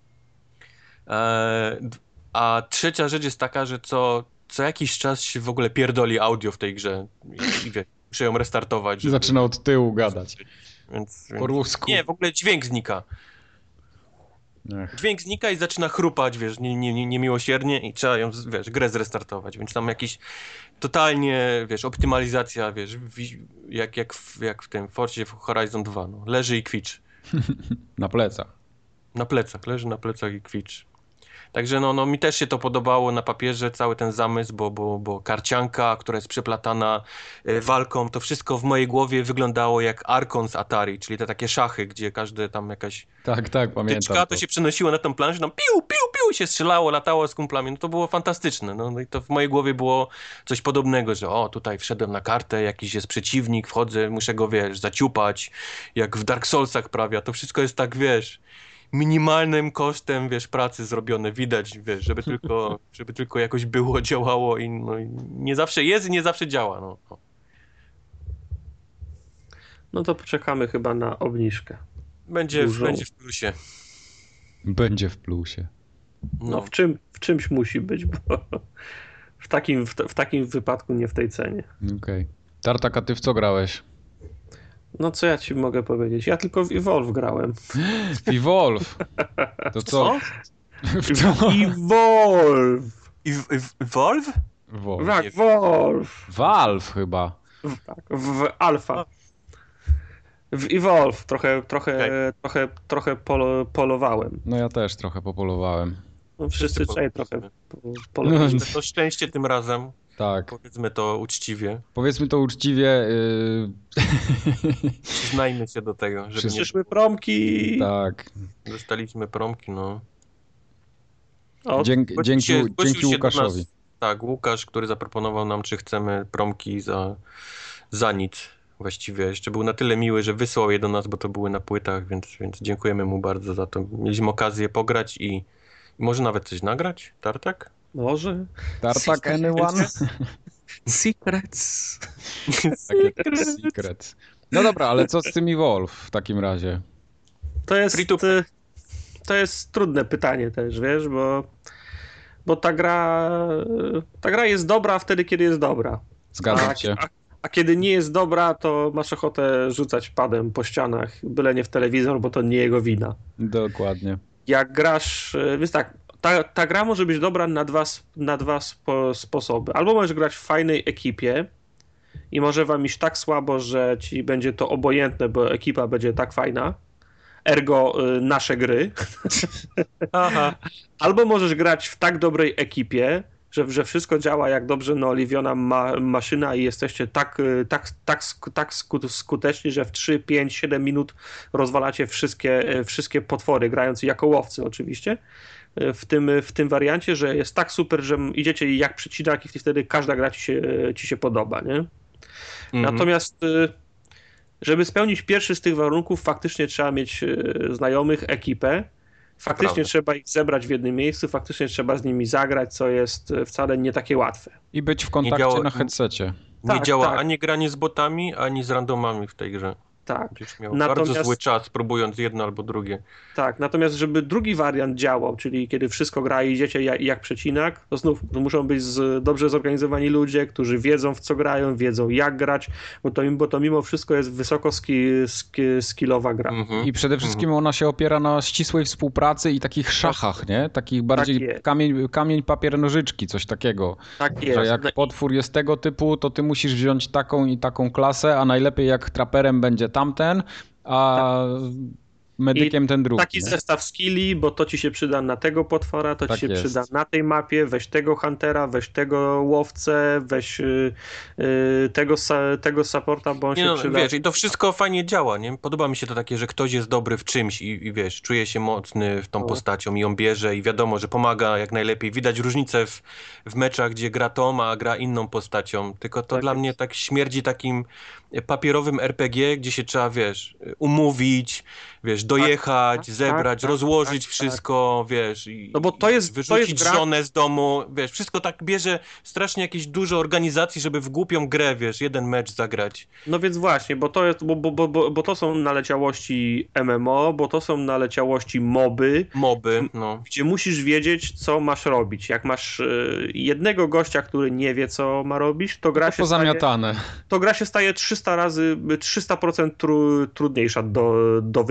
A trzecia rzecz jest taka, że co jakiś czas się w ogóle pierdoli audio w tej grze i wiesz, muszę ją restartować. Zaczyna od tyłu gadać. Więc, po rusku. Nie, w ogóle dźwięk znika. Dźwięk znika i zaczyna chrupać, wiesz, niemiłosiernie i trzeba ją, wiesz, grę zrestartować, więc tam jakiś totalnie, wiesz, optymalizacja, wiesz, jak w tym Forcie Horizon 2, no, leży i kwicz. Na plecach. Na plecach, leży na plecach i kwiczy. Także no mi też się to podobało na papierze, cały ten zamysł, bo karcianka, która jest przeplatana walką, to wszystko w mojej głowie wyglądało jak Arkon z Atari, czyli te takie szachy, gdzie każdy tam jakaś Tak, pamiętam to się przenosiło na tą planszę, tam piu, piu, piu się strzelało, latało z kumplami, no to było fantastyczne, no i to w mojej głowie było coś podobnego, że tutaj wszedłem na kartę, jakiś jest przeciwnik, wchodzę, muszę go, zaciupać, jak w Dark Soulsach prawie, a to wszystko jest tak, minimalnym kosztem, pracy zrobione, widać, żeby tylko jakoś było, działało i nie zawsze jest i nie zawsze działa, no. No to poczekamy chyba na obniżkę. Będzie w plusie. Będzie w plusie. No w czymś musi być, bo w takim wypadku nie w tej cenie. Okej. Tartak, a ty w co grałeś? No co ja ci mogę powiedzieć? Ja tylko w Evolve grałem. W Evolve? To co? Evolve! Evolve? Tak, Wolf. Valve chyba. Tak, w Alpha. W Evolve trochę polowałem. No ja też trochę popolowałem. No wszyscy tutaj trochę polowaliśmy. To szczęście tym razem. Tak. Powiedzmy to uczciwie. Przyznajmy się do tego. Przyszły promki. Tak. Dostaliśmy promki, no. Dzięki Łukaszowi. Tak, Łukasz, który zaproponował nam, czy chcemy promki za nic. Właściwie jeszcze był na tyle miły, że wysłał je do nas, bo to były na płytach, więc dziękujemy mu bardzo za to. Mieliśmy okazję pograć i może nawet coś nagrać, Tartak? Może. Tartak anyone? Secrets. Secrets. No dobra, ale co z tym Evolve w takim razie? To jest trudne pytanie też, wiesz, bo ta gra jest dobra wtedy, kiedy jest dobra. Zgadzam się. A kiedy nie jest dobra, to masz ochotę rzucać padem po ścianach, byle nie w telewizor, bo to nie jego wina. Dokładnie. Jak grasz, więc tak, ta gra może być dobra na dwa sposoby. Albo możesz grać w fajnej ekipie i może wam iść tak słabo, że ci będzie to obojętne, bo ekipa będzie tak fajna. Ergo nasze gry. Aha. Albo możesz grać w tak dobrej ekipie, że wszystko działa jak dobrze naoliwiona maszyna i jesteście tak skuteczni, że w 3, 5, 7 minut rozwalacie wszystkie potwory, grając jako łowcy oczywiście. W tym wariancie, że jest tak super, że idziecie jak przecinak i wtedy każda gra ci się podoba, nie? Natomiast żeby spełnić pierwszy z tych warunków, faktycznie trzeba mieć znajomych, ekipę. Faktycznie trzeba ich zebrać w jednym miejscu, faktycznie trzeba z nimi zagrać, co jest wcale nie takie łatwe. I być w kontakcie na headsetie. Nie działa ani granie z botami, ani z randomami w tej grze. Tak. Gdzieś miał bardzo zły czas, próbując jedno albo drugie. Tak, natomiast żeby drugi wariant działał, czyli kiedy wszystko gra i idziecie jak przecinak, to znów muszą być dobrze zorganizowani ludzie, którzy wiedzą w co grają, wiedzą jak grać, bo to mimo wszystko jest wysoko skillowa gra. I przede wszystkim ona się opiera na ścisłej współpracy i takich szachach, nie? Takich bardziej kamień, papier, nożyczki, coś takiego. Tak jest. Że jak potwór jest tego typu, to ty musisz wziąć taką i taką klasę, a najlepiej jak traperem będzie tamten, a medykiem ten drugi. Taki zestaw skilli, bo to ci się przyda na tego potwora, to ci się przyda na tej mapie, weź tego huntera, weź tego łowcę, weź tego supporta, bo on się przyda. Wiesz, i to wszystko fajnie działa, nie? Podoba mi się to takie, że ktoś jest dobry w czymś i wiesz, czuje się mocny w tą postacią i ją bierze i wiadomo, że pomaga jak najlepiej. Widać różnicę w meczach, gdzie gra Tom, a gra inną postacią. Tylko to dla mnie tak śmierdzi takim papierowym RPG, gdzie się trzeba, wiesz, umówić, wiesz, dojechać, zebrać, rozłożyć wszystko, wiesz, i no bo wyrzucić żonę z domu, wiesz, wszystko tak bierze strasznie jakieś dużo organizacji, żeby w głupią grę, wiesz, jeden mecz zagrać. No więc właśnie, bo to jest, bo to są naleciałości MMO, bo to są naleciałości moby, gdzie musisz wiedzieć, co masz robić. Jak masz jednego gościa, który nie wie, co ma robić, to gra się staje 300% trudniejsza do wygrania.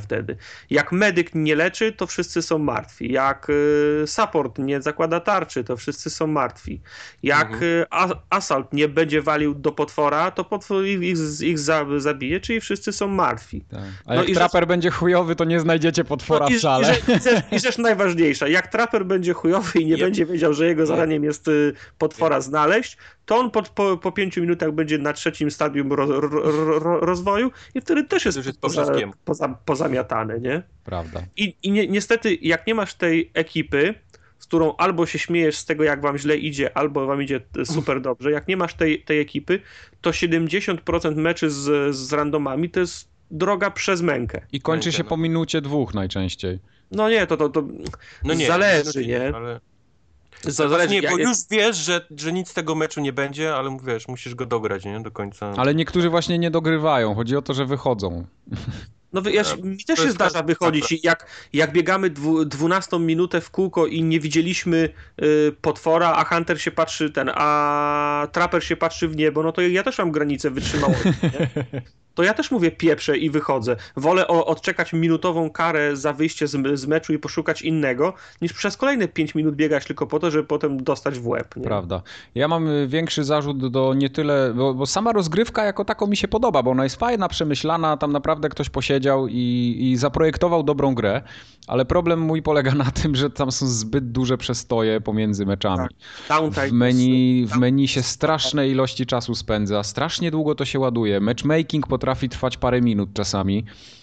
wtedy. Jak medyk nie leczy, to wszyscy są martwi. Jak support nie zakłada tarczy, to wszyscy są martwi. Jak assault nie będzie walił do potwora, to potwór ich zabije, czyli wszyscy są martwi. Tak. A jak traper będzie chujowy, to nie znajdziecie potwora wcale. I rzecz najważniejsza, jak traper będzie chujowy i nie będzie wiedział, że jego zadaniem jest potwora znaleźć, to on po 5 minutach będzie na 3. stadium rozwoju i wtedy też jest pozamiatany, nie? Prawda. I niestety, jak nie masz tej ekipy, z którą albo się śmiejesz z tego, jak wam źle idzie, albo wam idzie super dobrze, jak nie masz tej ekipy, to 70% meczy z randomami to jest droga przez mękę. I kończy się po minucie 2 najczęściej. No nie, to zależy, nie? Ale... Zależy, nie, bo już wiesz, że nic z tego meczu nie będzie, ale wiesz, musisz go dograć, nie? Do końca. Ale niektórzy właśnie nie dogrywają. Chodzi o to, że wychodzą. No mi też się zdarza wychodzić i jak biegamy 12 minutę w kółko i nie widzieliśmy potwora, a Hunter się patrzy a Trapper się patrzy w niebo, no to ja też mam granicę wytrzymałości, nie? To ja też mówię pieprzę i wychodzę. Wolę odczekać minutową karę za wyjście z meczu i poszukać innego, niż przez kolejne 5 minut biegać tylko po to, żeby potem dostać w łeb. Nie? Prawda. Ja mam większy zarzut do nie tyle, bo sama rozgrywka jako taką mi się podoba, bo ona jest fajna, przemyślana, tam naprawdę ktoś posiedział i zaprojektował dobrą grę, ale problem mój polega na tym, że tam są zbyt duże przestoje pomiędzy meczami. Tak. W menu się straszne ilości czasu spędza, strasznie długo to się ładuje. Matchmaking potrafi trwać parę minut czasami.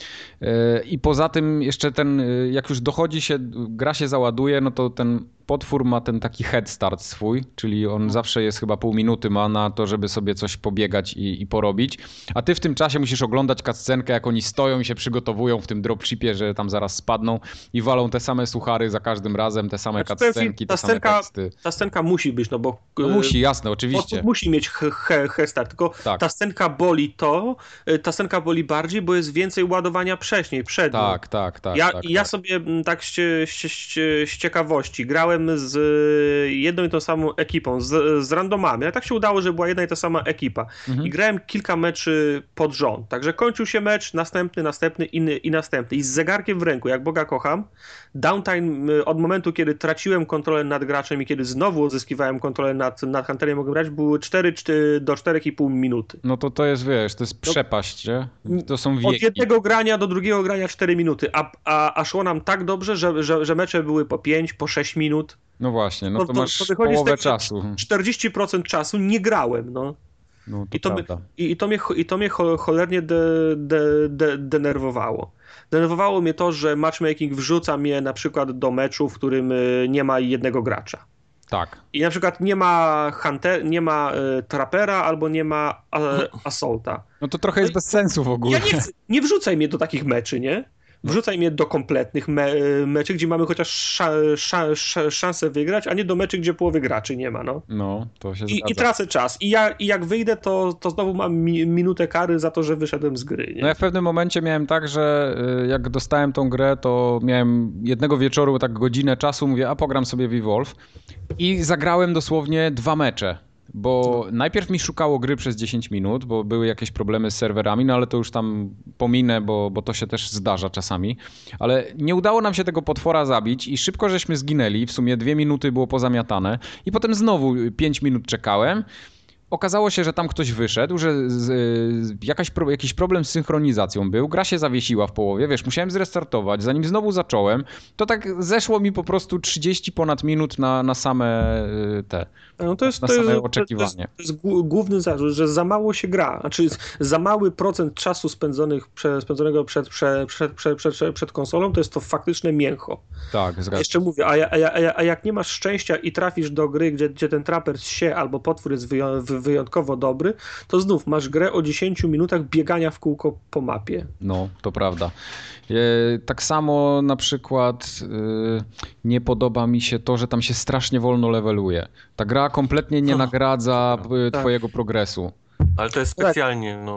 I poza tym jeszcze jak już gra się załaduje, no to ten potwór ma ten taki head start swój, czyli on zawsze jest chyba pół minuty ma na to, żeby sobie coś pobiegać i porobić, a ty w tym czasie musisz oglądać cutscenkę, jak oni stoją i się przygotowują w tym dropshipie, że tam zaraz spadną i walą te same suchary za każdym razem, te same cutscenki, te same teksty. Ta scenka musi być, no bo... No musi, jasne, oczywiście. Musi mieć head start, tylko tak. Ta scenka boli bardziej, bo jest więcej ładowania przed nią. Tak. Ja sobie tak z ciekawości grałem z jedną i tą samą ekipą, z randomami, ale tak się udało, że była jedna i ta sama ekipa. I grałem kilka meczy pod rząd, także kończył się mecz, następny, i następny. I z zegarkiem w ręku, jak Boga kocham, downtime od momentu, kiedy traciłem kontrolę nad graczem i kiedy znowu uzyskiwałem kontrolę nad Hunterem, mogłem grać, były 4 do 4,5 minuty. No to jest, wiesz, to jest przepaść, nie? To są wieki. Od jednego grania do drugiego grania 4 minuty, a szło nam tak dobrze, że mecze były po 5, po 6 minut. No właśnie, no to masz połowę czasu. 40% czasu nie grałem, no. No to prawda. I to mnie cholernie denerwowało. Denerwowało mnie to, że matchmaking wrzuca mnie na przykład do meczu, w którym nie ma jednego gracza. Tak. I na przykład nie ma Trappera albo nie ma Assaulta. No to trochę jest bez sensu w ogóle. Nie wrzucaj mnie do takich meczy, nie? Wrzucaj mnie do kompletnych meczy, gdzie mamy chociaż szansę wygrać, a nie do meczy, gdzie połowy graczy nie ma, no. No, to się zgadza. I tracę czas. I jak wyjdę, to znowu mam minutę kary za to, że wyszedłem z gry, nie? No ja w pewnym momencie miałem tak, że jak dostałem tą grę, to miałem jednego wieczoru, tak godzinę czasu, mówię, a pogram sobie w Evolve i zagrałem dosłownie 2 mecze. Bo najpierw mi szukało gry przez 10 minut, bo były jakieś problemy z serwerami, no ale to już tam pominę, bo to się też zdarza czasami. Ale nie udało nam się tego potwora zabić i szybko żeśmy zginęli, w sumie 2 minuty było pozamiatane i potem znowu 5 minut czekałem. Okazało się, że tam ktoś wyszedł, że jakiś problem z synchronizacją był, gra się zawiesiła w połowie, wiesz, musiałem zrestartować, zanim znowu zacząłem, to tak zeszło mi po prostu 30 ponad minut na same oczekiwanie. To jest główny zarzut, że za mało się gra, znaczy za mały procent czasu spędzonego przed konsolą, to jest to faktyczne mięcho. Tak, zgadzam. Jeszcze mówię, a jak nie masz szczęścia i trafisz do gry, gdzie ten traper się albo potwór jest wyjątkowo dobry, to znów masz grę o 10 minutach biegania w kółko po mapie. No, to prawda. Tak samo na przykład nie podoba mi się to, że tam się strasznie wolno leveluje. Ta gra kompletnie nie nagradza twojego progresu. Ale to jest specjalnie, no.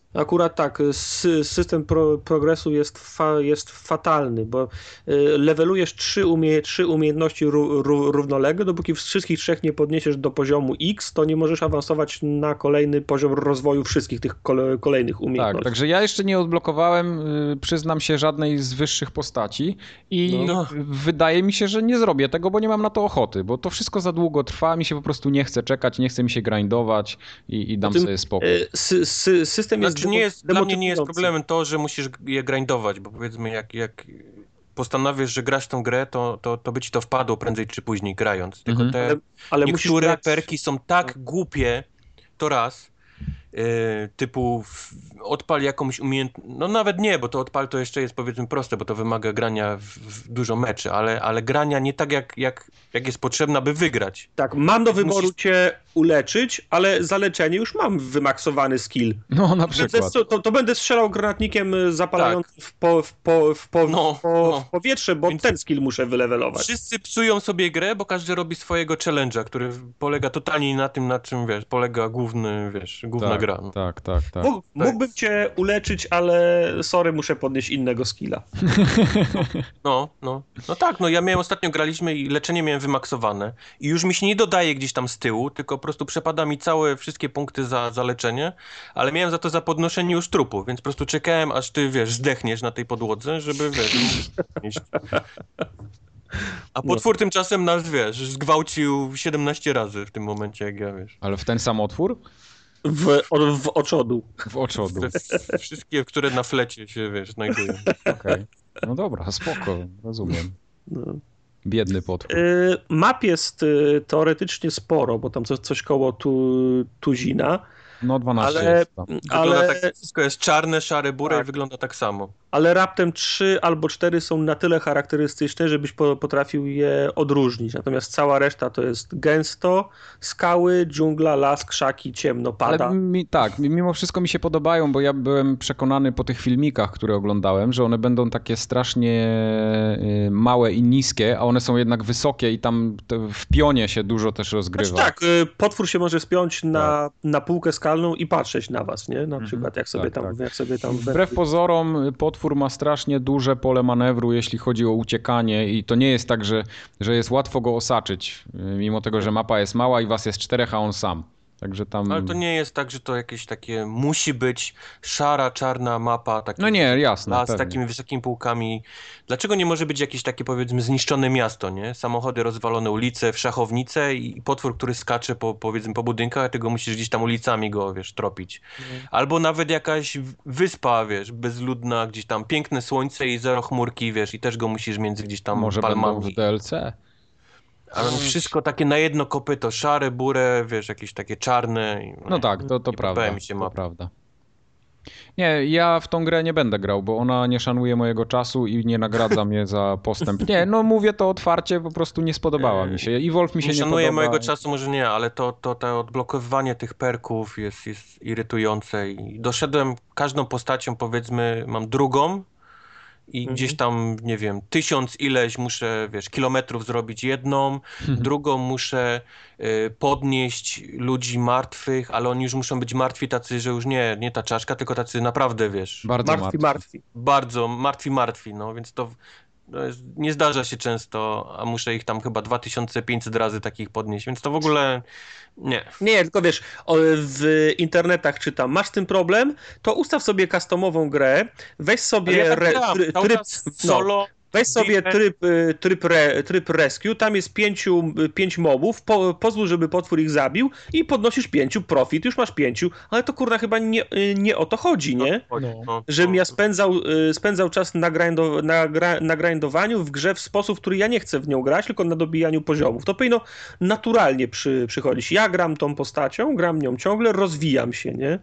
Akurat tak, system progresu jest fatalny, bo levelujesz trzy umiejętności równolegle, dopóki wszystkich trzech nie podniesiesz do poziomu X, to nie możesz awansować na kolejny poziom rozwoju wszystkich tych kolejnych umiejętności. Tak, także ja jeszcze nie odblokowałem, przyznam się, żadnej z wyższych postaci i wydaje mi się, że nie zrobię tego, bo nie mam na to ochoty, bo to wszystko za długo trwa, mi się po prostu nie chce czekać, nie chce mi się grindować i dam sobie spokój. System jest dla mnie nie jest problemem to, że musisz je grindować, bo powiedzmy jak postanowisz, że grasz tą grę, to by ci to wpadło prędzej czy później grając. Tylko ale niektóre perki są tak głupie, to raz, typu odpal jakąś umiejętność, no nawet nie, bo to odpal to jeszcze jest powiedzmy proste, bo to wymaga grania w dużo meczy, ale grania nie tak jak jest potrzebna, by wygrać. Tak, mam do wyboru cię uleczyć, ale za leczenie już mam wymaksowany skill. No na przykład. To będę strzelał granatnikiem zapalającym w powietrze, bo ten skill muszę wylewelować. Wszyscy psują sobie grę, bo każdy robi swojego challenge'a, który polega totalnie na tym, na czym polega główna gra. No. Tak. Mógłbym cię uleczyć, ale sorry, muszę podnieść innego skilla. No tak, ja miałem ostatnio graliśmy i leczenie miałem wymaksowane i już mi się nie dodaje gdzieś tam z tyłu, tylko po prostu przepada mi wszystkie punkty za leczenie, ale miałem za to za podnoszenie już trupu, więc po prostu czekałem, aż ty, zdechniesz na tej podłodze, żeby, A potwór tymczasem nas, zgwałcił 17 razy w tym momencie, jak ja, Ale w ten sam otwór? W oczodu. W oczodu. Wszystkie, które na flecie się, znajdują. Okej. No dobra, spoko, rozumiem. No. Biedny potwór. Map jest teoretycznie sporo, bo tam coś koło tuzina. No 12 jest tam. Wszystko jest czarne, szare, burę i wygląda tak samo. Ale raptem 3 albo 4 są na tyle charakterystyczne, żebyś potrafił je odróżnić. Natomiast cała reszta to jest gęsto, skały, dżungla, las, krzaki, ciemno, pada. Ale mimo wszystko mi się podobają, bo ja byłem przekonany po tych filmikach, które oglądałem, że one będą takie strasznie małe i niskie, a one są jednak wysokie i tam w pionie się dużo też rozgrywa. Znaczy tak, potwór się może spiąć na półkę skalną i patrzeć na was, nie? Na przykład jak sobie tam... Wbrew pozorom potwór ma strasznie duże pole manewru, jeśli chodzi o uciekanie i to nie jest tak, że jest łatwo go osaczyć, mimo tego, że mapa jest mała i was jest 4, a on sam. Także tam... Ale to nie jest tak, że to jakieś takie musi być szara, czarna mapa, taki no nie, jasne, z takimi wysokimi półkami. Dlaczego nie może być jakieś takie, powiedzmy, zniszczone miasto, nie? Samochody rozwalone, ulice, szachownice i potwór, który skacze po budynkach, a ty go musisz gdzieś tam ulicami go, tropić. Albo nawet jakaś wyspa, bezludna, gdzieś tam piękne słońce i zero chmurki, i też go musisz między gdzieś tam może palmami. Może będą w DLC? Ale wszystko takie na jedno kopyto, szare, burę, jakieś takie czarne. No tak, to prawda. Mi się to prawda. Nie, ja w tą grę nie będę grał, bo ona nie szanuje mojego czasu i nie nagradza mnie za postęp. Nie, mówię to otwarcie, po prostu nie spodobała mi się. I Wolf mi się nie podoba. Szanuje mojego czasu, może nie, ale to odblokowywanie tych perków jest irytujące i doszedłem każdą postacią, powiedzmy, mam drugą, i gdzieś tam, nie wiem, 1000 ileś muszę, kilometrów zrobić jedną, drugą muszę podnieść ludzi martwych, ale oni już muszą być martwi tacy, że już nie ta czaszka, tylko tacy naprawdę, Bardzo martwi. Bardzo martwi, no więc to nie zdarza się często, a muszę ich tam chyba 2500 razy takich podnieść, więc to w ogóle nie. Nie, tylko w internetach czytam, masz z tym problem, to ustaw sobie customową grę, weź sobie tryb solo. Weź sobie tryb rescue, tam jest 5 mobów, pozwól, żeby potwór ich zabił i podnosisz 5, profit, już masz 5, ale to kurna chyba nie o to chodzi, nie? Żebym ja spędzał czas na grindowaniu w grze w sposób, w który ja nie chcę w nią grać, tylko na dobijaniu poziomów. To powinno naturalnie przychodzić. Ja gram tą postacią, gram nią ciągle, rozwijam się, nie?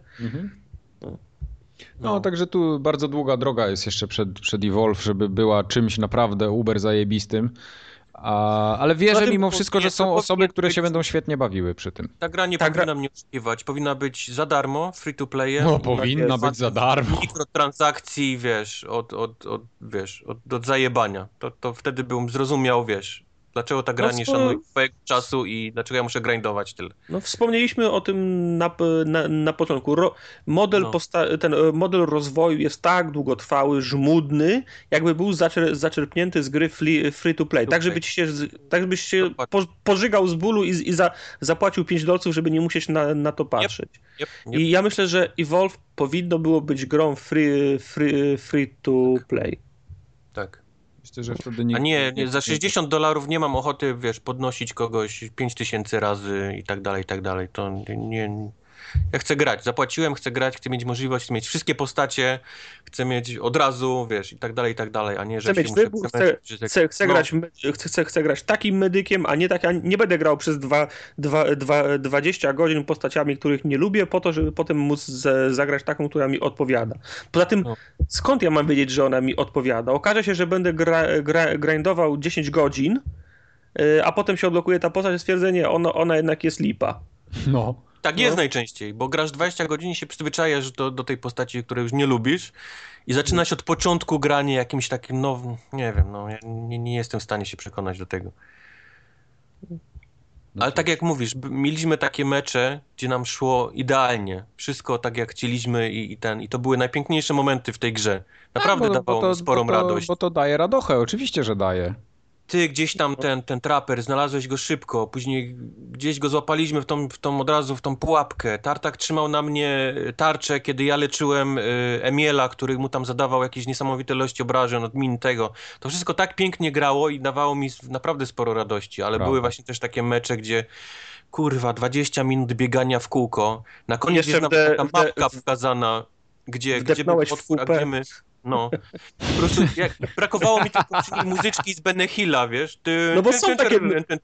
No, także tu bardzo długa droga jest jeszcze przed Evolve, żeby była czymś naprawdę uber zajebistym. Ale wierzę mimo wszystko, że są osoby, które się będą świetnie bawiły przy tym. Ta gra nie powinna mnie oszukiwać. Powinna być za darmo, free to play. No, powinna być za darmo. Mikrotransakcji, od zajebania. To wtedy bym zrozumiał, Dlaczego ta gra nie szanuje twojego czasu i dlaczego ja muszę grindować tyle? No wspomnieliśmy o tym na początku. Ten model rozwoju jest tak długotrwały, żmudny, jakby był zaczerpnięty z gry free to play. Tak, żebyś się pożygał z bólu i zapłacił $5, żeby nie musieć na to patrzeć. Yep. I ja myślę, że Evolve powinno było być grą free to play. Tak. Myślę, że wtedy nie... A nie, za $60 nie mam ochoty, wiesz, podnosić kogoś 5000 razy i tak dalej. To nie... Ja chcę grać, zapłaciłem, chcę grać, chcę mieć możliwość, chcę mieć wszystkie postacie, chcę mieć od razu, wiesz, i tak dalej, a nie, że chcę mieć wybór, chcę grać takim medykiem, a nie będę grał przez 20 godzin postaciami, których nie lubię, po to, żeby potem móc zagrać taką, która mi odpowiada. Poza tym, skąd ja mam wiedzieć, że ona mi odpowiada? Okaże się, że będę grindował 10 godzin, a potem się odblokuje ta postać i stwierdzenie, ona jednak jest lipa. No. Tak jest najczęściej, bo grasz 20 godzin i się przyzwyczajasz do tej postaci, której już nie lubisz i zaczynasz od początku granie jakimś takim nowym, nie wiem, no ja nie jestem w stanie się przekonać do tego. Ale tak jak mówisz, mieliśmy takie mecze, gdzie nam szło idealnie, wszystko tak jak chcieliśmy i to były najpiękniejsze momenty w tej grze. Naprawdę dawało mi sporą radość. Bo to daje radochę, oczywiście, że daje. Ty gdzieś tam ten traper, znalazłeś go szybko, później gdzieś go złapaliśmy od razu w tą pułapkę. Tartak trzymał na mnie tarczę, kiedy ja leczyłem Emiela, który mu tam zadawał jakieś niesamowite ilości obrażeń od min tego. To wszystko tak pięknie grało i dawało mi naprawdę sporo radości, ale były właśnie też takie mecze, gdzie kurwa, 20 minut biegania w kółko. Na koniec jest taka mapka wskazana, gdzie był potwór, a gdzie my... No, po prostu brakowało mi tylko muzyczki z Benny Hilla, wiesz? No bo są takie...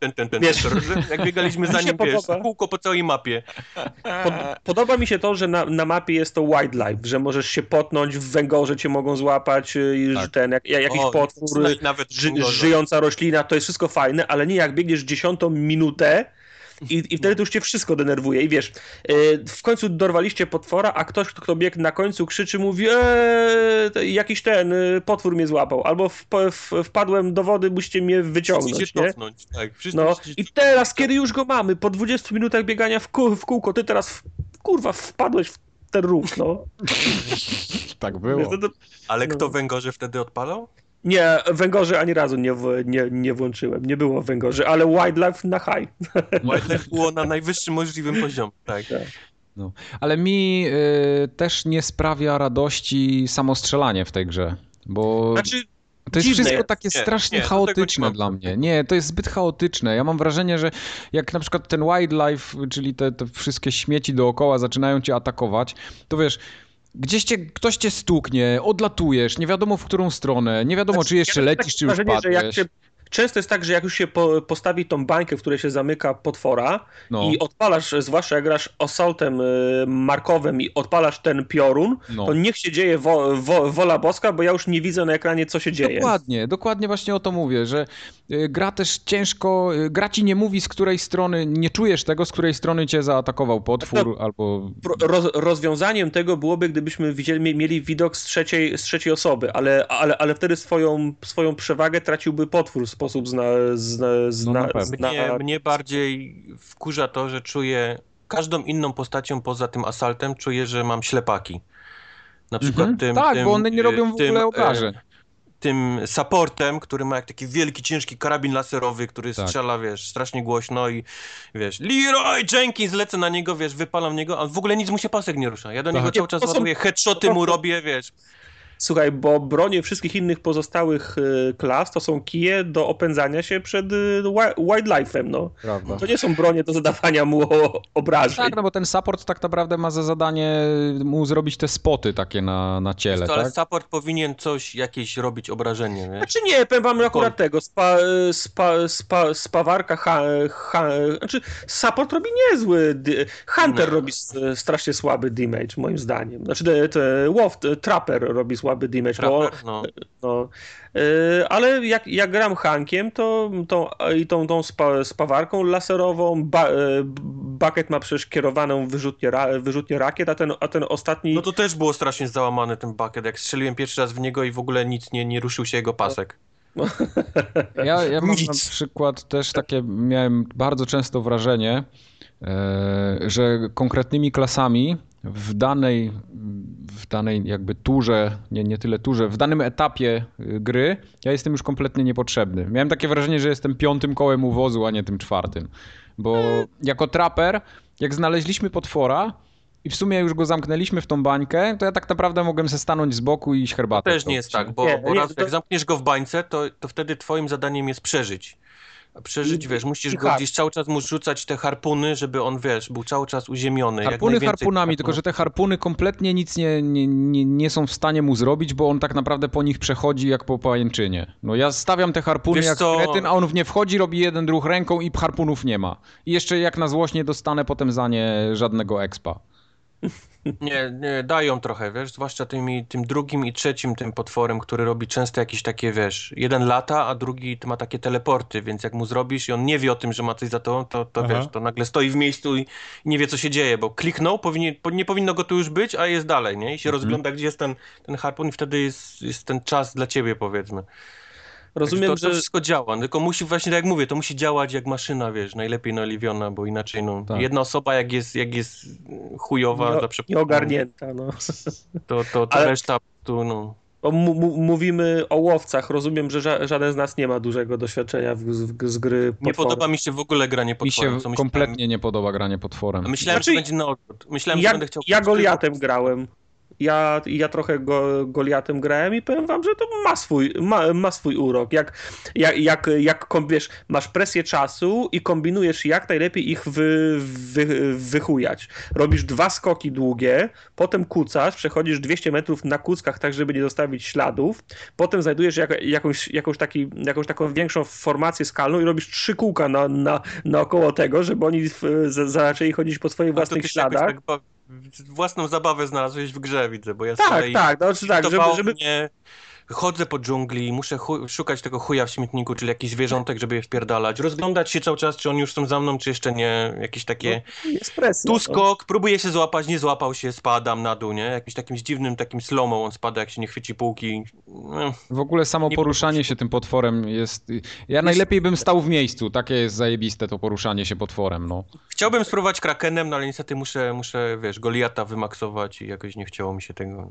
Jak biegaliśmy za nim, wiesz, kółko po całej mapie. Podoba mi się to, że na mapie jest to wildlife, że możesz się potnąć, w węgorze cię mogą złapać, jakiś potwór, żyjąca roślina, to jest wszystko fajne, ale nie jak biegniesz 10 minutę, i wtedy to już cię wszystko denerwuje. I wiesz, w końcu dorwaliście potwora, a ktoś, kto biegł na końcu, krzyczy, mówi jakiś potwór mnie złapał. Albo wpadłem do wody, musicie mnie wyciągnąć. Nie? Tak, i teraz, kiedy już go mamy, po 20 minutach biegania w kółko, ty teraz wpadłeś w ten rów, no. Tak było. Ale kto węgorze wtedy odpalał? Nie, węgorzy ani razu nie włączyłem. Nie było węgorzy, ale wildlife na high. Wildlife było na najwyższym możliwym poziomie, tak. No. Ale mi też nie sprawia radości samostrzelanie w tej grze, bo to jest wszystko takie strasznie chaotyczne dla mnie. Nie, to jest zbyt chaotyczne. Ja mam wrażenie, że jak na przykład ten wildlife, czyli te wszystkie śmieci dookoła zaczynają cię atakować, to wiesz... Ktoś cię stuknie, odlatujesz, nie wiadomo w którą stronę, nie wiadomo czy jeszcze lecisz, czy już padłeś. Często jest tak, że jak już się postawi tą bańkę, w której się zamyka potwora i odpalasz, zwłaszcza jak grasz assaultem markowym i odpalasz ten piorun, to niech się dzieje wola boska, bo ja już nie widzę na ekranie, co się dzieje. Dokładnie właśnie o to mówię, że gra też ciężko, gra ci nie mówi z której strony, nie czujesz tego, z której strony cię zaatakował potwór albo... Rozwiązaniem tego byłoby, gdybyśmy mieli widok z trzeciej osoby, ale wtedy swoją przewagę traciłby potwór w sposób Mnie bardziej wkurza to, że czuję każdą inną postacią poza tym asaltem, czuję, że mam ślepaki. Na przykład bo one nie robią w ogóle obrażeń. Tym supportem, który ma jak taki wielki, ciężki karabin laserowy, który strzela, wiesz, strasznie głośno i wiesz, Leroy Jenkins, lecę na niego, wiesz, wypalam w niego, a w ogóle nic mu się pasek nie rusza. Ja do niego cały czas ładuję, headshoty mu robię, wiesz. Słuchaj, bo bronie wszystkich innych pozostałych klas to są kije do opędzania się przed wildlife'em, no. Prawda. To nie są bronie do zadawania mu obrażeń. Tak, no bo ten support tak naprawdę ma za zadanie mu zrobić te spoty takie na ciele, ale support powinien jakieś robić obrażenie, nie? Znaczy nie, powiem wam akurat tego, spawarka, znaczy support robi niezły, Hunter robi strasznie słaby damage, moim zdaniem. Znaczy Trapper robi słaby damage, ale jak gram Hankiem, to tą spawarką laserową, Bucket ma przecież kierowaną wyrzutnię rakiet, a ten ostatni... No to też było strasznie załamany ten Bucket, jak strzeliłem pierwszy raz w niego i w ogóle nic nie ruszył się jego pasek. Ja mam na przykład też miałem bardzo często wrażenie, że konkretnymi klasami w danej jakby turze, nie tyle turze, w danym etapie gry ja jestem już kompletnie niepotrzebny. Miałem takie wrażenie, że jestem 5. kołem u wozu, a nie tym 4. Bo jako traper, jak znaleźliśmy potwora i w sumie już go zamknęliśmy w tą bańkę, to ja tak naprawdę mogłem se stanąć z boku i iść herbatę. To też nie jest tak, bo jak zamkniesz go w bańce, to wtedy twoim zadaniem jest przeżyć. A przeżyć, musisz go gdzieś cały czas rzucać te harpuny, żeby on, był cały czas uziemiony. Harpuny harpunami, tylko że te harpuny kompletnie nic nie są w stanie mu zrobić, bo on tak naprawdę po nich przechodzi jak po pajęczynie. No ja stawiam te harpuny jak kretyn, a on w nie wchodzi, robi jeden ruch ręką i harpunów nie ma. I jeszcze jak na złość nie dostanę potem za nie żadnego expa. Nie, dają trochę, zwłaszcza tym drugim i trzecim tym potworem, który robi często jakieś takie, jeden lata, a drugi ma takie teleporty, więc jak mu zrobisz i on nie wie o tym, że ma coś za tobą, to nagle stoi w miejscu i nie wie, co się dzieje, bo kliknął, nie powinno go tu już być, a jest dalej, nie? I się rozgląda, gdzie jest ten harpun i wtedy jest ten czas dla ciebie, powiedzmy. Rozumiem, że to wszystko działa, tylko musi właśnie, tak jak mówię, to musi działać jak maszyna, najlepiej naoliwiona, bo inaczej, jedna osoba jak jest chujowa, nieogarnięta, to reszta tu, Mówimy o łowcach. Rozumiem, że żaden z nas nie ma dużego doświadczenia z gry potworem. Nie podoba mi się w ogóle granie potworem. Mi się kompletnie nie podoba granie potworem. Myślałem, że będzie na odwrót. Myślałem, że będę chciał... Ja Goliatem grałem. Ja trochę Goliatem grałem i powiem wam, że to ma swój urok. Jak masz presję czasu i kombinujesz, jak najlepiej ich wychujać. Robisz 2 skoki długie, potem kucasz, przechodzisz 200 metrów na kuckach, tak żeby nie zostawić śladów, potem znajdujesz jakąś taką większą formację skalną i robisz 3 kółka naokoło tego, żeby oni zaczęli chodzić po swoich własnych śladach. Własną zabawę znalazłeś w grze, widzę, bo ja żeby... mnie... Chodzę po dżungli, muszę szukać tego chuja w śmietniku, czyli jakichś zwierzątek, żeby je wpierdalać, rozglądać się cały czas, czy oni już są za mną, czy jeszcze nie, jakieś takie... Tu skok, próbuję się złapać, nie złapał się, spadam na dół, nie? Jakimś takim dziwnym, takim slow-mo on spada, jak się nie chwyci półki. W ogóle samo poruszanie się tym potworem jest... Ja najlepiej bym stał w miejscu, takie jest zajebiste to poruszanie się potworem, Chciałbym spróbować krakenem, ale niestety muszę, Goliata wymaksować i jakoś nie chciało mi się tego.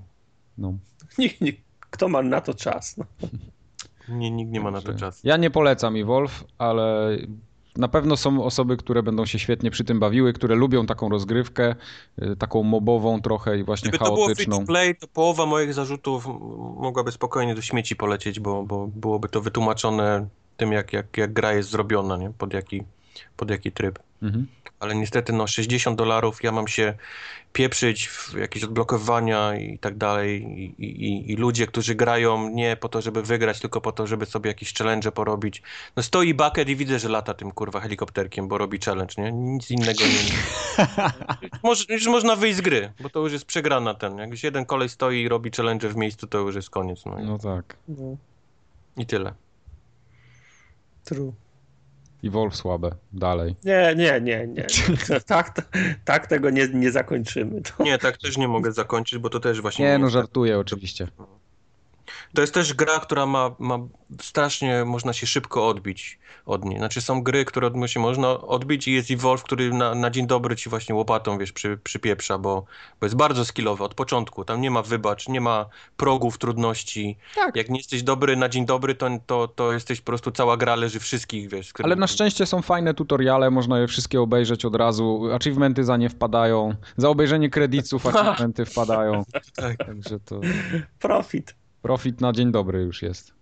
Kto ma na to czas? Nikt nie ma na to czas. Ja nie polecam Evolve, ale na pewno są osoby, które będą się świetnie przy tym bawiły, które lubią taką rozgrywkę, taką mobową trochę i właśnie chaotyczną. Gdyby to było free to play, to połowa moich zarzutów mogłaby spokojnie do śmieci polecieć, bo byłoby to wytłumaczone tym, jak gra jest zrobiona, nie? Pod jaki tryb. Mhm. Ale niestety $60 ja mam się pieprzyć w jakieś odblokowania i tak dalej i ludzie, którzy grają nie po to, żeby wygrać, tylko po to, żeby sobie jakieś challenge porobić. Stoi bucket i widzę, że lata tym helikopterkiem, bo robi challenge, nie? Nic innego nie... Już można wyjść z gry, bo to już jest przegrana Jak już jeden kolej stoi i robi challenge w miejscu, to już jest koniec. No tak. I tyle. True. Evolve słabe. Dalej. Nie. Tak tego nie zakończymy. Nie, tak też nie mogę zakończyć, bo to też właśnie... Nie, żartuję oczywiście. To jest też gra, która ma strasznie, można się szybko odbić od niej. Znaczy są gry, które się można odbić i jest Evolve, który na dzień dobry ci właśnie łopatą, przypieprza, bo jest bardzo skillowy od początku. Tam nie ma wybacz, nie ma progów trudności. Tak. Jak nie jesteś dobry na dzień dobry, to jesteś po prostu, cała gra leży wszystkich, Ale na szczęście są fajne tutoriale, można je wszystkie obejrzeć od razu. Achievementy za nie wpadają. Za obejrzenie kredytów achievementy wpadają. Tak. Także to... Profit na dzień dobry już jest.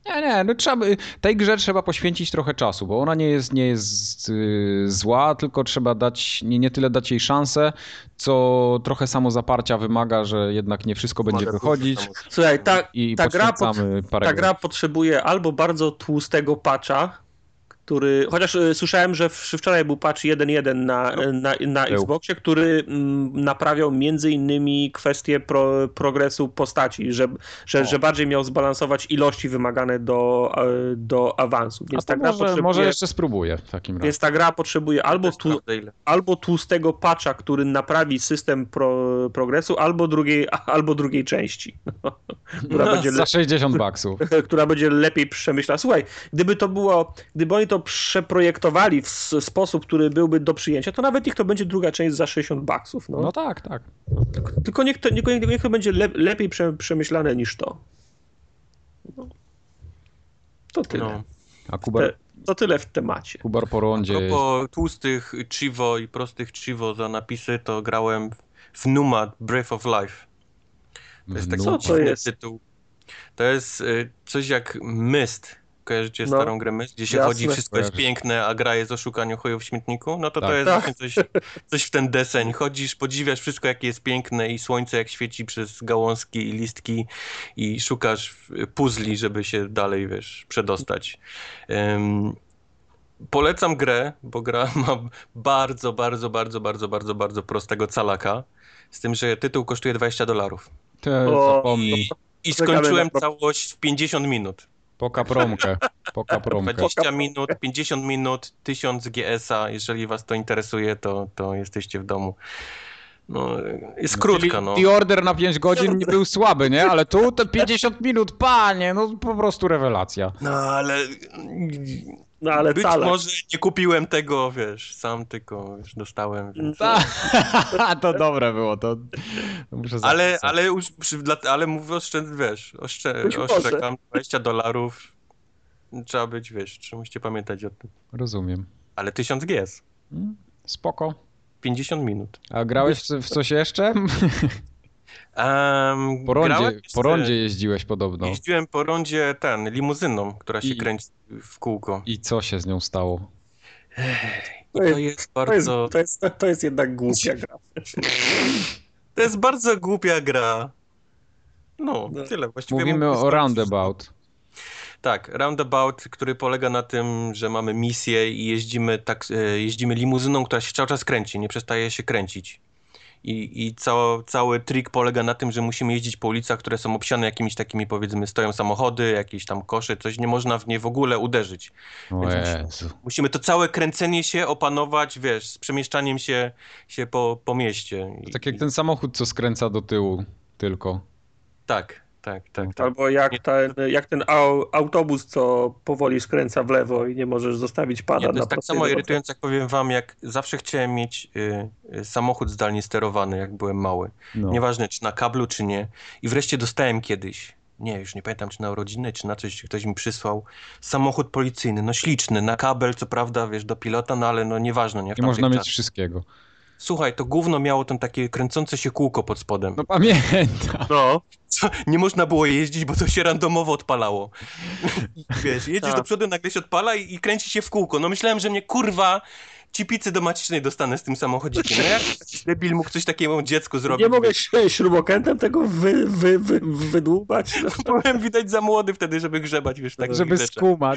Tej grze trzeba poświęcić trochę czasu, bo ona nie jest zła, tylko trzeba nie tyle dać jej szansę, co trochę samozaparcia wymaga, że jednak nie wszystko będzie wychodzić. Słuchaj, ta gra potrzebuje albo bardzo tłustego patcha, chociaż słyszałem, że wczoraj był patch 1.1 na Xboxie, który naprawiał między innymi kwestię progresu postaci, że bardziej miał zbalansować ilości wymagane do awansu. Więc może jeszcze spróbuję w takim razie. Więc ta gra potrzebuje albo tłustego patcha, który naprawi system progresu, albo drugiej części. która będzie za $60. Która będzie lepiej przemyślana. Słuchaj, gdyby oni to przeprojektowali w sposób, który byłby do przyjęcia, to nawet niech to będzie druga część za $60. No tak. Tylko niech to będzie lepiej przemyślane niż to. No. To tyle. No. A Kubar... To tyle w temacie. Kubar po rondzie. A propos tłustych Chivo i prostych Chivo za napisy, to grałem w Numa Breath of Life. To jest taki dziwny tytuł. To jest coś jak Myst. Kojarzycie starą grę Myst? Gdzie się chodzi, wszystko jest piękne, a gra jest o szukaniu chojów w śmietniku? No to to jest właśnie coś w ten deseń. Chodzisz, podziwiasz wszystko, jakie jest piękne i słońce jak świeci przez gałązki i listki i szukasz puzli, żeby się dalej, przedostać. Polecam grę, bo gra ma bardzo prostego calaka. Z tym, że tytuł kosztuje $20. Zapomnij. I skończyłem całość w 50 minut. Poka promkę. 20 minut, 50 minut, 1000 GS-a. Jeżeli was to interesuje, to jesteście w domu. No, jest krótka, no. The Order na 5 godzin nie był słaby, nie? Ale tu te 50 minut, panie, no po prostu rewelacja. No ale być może nie kupiłem tego, sam tylko dostałem. Więc... To dobre było, to muszę ale mówię, oszczekam $20. Trzeba być, musicie pamiętać o tym. Rozumiem. Ale 1000 GS. Spoko. 50 minut. A grałeś w coś jeszcze? Po rondzie jeździłeś podobno. Jeździłem po rondzie limuzyną, która się kręci w kółko. I co się z nią stało? To jest jednak głupia gra. To jest bardzo głupia gra. No, tyle. Właściwie mówimy o Roundabout. Tak, Roundabout, który polega na tym, że mamy misję i jeździmy limuzyną, która się cały czas kręci, nie przestaje się kręcić. I cały trik polega na tym, że musimy jeździć po ulicach, które są obsiane jakimiś takimi, powiedzmy, stoją samochody, jakieś tam kosze, coś, nie można w nie w ogóle uderzyć. Musimy to całe kręcenie się opanować, z przemieszczaniem się po mieście. Tak jak ten samochód, co skręca do tyłu tylko. Tak. Albo jak ten autobus, co powoli skręca w lewo i nie możesz zostawić pada. To jest tak samo irytujące, jak powiem wam, jak zawsze chciałem mieć samochód zdalnie sterowany, jak byłem mały. Nieważne, czy na kablu, czy nie. I wreszcie dostałem kiedyś, już nie pamiętam, czy na urodziny, czy na coś, ktoś mi przysłał, samochód policyjny, śliczny, na kabel, co prawda, do pilota, ale nieważne. Nie można mieć wszystkiego. Słuchaj, to gówno miało tam takie kręcące się kółko pod spodem. No pamiętam. Nie można było jeździć, bo to się randomowo odpalało. Jedziesz do przodu, nagle się odpala i kręci się w kółko. No myślałem, że mnie ci pizzy do macicznej dostanę z tym samochodzikiem. No jak debil mógł coś takiego dziecku zrobić? Nie mogę śrubokrętem tego wydłubać. Byłem widać za młody wtedy, żeby grzebać, żeby skumać.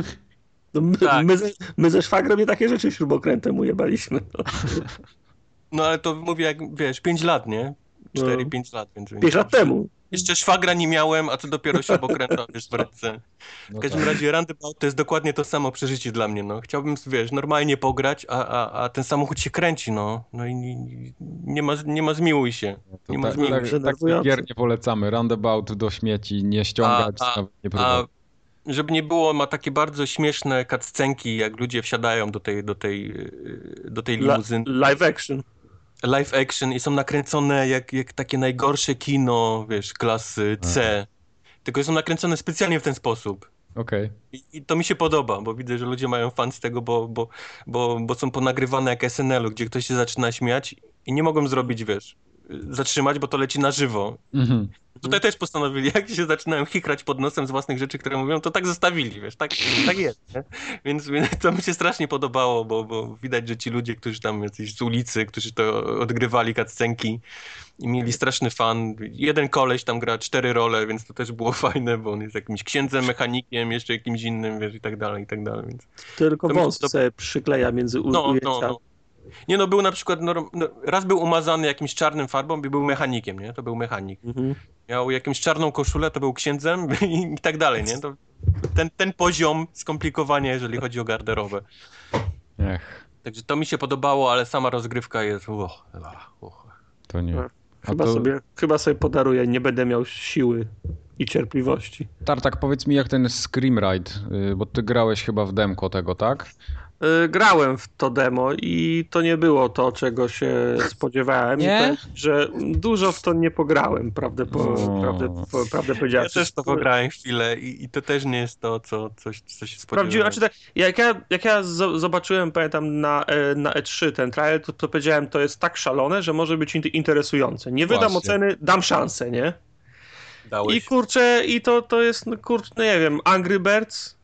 My ze szwagrem nie takie rzeczy śrubokrętem ujebaliśmy. No ale to mówię jak, 5 lat, nie? 4-5 lat. Więc 5 lat temu. Jeszcze szwagra nie miałem, a co dopiero śrubokręta w ręce. W każdym razie Roundabout to jest dokładnie to samo przeżycie dla mnie, Chciałbym, normalnie pograć, a ten samochód się kręci, No i nie ma zmiłuj się. Tak gier nie polecamy. Roundabout do śmieci, nie ściągać, nawet nie próbować. Żeby nie było, ma takie bardzo śmieszne cutscenki, jak ludzie wsiadają do tej limuzyny. Live action i są nakręcone jak takie najgorsze kino, klasy C. Tylko są nakręcone specjalnie w ten sposób. Okej. I to mi się podoba, bo widzę, że ludzie mają fan z tego, bo są ponagrywane jak SNL-u, gdzie ktoś się zaczyna śmiać i nie mogą zrobić, zatrzymać, bo to leci na żywo. Tutaj też postanowili, jak się zaczynają chikrać pod nosem z własnych rzeczy, które mówią, to tak zostawili, tak jest. Nie? Więc to mi się strasznie podobało, bo widać, że ci ludzie, którzy tam jacyś z ulicy, którzy to odgrywali cutscenki i mieli straszny fan. Jeden koleś tam gra 4 role, więc to też było fajne, bo on jest jakimś księdzem, mechanikiem, jeszcze jakimś innym, i tak dalej, Więc tylko wąs sobie przykleja między ujęciami. Nie, był na przykład, raz był umazany jakimś czarnym farbą i był mechanikiem, nie? To był mechanik. Miał jakąś czarną koszulę, to był księdzem i tak dalej, nie? To ten poziom skomplikowania, jeżeli chodzi o garderobę. Także to mi się podobało, ale sama rozgrywka jest... To nie. Chyba sobie podaruję, nie będę miał siły i cierpliwości. Tartak, powiedz mi jak ten Scream Ride, bo ty grałeś chyba w demko tego, tak? Grałem w to demo i to nie było to, czego się spodziewałem. Nie? I powiem, że dużo w to nie pograłem, prawdę powiedziawszy. Ja też to pograłem chwilę i to też nie jest to, co się spodziewałem. Znaczy, jak ja zobaczyłem, pamiętam, na E3 ten trailer, to powiedziałem, to jest tak szalone, że może być interesujące. Nie wydam Właśnie. oceny, dam szansę, nie? Dałeś. I kurczę, to jest, no nie wiem, Angry Birds,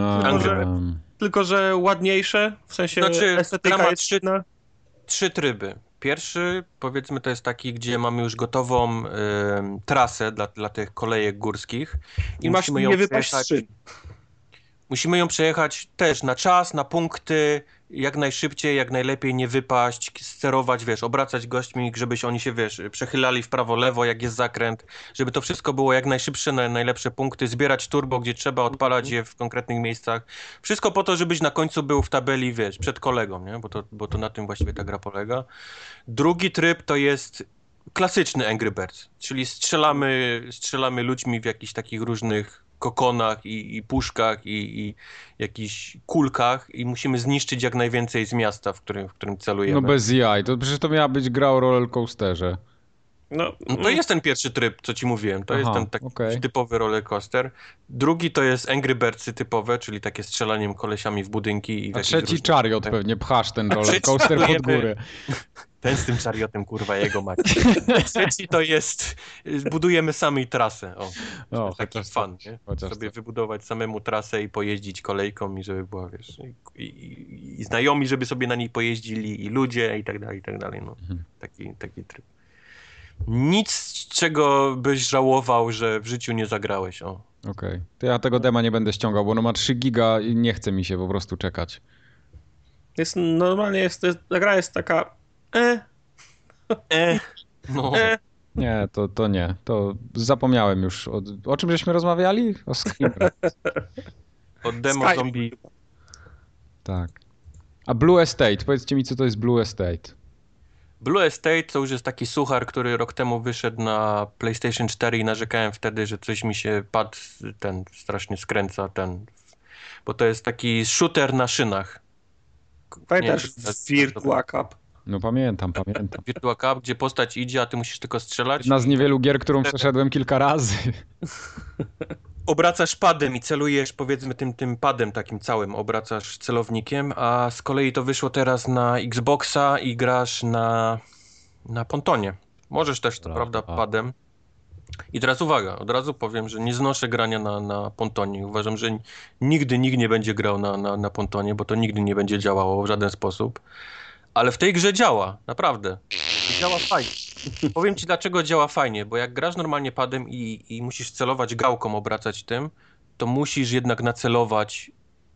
tylko że ładniejsze, w sensie estetyka jest inna. 3 tryby. Pierwszy, powiedzmy, to jest taki, gdzie mamy już gotową trasę dla tych kolejek górskich. I musimy ją przejechać. Musimy ją przejechać też na czas, na punkty, jak najszybciej, jak najlepiej nie wypaść, sterować, wiesz, obracać gośćmi, żeby oni się, wiesz, przechylali w prawo, lewo, jak jest zakręt, żeby to wszystko było jak najszybsze, najlepsze punkty, zbierać turbo, gdzie trzeba, odpalać je w konkretnych miejscach. Wszystko po to, żebyś na końcu był w tabeli, wiesz, przed kolegą, nie? Bo to na tym właściwie ta gra polega. Drugi tryb to jest klasyczny Angry Birds, czyli strzelamy ludźmi w jakichś takich różnych kokonach i puszkach i jakichś kulkach i musimy zniszczyć jak najwięcej z miasta, w którym celujemy. No bez jaj, to przecież to miała być gra o rollercoasterze. No to jest ten pierwszy tryb, co ci mówiłem. To jest ten taki typowy rollercoaster. Drugi to jest Angry Birdsy typowe, czyli takie strzelaniem kolesiami w budynki. A trzeci Chariot pewnie, pchasz ten rollercoaster pod górę. Ten z tym Chariotem, kurwa, jego macie. Trzeci to jest, budujemy sami trasę. Taki fan, nie? Sobie wybudować samemu trasę i pojeździć kolejką i żeby była, wiesz, i znajomi, żeby sobie na niej pojeździli i ludzie i tak dalej. No. Taki tryb. Nic, czego byś żałował, że w życiu nie zagrałeś. Okej. To ja tego dema nie będę ściągał, bo ono ma 3 giga i nie chce mi się po prostu czekać. Normalnie ta gra jest taka No. Nie, to nie. To zapomniałem już. O czym żeśmy rozmawiali? O Scream. O demo zombie. Tak. A Blue Estate, powiedzcie mi, co to jest Blue Estate. Blue Estate to już jest taki suchar, który rok temu wyszedł na PlayStation 4 i narzekałem wtedy, że coś mi się pad strasznie skręca, bo to jest taki shooter na szynach. Pamiętasz Virtua Cup? No pamiętam. Virtua Cup, gdzie postać idzie, a ty musisz tylko strzelać. Jedna z niewielu gier, którą przeszedłem kilka razy. Obracasz padem i celujesz, powiedzmy, tym padem takim całym, obracasz celownikiem, a z kolei to wyszło teraz na Xboxa i grasz na pontonie. Możesz też, to prawda, padem. I teraz uwaga, od razu powiem, że nie znoszę grania na pontonie. Uważam, że nigdy nikt nie będzie grał na pontonie, bo to nigdy nie będzie działało w żaden sposób. Ale w tej grze działa, naprawdę. Działa fajnie. Powiem ci, dlaczego działa fajnie, bo jak grasz normalnie padem i musisz celować gałką, obracać tym, to musisz jednak nacelować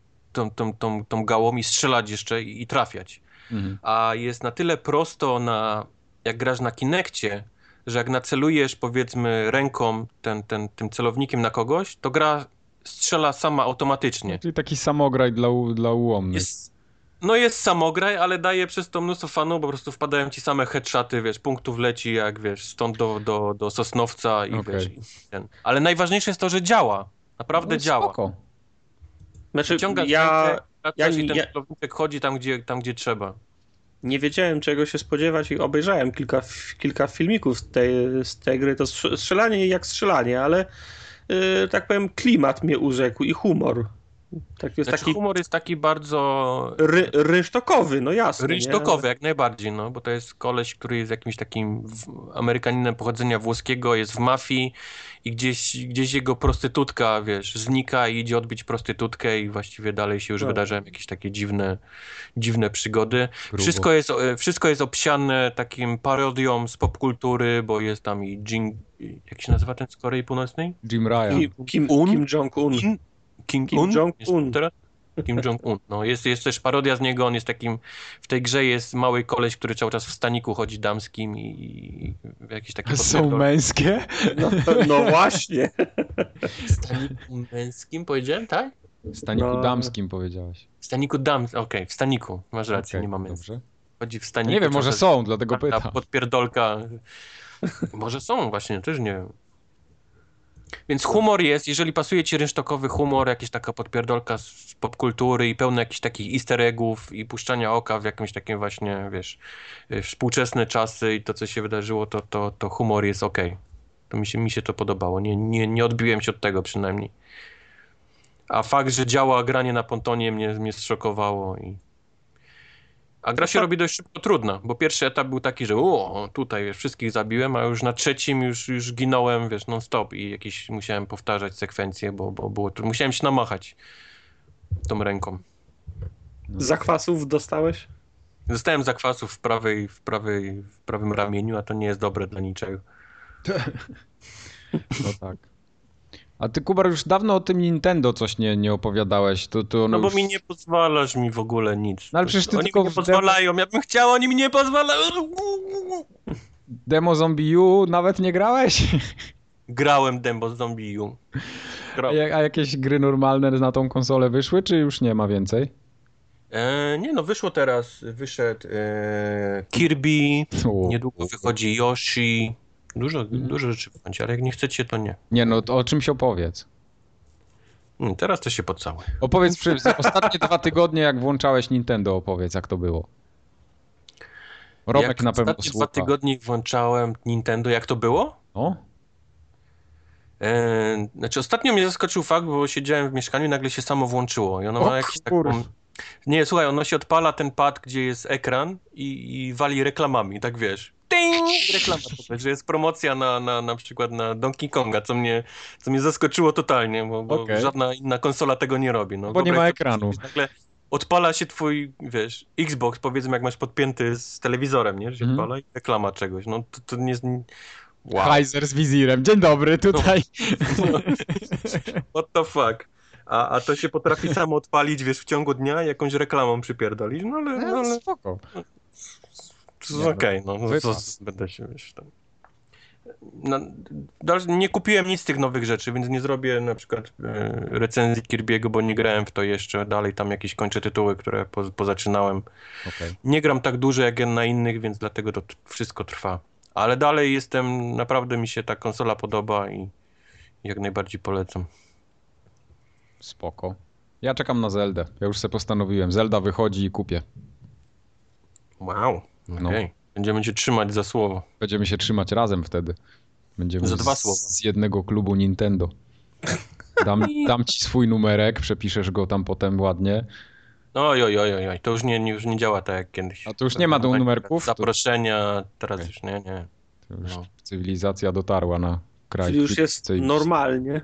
tą gałą i strzelać jeszcze i trafiać. Mhm. A jest na tyle prosto, jak grasz na Kinectie, że jak nacelujesz, powiedzmy, ręką tym celownikiem na kogoś, to gra strzela sama automatycznie. Czyli taki samograj dla ułomnych. Jest samograj, ale daje przez to mnóstwo fanów, po prostu wpadają ci same headshoty, wiesz, punktów leci, jak wiesz, stąd do Sosnowca i wiesz. Ale najważniejsze jest to, że działa. Naprawdę działa. Spoko. Znaczy, Ciągasz rękę, i ten celowniczek chodzi tam, gdzie trzeba. Nie wiedziałem, czego się spodziewać i obejrzałem kilka filmików z tej gry. To strzelanie jak strzelanie, ale tak powiem, klimat mnie urzekł i humor. Humor jest taki bardzo... Rynsztokowy, no jasne. Rynsztokowy, jak najbardziej, no, bo to jest koleś, który jest jakimś takim Amerykaninem pochodzenia włoskiego, jest w mafii i gdzieś jego prostytutka, wiesz, znika i idzie odbić prostytutkę i właściwie dalej się już wydarzają jakieś takie dziwne przygody. Wszystko jest obsiane takim parodią z popkultury, bo jest tam i jak się nazywa ten z Korei Północnej? Jim Ryan. Kim Jong-un. Kim Jong-un. No, jest też parodia z niego, on jest takim, w tej grze jest mały koleś, który cały czas w staniku chodzi damskim i jakieś takie... Są męskie? No właśnie. W staniku męskim powiedziałem, tak? W staniku damskim powiedziałeś. W staniku damskim, okej, w staniku, masz rację, nie ma męskim. Chodzi w staniku. Nie wiem, może są, dlatego pytam. Podpierdolka. Może są właśnie, też nie wiem. Więc humor jest, jeżeli pasuje ci rynsztokowy humor, jakaś taka podpierdolka z popkultury i pełno jakichś takich easter eggów i puszczania oka w jakimś takim właśnie, wiesz, współczesne czasy i to, co się wydarzyło, to humor jest okej. To mi się to podobało. Nie odbiłem się od tego przynajmniej. A fakt, że działa granie na pontonie mnie zszokowało a gra się robi dość szybko trudna, bo pierwszy etap był taki, że tutaj wiesz, wszystkich zabiłem, a już na trzecim już ginąłem, wiesz, non stop i jakieś musiałem powtarzać sekwencje, bo było musiałem się namachać tą ręką. Zakwasów dostałeś? Dostałem zakwasów w prawym ramieniu, a to nie jest dobre dla niczego. No tak. A ty, Kubar, już dawno o tym Nintendo coś nie opowiadałeś. No bo mi nie pozwalasz mi w ogóle nic. No ale przecież ty oni tylko mi nie pozwalają, ja bym chciał, oni mi nie pozwalają. Demo Zombie U nawet nie grałeś? Grałem Demo Zombie U. A jakieś gry normalne na tą konsolę wyszły, czy już nie ma więcej? Nie no, wyszedł Kirby, niedługo wychodzi Yoshi. Dużo rzeczy będzie, ale jak nie chcecie, to nie. Nie no, to o czymś opowiedz. Teraz to się pocałuję. Opowiedz przez ostatnie 2 tygodnie, jak włączałeś Nintendo, opowiedz, jak to było. Romek jak na pewno ostatnie słucha. 2 tygodnie włączałem Nintendo, jak to było? O? Znaczy ostatnio mnie zaskoczył fakt, bo siedziałem w mieszkaniu i nagle się samo włączyło. I ono ma jakiś taką... Nie, słuchaj, ono się odpala ten pad, gdzie jest ekran i wali reklamami, tak wiesz. Ting! Reklama, że jest promocja na przykład na Donkey Konga, co mnie zaskoczyło totalnie, bo żadna inna konsola tego nie robi. No, bo nie ma ekranu. Nagle odpala się twój, wiesz, Xbox, powiedzmy, jak masz podpięty z telewizorem, nie? Że się odpala i reklama czegoś. No to nie jest... Wow. Heiser z wizirem. Dzień dobry, tutaj. No. What the fuck? A to się potrafi samo odpalić, wiesz, w ciągu dnia jakąś reklamą przypierdolić. No ale spoko. To jest okej, no co będę się, wiesz, tam... nie kupiłem nic z tych nowych rzeczy, więc nie zrobię na przykład recenzji Kirby'ego, bo nie grałem w to jeszcze. Dalej tam jakieś kończę tytuły, które pozaczynałem. Okay. Nie gram tak dużo jak na innych, więc dlatego to wszystko trwa. Ale dalej naprawdę mi się ta konsola podoba i jak najbardziej polecam. Spoko. Ja czekam na Zeldę. Ja już sobie postanowiłem. Zelda wychodzi i kupię. Wow, okej. Będziemy cię trzymać za słowo. Będziemy się trzymać razem wtedy. Będziemy za 2 słowa. Z jednego klubu Nintendo. Dam ci swój numerek, przepiszesz go tam potem ładnie. Oj, to już nie działa tak jak kiedyś. A to już nie ma do numerków? Zaproszenia, teraz już nie. To już cywilizacja dotarła na kraj. Czyli już jest normalnie.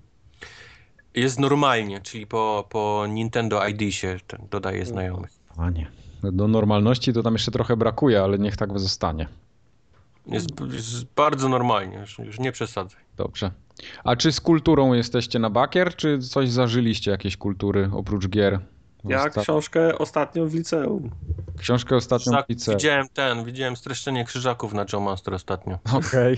Jest normalnie, czyli po Nintendo ID się dodaje znajomych. A nie. Do normalności to tam jeszcze trochę brakuje, ale niech tak zostanie. Jest bardzo normalnie, już nie przesadzaj. Dobrze. A czy z kulturą jesteście na bakier, czy coś zażyliście, jakieś kultury oprócz gier? Ja książkę ostatnio w liceum. Książkę ostatnio w liceum. Widziałem streszczenie Krzyżaków na Joe Master ostatnio. Okej.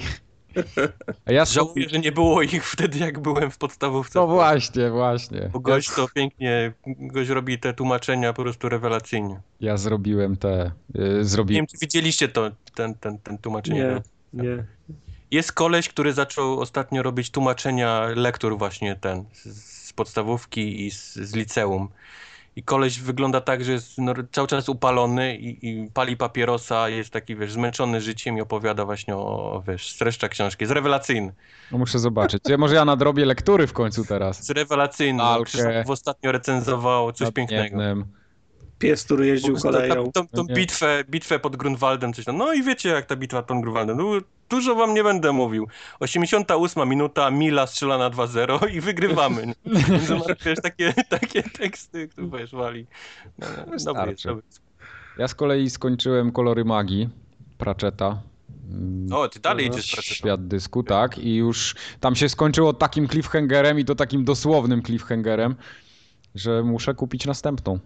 Żałuję, że nie było ich wtedy, jak byłem w podstawówce. No właśnie. Bo gość to pięknie, gość robi te tłumaczenia po prostu rewelacyjnie. Ja zrobiłem Nie wiem, czy widzieliście ten tłumaczenie. Nie. Jest koleś, który zaczął ostatnio robić tłumaczenia lektur właśnie z podstawówki i z liceum. I koleś wygląda tak, że jest cały czas upalony i pali papierosa, jest taki, wiesz, zmęczony życiem i opowiada właśnie o streszczach książki. Jest rewelacyjny. No muszę zobaczyć. Może ja nadrobię lektury w końcu teraz. Jest rewelacyjny. Krzysztof ostatnio recenzował coś pięknego. Pies, który jeździł koleją. Tą bitwę pod Grunwaldem, coś tam. No i wiecie, jak ta bitwa pod Grunwaldem. No, dużo wam nie będę mówił. 88 minuta, Mila strzela na 2-0 i wygrywamy. Wiesz, takie teksty, które wiesz, wali. Dobry. Ja z kolei skończyłem Kolory Magii, Pratchetta. O, ty dalej idziesz Pratchetta. Świat dysku, tak. I już tam się skończyło takim cliffhangerem i to takim dosłownym cliffhangerem, że muszę kupić następną.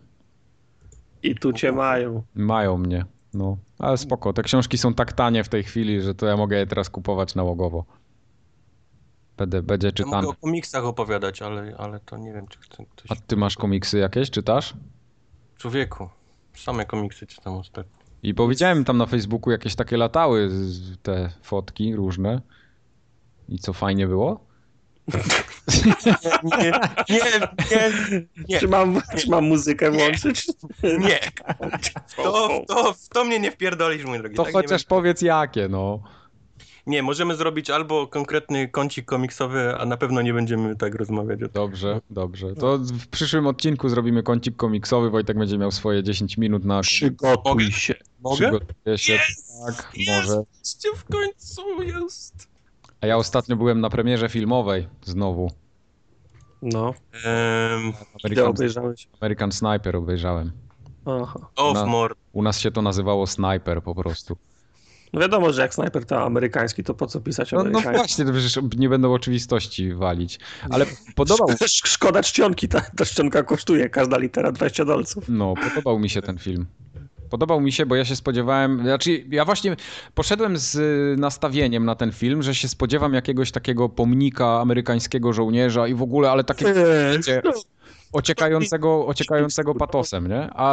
I tu cię mają. Mają mnie, no. Ale spoko, te książki są tak tanie w tej chwili, że to ja mogę je teraz kupować nałogowo. Będzie czytane. Ja mogę o komiksach opowiadać, ale to nie wiem, czy chce ktoś... A ty masz komiksy jakieś, czytasz? Człowieku, same komiksy czytam ostatnio. I powiedziałem tam na Facebooku, jakieś takie latały, te fotki różne. I co, fajnie było? Nie. Czy mam muzykę włączyć? Nie. W to mnie nie wpierdolisz, mój drogi. To tak chociaż powiedz jakie, no. Nie, możemy zrobić albo konkretny kącik komiksowy, a na pewno nie będziemy tak rozmawiać o tym. Dobrze. To w przyszłym odcinku zrobimy kącik komiksowy. Wojtek będzie miał swoje 10 minut na... Przygotuj się. Mogę? Przygotuję się. Yes! Tak, może. W końcu jest. A ja ostatnio byłem na premierze filmowej znowu. No. Gdzie obejrzałeś? American Sniper obejrzałem. Aha. U nas się to nazywało Sniper po prostu. No wiadomo, że jak Sniper to amerykański, to po co pisać amerykański? No właśnie, to przecież nie będą oczywistości walić. Ale podobał mi się... Szkoda czcionki, ta czcionka kosztuje, każda litera $20. No, podobał mi się ten film. Podobał mi się, bo ja się spodziewałem, znaczy ja właśnie poszedłem z nastawieniem na ten film, że się spodziewam jakiegoś takiego pomnika amerykańskiego żołnierza i w ogóle, ale takiego ociekającego patosem, nie? A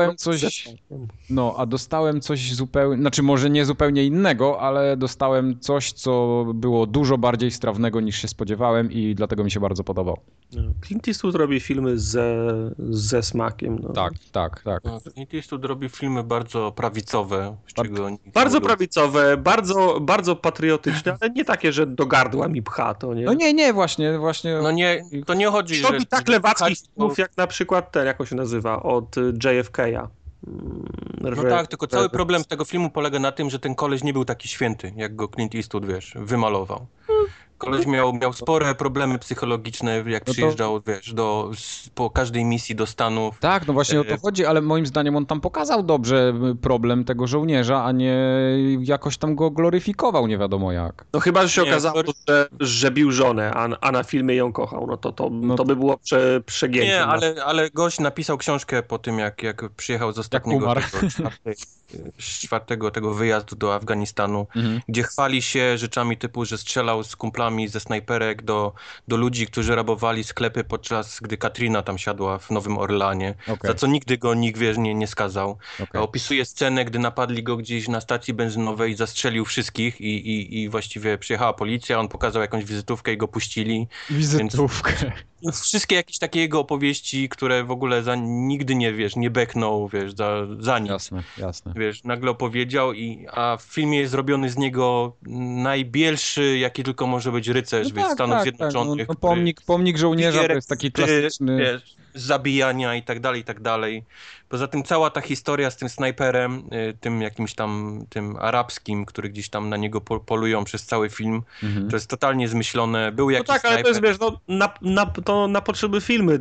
dostałem coś zupełnie, znaczy może nie zupełnie innego, ale dostałem coś, co było dużo bardziej strawnego niż się spodziewałem i dlatego mi się bardzo podobał. Clint Eastwood robi filmy ze smakiem. No. Tak. Clint Eastwood robi filmy bardzo prawicowe. Bardzo prawicowe, bardzo patriotyczne, ale nie takie, że do gardła mi pcha to, nie? No nie, właśnie. No nie, to nie chodzi, że... Robi tak lewackich filmów, jak na przykład ten, jak on się nazywa, od JFK-a. No tak, tylko cały problem z tego filmu polega na tym, że ten koleś nie był taki święty, jak go Clint Eastwood, wymalował. Koleś miał spore problemy psychologiczne, jak przyjeżdżał, po każdej misji do Stanów. Tak, no właśnie o to chodzi, ale moim zdaniem on tam pokazał dobrze problem tego żołnierza, a nie jakoś tam go gloryfikował, nie wiadomo jak. No chyba, że się okazało, że bił żonę, a na filmie ją kochał, to by było przegięcie. Nie, ale gość napisał książkę po tym, jak przyjechał z ostatniego czwartego tego wyjazdu do Afganistanu, gdzie chwali się rzeczami typu, że strzelał z kumplami ze snajperek do ludzi, którzy rabowali sklepy podczas gdy Katrina tam siadła w Nowym Orleanie, za co nigdy go nikt nie skazał. Opisuje scenę, gdy napadli go gdzieś na stacji benzynowej, zastrzelił wszystkich i właściwie przyjechała policja, on pokazał jakąś wizytówkę i go puścili. Wizytówkę. Więc wszystkie jakieś takie jego opowieści, które w ogóle nigdy nie beknął, za nic. Jasne. Nagle opowiedział, a w filmie jest zrobiony z niego najbielszy, jaki tylko może być rycerz, Stanów Zjednoczonych. No, pomnik żołnierza to jest taki klasyczny... zabijania i tak dalej. Poza tym cała ta historia z tym snajperem, tym jakimś tam, tym arabskim, który gdzieś tam na niego polują przez cały film, to jest totalnie zmyślone. Był jakiś snajper. Ale to jest, to na potrzeby filmu,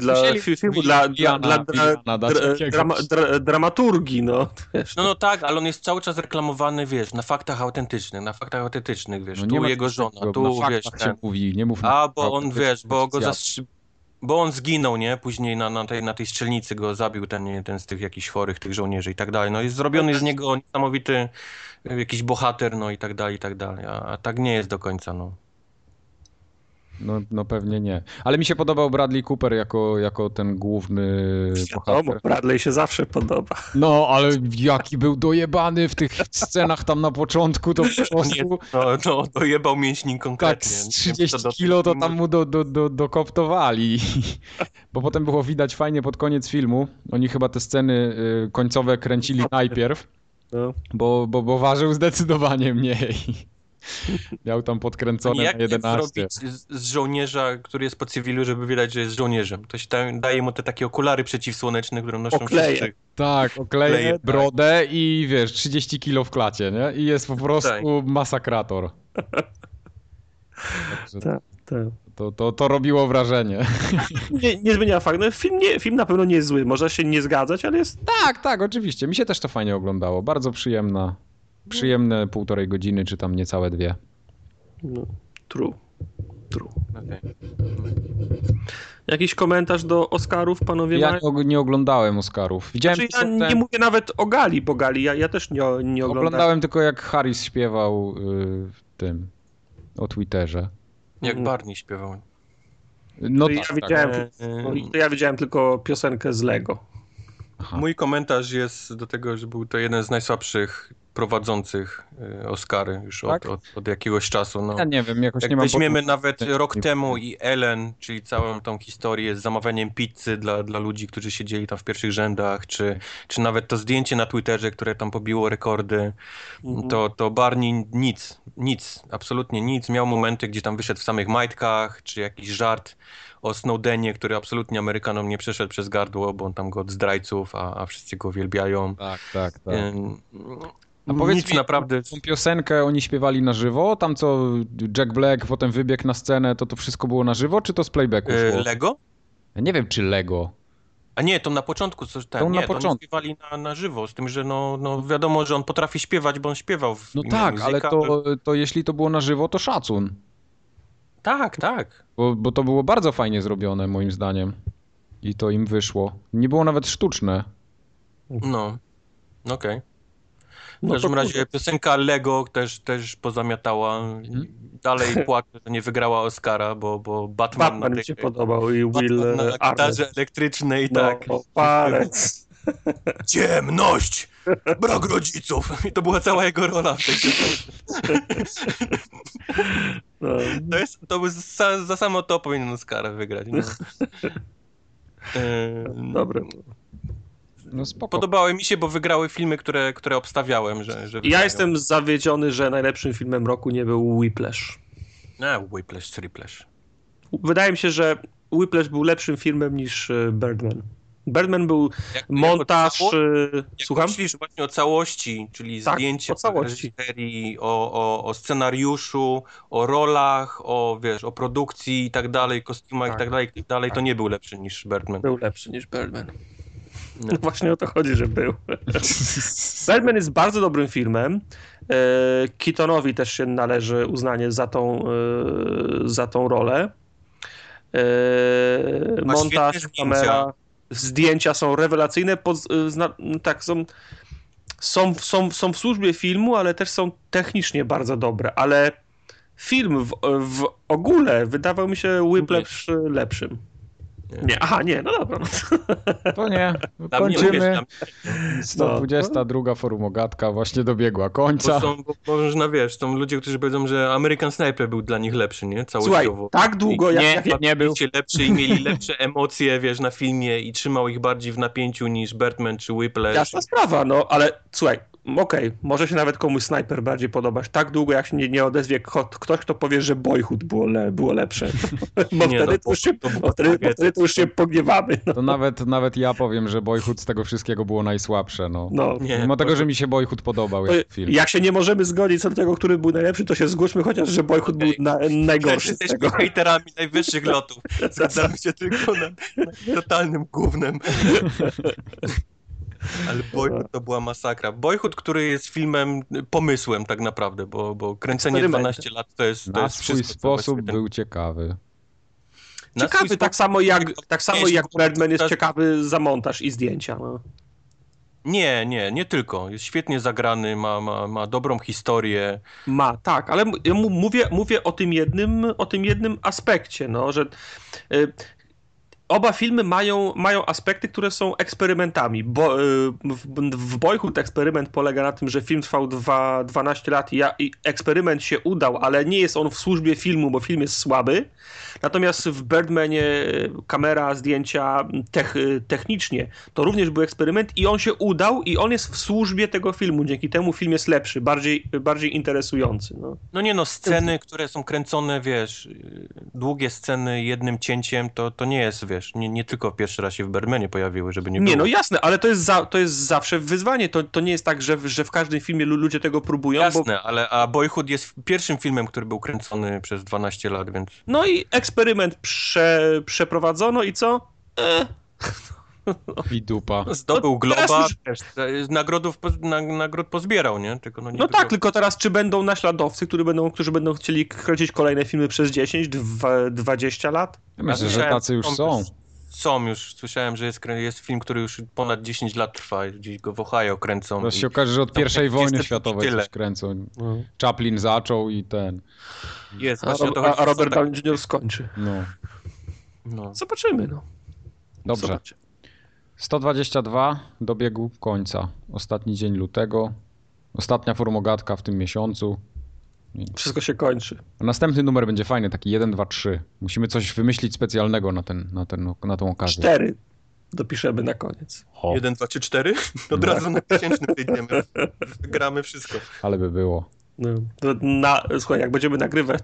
dramaturgii, no. No tak, ale on jest cały czas reklamowany, na faktach autentycznych, tu jego żona, tu, nie mów bo on zginął, nie? Później na tej strzelnicy go zabił ten z tych jakichś chorych, tych żołnierzy i tak dalej. No jest zrobiony z niego niesamowity jakiś bohater, no i tak dalej, a tak nie jest do końca, no. No pewnie nie. Ale mi się podobał Bradley Cooper jako ten główny bohater. Bradley się zawsze podoba. No, ale jaki był dojebany w tych scenach tam na początku, to po prostu... No, dojebał mięśnik konkretnie. Tak, z 30 kilo to tam mu dokoptowali. Bo potem było widać fajnie pod koniec filmu. Oni chyba te sceny końcowe kręcili najpierw, bo ważył zdecydowanie mniej. Miał tam podkręcone na 11. Jak zrobić z żołnierza, który jest po cywilu, żeby widać, że jest żołnierzem? To się daje mu te takie okulary przeciwsłoneczne, które noszą wszyscy. Tak, okleję brodę i 30 kilo w klacie, nie? I jest po prostu masakrator. To robiło wrażenie. Nie zmienia faktu. No, film na pewno nie jest zły. Może się nie zgadzać, ale jest... Tak, oczywiście. Mi się też to fajnie oglądało. Bardzo przyjemne 1,5 godziny, czy tam niecałe 2. No, true. Okay. Jakiś komentarz do Oscarów, panowie? Ja nie oglądałem Oscarów. Nie mówię nawet o Gali, bo Gali ja też nie oglądałem. Oglądałem tylko jak Harris śpiewał o Twitterze. Jak Barney śpiewał. No ja widziałem tylko piosenkę z Lego. Aha. Mój komentarz jest do tego, że był to jeden z najsłabszych prowadzących Oscary już Tak? od jakiegoś czasu. No. Ja nie wiem, jakoś Jak nie mam... weźmiemy nawet rok temu i Ellen, czyli całą tą historię z zamawianiem pizzy dla ludzi, którzy siedzieli tam w pierwszych rzędach, czy nawet to zdjęcie na Twitterze, które tam pobiło rekordy, to Barney nic, absolutnie nic. Miał momenty, gdzie tam wyszedł w samych majtkach, czy jakiś żart o Snowdenie, który absolutnie Amerykanom nie przeszedł przez gardło, bo on tam go od zdrajców, a wszyscy go uwielbiają. Tak. A Nic powiedz mi, naprawdę... tą piosenkę oni śpiewali na żywo? Tam co Jack Black potem wybiegł na scenę, to wszystko było na żywo, czy to z playbacku szło? Lego? Ja nie wiem, czy Lego. A nie, to na początku coś To na nie, to początku. oni śpiewali na żywo, z tym, że no wiadomo, że on potrafi śpiewać, bo on śpiewał w No imię tak, muzyka, ale to jeśli to było na żywo, to szacun. Tak. Bo to było bardzo fajnie zrobione, moim zdaniem. I to im wyszło. Nie było nawet sztuczne. No, okej. W No każdym to razie kurde. piosenka Lego też pozamiatała. Dalej płaczę, że nie wygrała Oscara, bo Batman mi się podobał i Will Batman na Arnett. gitarze elektrycznej, No, tak. parec. Ciemność! Brak rodziców! I to była cała jego rola w tej piosence. No. To był za samo to powinien Oscara wygrać. No. Dobre. No spoko. Podobały mi się, bo wygrały filmy, które obstawiałem, że Ja wygrają. jestem zawiedziony, że najlepszym filmem roku nie był Whiplash. Whiplash, Triplash. Wydaje mi się, że Whiplash był lepszym filmem niż Birdman. Birdman był Jak montaż... Słucham? myślisz właśnie o całości, czyli Tak, zdjęcia, o całości. reżyserii, o scenariuszu, o rolach, o produkcji i tak dalej, kostiumach Tak. i tak dalej, to nie był lepszy niż Birdman. Był lepszy niż Birdman. Nie. No właśnie o to chodzi, że był. Birdman jest bardzo dobrym filmem. Keatonowi też się należy uznanie za tą rolę. Montaż, świetne kamera, zdjęcia są rewelacyjne. Są w służbie filmu, ale też są technicznie bardzo dobre. Ale film w ogóle wydawał mi się Whiplash lepszym. Nie, no dobra. To nie. Tam nie Kończymy. mówisz, 122 forumogatka właśnie dobiegła końca. bo można, są ludzie, którzy powiedzą, że American Sniper był dla nich lepszy, nie? Słuchaj, Całościowo. tak długo nie był. Lepszy i mieli lepsze emocje, na filmie i trzymał ich bardziej w napięciu niż Birdman czy Whiplash. Jasna sprawa, no ale słuchaj, okej, może się nawet komuś Sniper bardziej podobać. Tak długo jak się nie odezwie ktoś, kto powie, że Boyhood było lepsze. Bo wtedy to już się pogniewamy. No. To nawet ja powiem, że Boyhood z tego wszystkiego było najsłabsze. No. Mimo tego, że mi się Boyhood podobał jak film. Jak się nie możemy zgodzić co do tego, który był najlepszy, to się zgódźmy chociaż, że Boyhood był najgorszy z Jesteśmy tego. hejterami najwyższych lotów. Zgadzamy się tylko na totalnym gównem. Ale Boyhood to była masakra. Boyhood, który jest filmem, pomysłem tak naprawdę, bo kręcenie 12 lat to jest Na wszystko, swój co sposób właściwie był ciekawy. Ciekawy, tak samo jak Birdman jest ciekawy za montaż i zdjęcia. No. Nie tylko. Jest świetnie zagrany, ma dobrą historię. Tak, ale ja mówię o tym jednym aspekcie, no, że oba filmy mają aspekty, które są eksperymentami. W Boyhood eksperyment polega na tym, że film trwał 12 lat i eksperyment się udał, ale nie jest on w służbie filmu, bo film jest słaby. Natomiast w Birdmanie kamera, zdjęcia, technicznie to również był eksperyment i on się udał i on jest w służbie tego filmu. Dzięki temu film jest lepszy, bardziej interesujący. Sceny, które są kręcone, długie sceny jednym cięciem, to nie jest, nie tylko pierwszy raz się w Birdmanie pojawiły, żeby nie było. Nie, no jasne, ale to jest zawsze wyzwanie. To nie jest tak, że w każdym filmie ludzie tego próbują. Jasne, a Boyhood jest pierwszym filmem, który był kręcony przez 12 lat, więc... No i eksperyment przeprowadzono i co? I dupa. Zdobył Globa, nagród pozbierał, nie? Tylko teraz czy będą naśladowcy, którzy będą chcieli kręcić kolejne filmy przez 10, 20 lat? Ja myślę, że tacy już są. Są już. Słyszałem, że jest film, który już ponad 10 lat trwa. Gdzieś go w Ohio kręcą. To się okaże, że od I wojny światowej coś kręcą. Chaplin zaczął i ten. Jest, a Robert Downey Jr. skończy. No. Zobaczymy, no. Dobrze. 122 dobiegł końca. Ostatni dzień lutego. Ostatnia forumogatka w tym miesiącu. Wszystko się kończy. A następny numer będzie fajny, taki 1, 2, 3. Musimy coś wymyślić specjalnego na tą okazję. 4 dopiszemy na koniec. 1, 2, 3, 4? Od razu na 1000 wyjdziemy. Gramy wszystko. Ale by było. No, słuchaj, jak będziemy nagrywać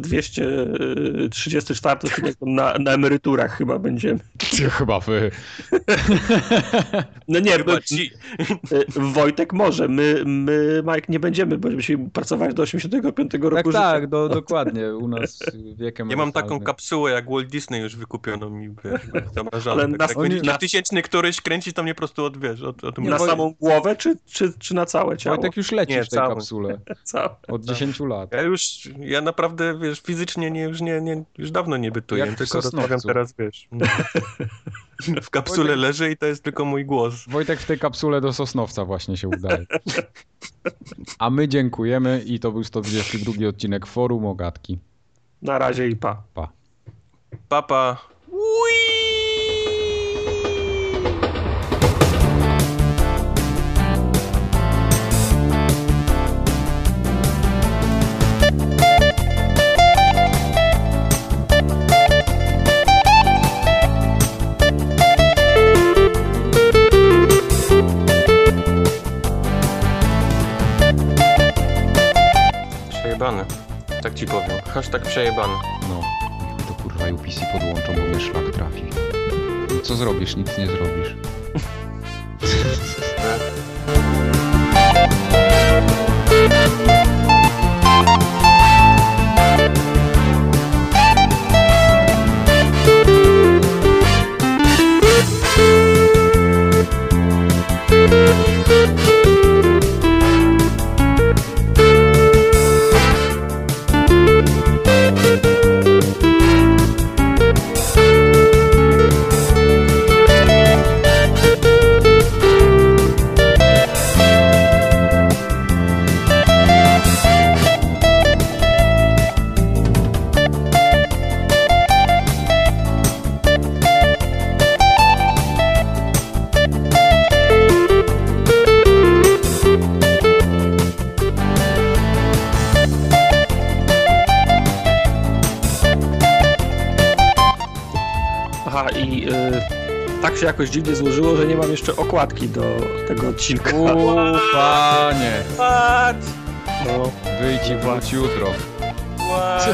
1234 odcinek, to na emeryturach chyba będziemy. Chyba wy. No nie, Wojtek może. My, Mike, nie będziemy, bo będziemy pracować do 85 roku życia. Tak, dokładnie. U nas wiekiem... Ja mam taką kapsułę jak Walt Disney już wykupioną mi, zamrażaną. Jak będzie na 1000 któryś kręcić, to mnie po prostu odwiesz. Na samą głowę, czy na całe ciało? Wojtek już leci w tej kapsule. Od 10 lat. Ja naprawdę, wiesz, fizycznie już dawno nie bytuję, jak tylko rozmawiam teraz, wiesz. W kapsule leży i to jest tylko mój głos. Wojtek w tej kapsule do Sosnowca właśnie się udaje. A my dziękujemy i to był 122 odcinek Forum Ogatki. Na razie i pa. Pa. Pa. Przejebany. Tak ci powiem. Hashtag przejebany. No. To kurwa UPC podłączą, bo mnie szlak trafi. No co zrobisz? Nic nie zrobisz. Tak się jakoś dziwnie złożyło, że nie mam jeszcze okładki do tego odcinka. Panie! What? No, wyjdź i wróć jutro. What?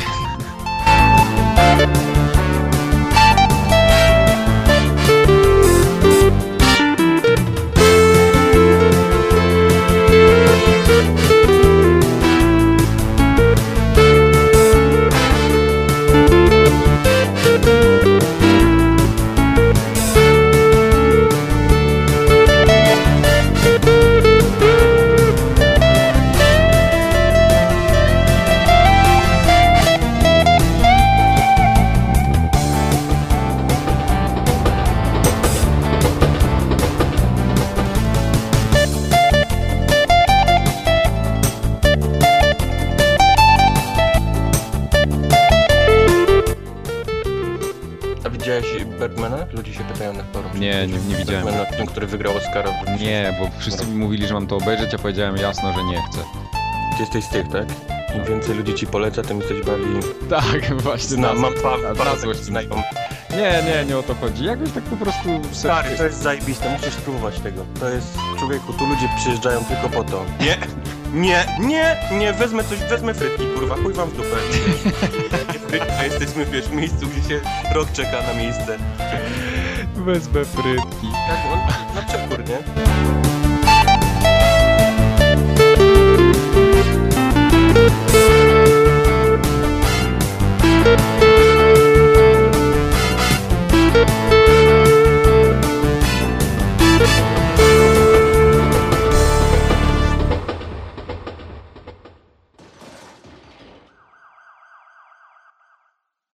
Birdmana? Ludzie się pytają na forum. Nie widziałem. Birdmana, ten, który wygrał Oscara. Nie, bo wszyscy mi mówili, że mam to obejrzeć, a powiedziałem jasno, że nie chcę. Ty jesteś z tych, tak? Im więcej ludzi ci poleca, tym jesteś bardziej... Tak, właśnie. Mam złość znają. Nie o to chodzi. Jakoś tak po prostu... Stary, to jest zajebiste, musisz spróbować tego. To jest, człowieku, tu ludzie przyjeżdżają tylko po to. Nie, wezmę frytki, kurwa, chuj wam w dupę. Nie frytki, a jesteśmy, wiesz, w miejscu, gdzie się rok czeka na miejsce. Wezmę frytki. Tak, no przekór, nie?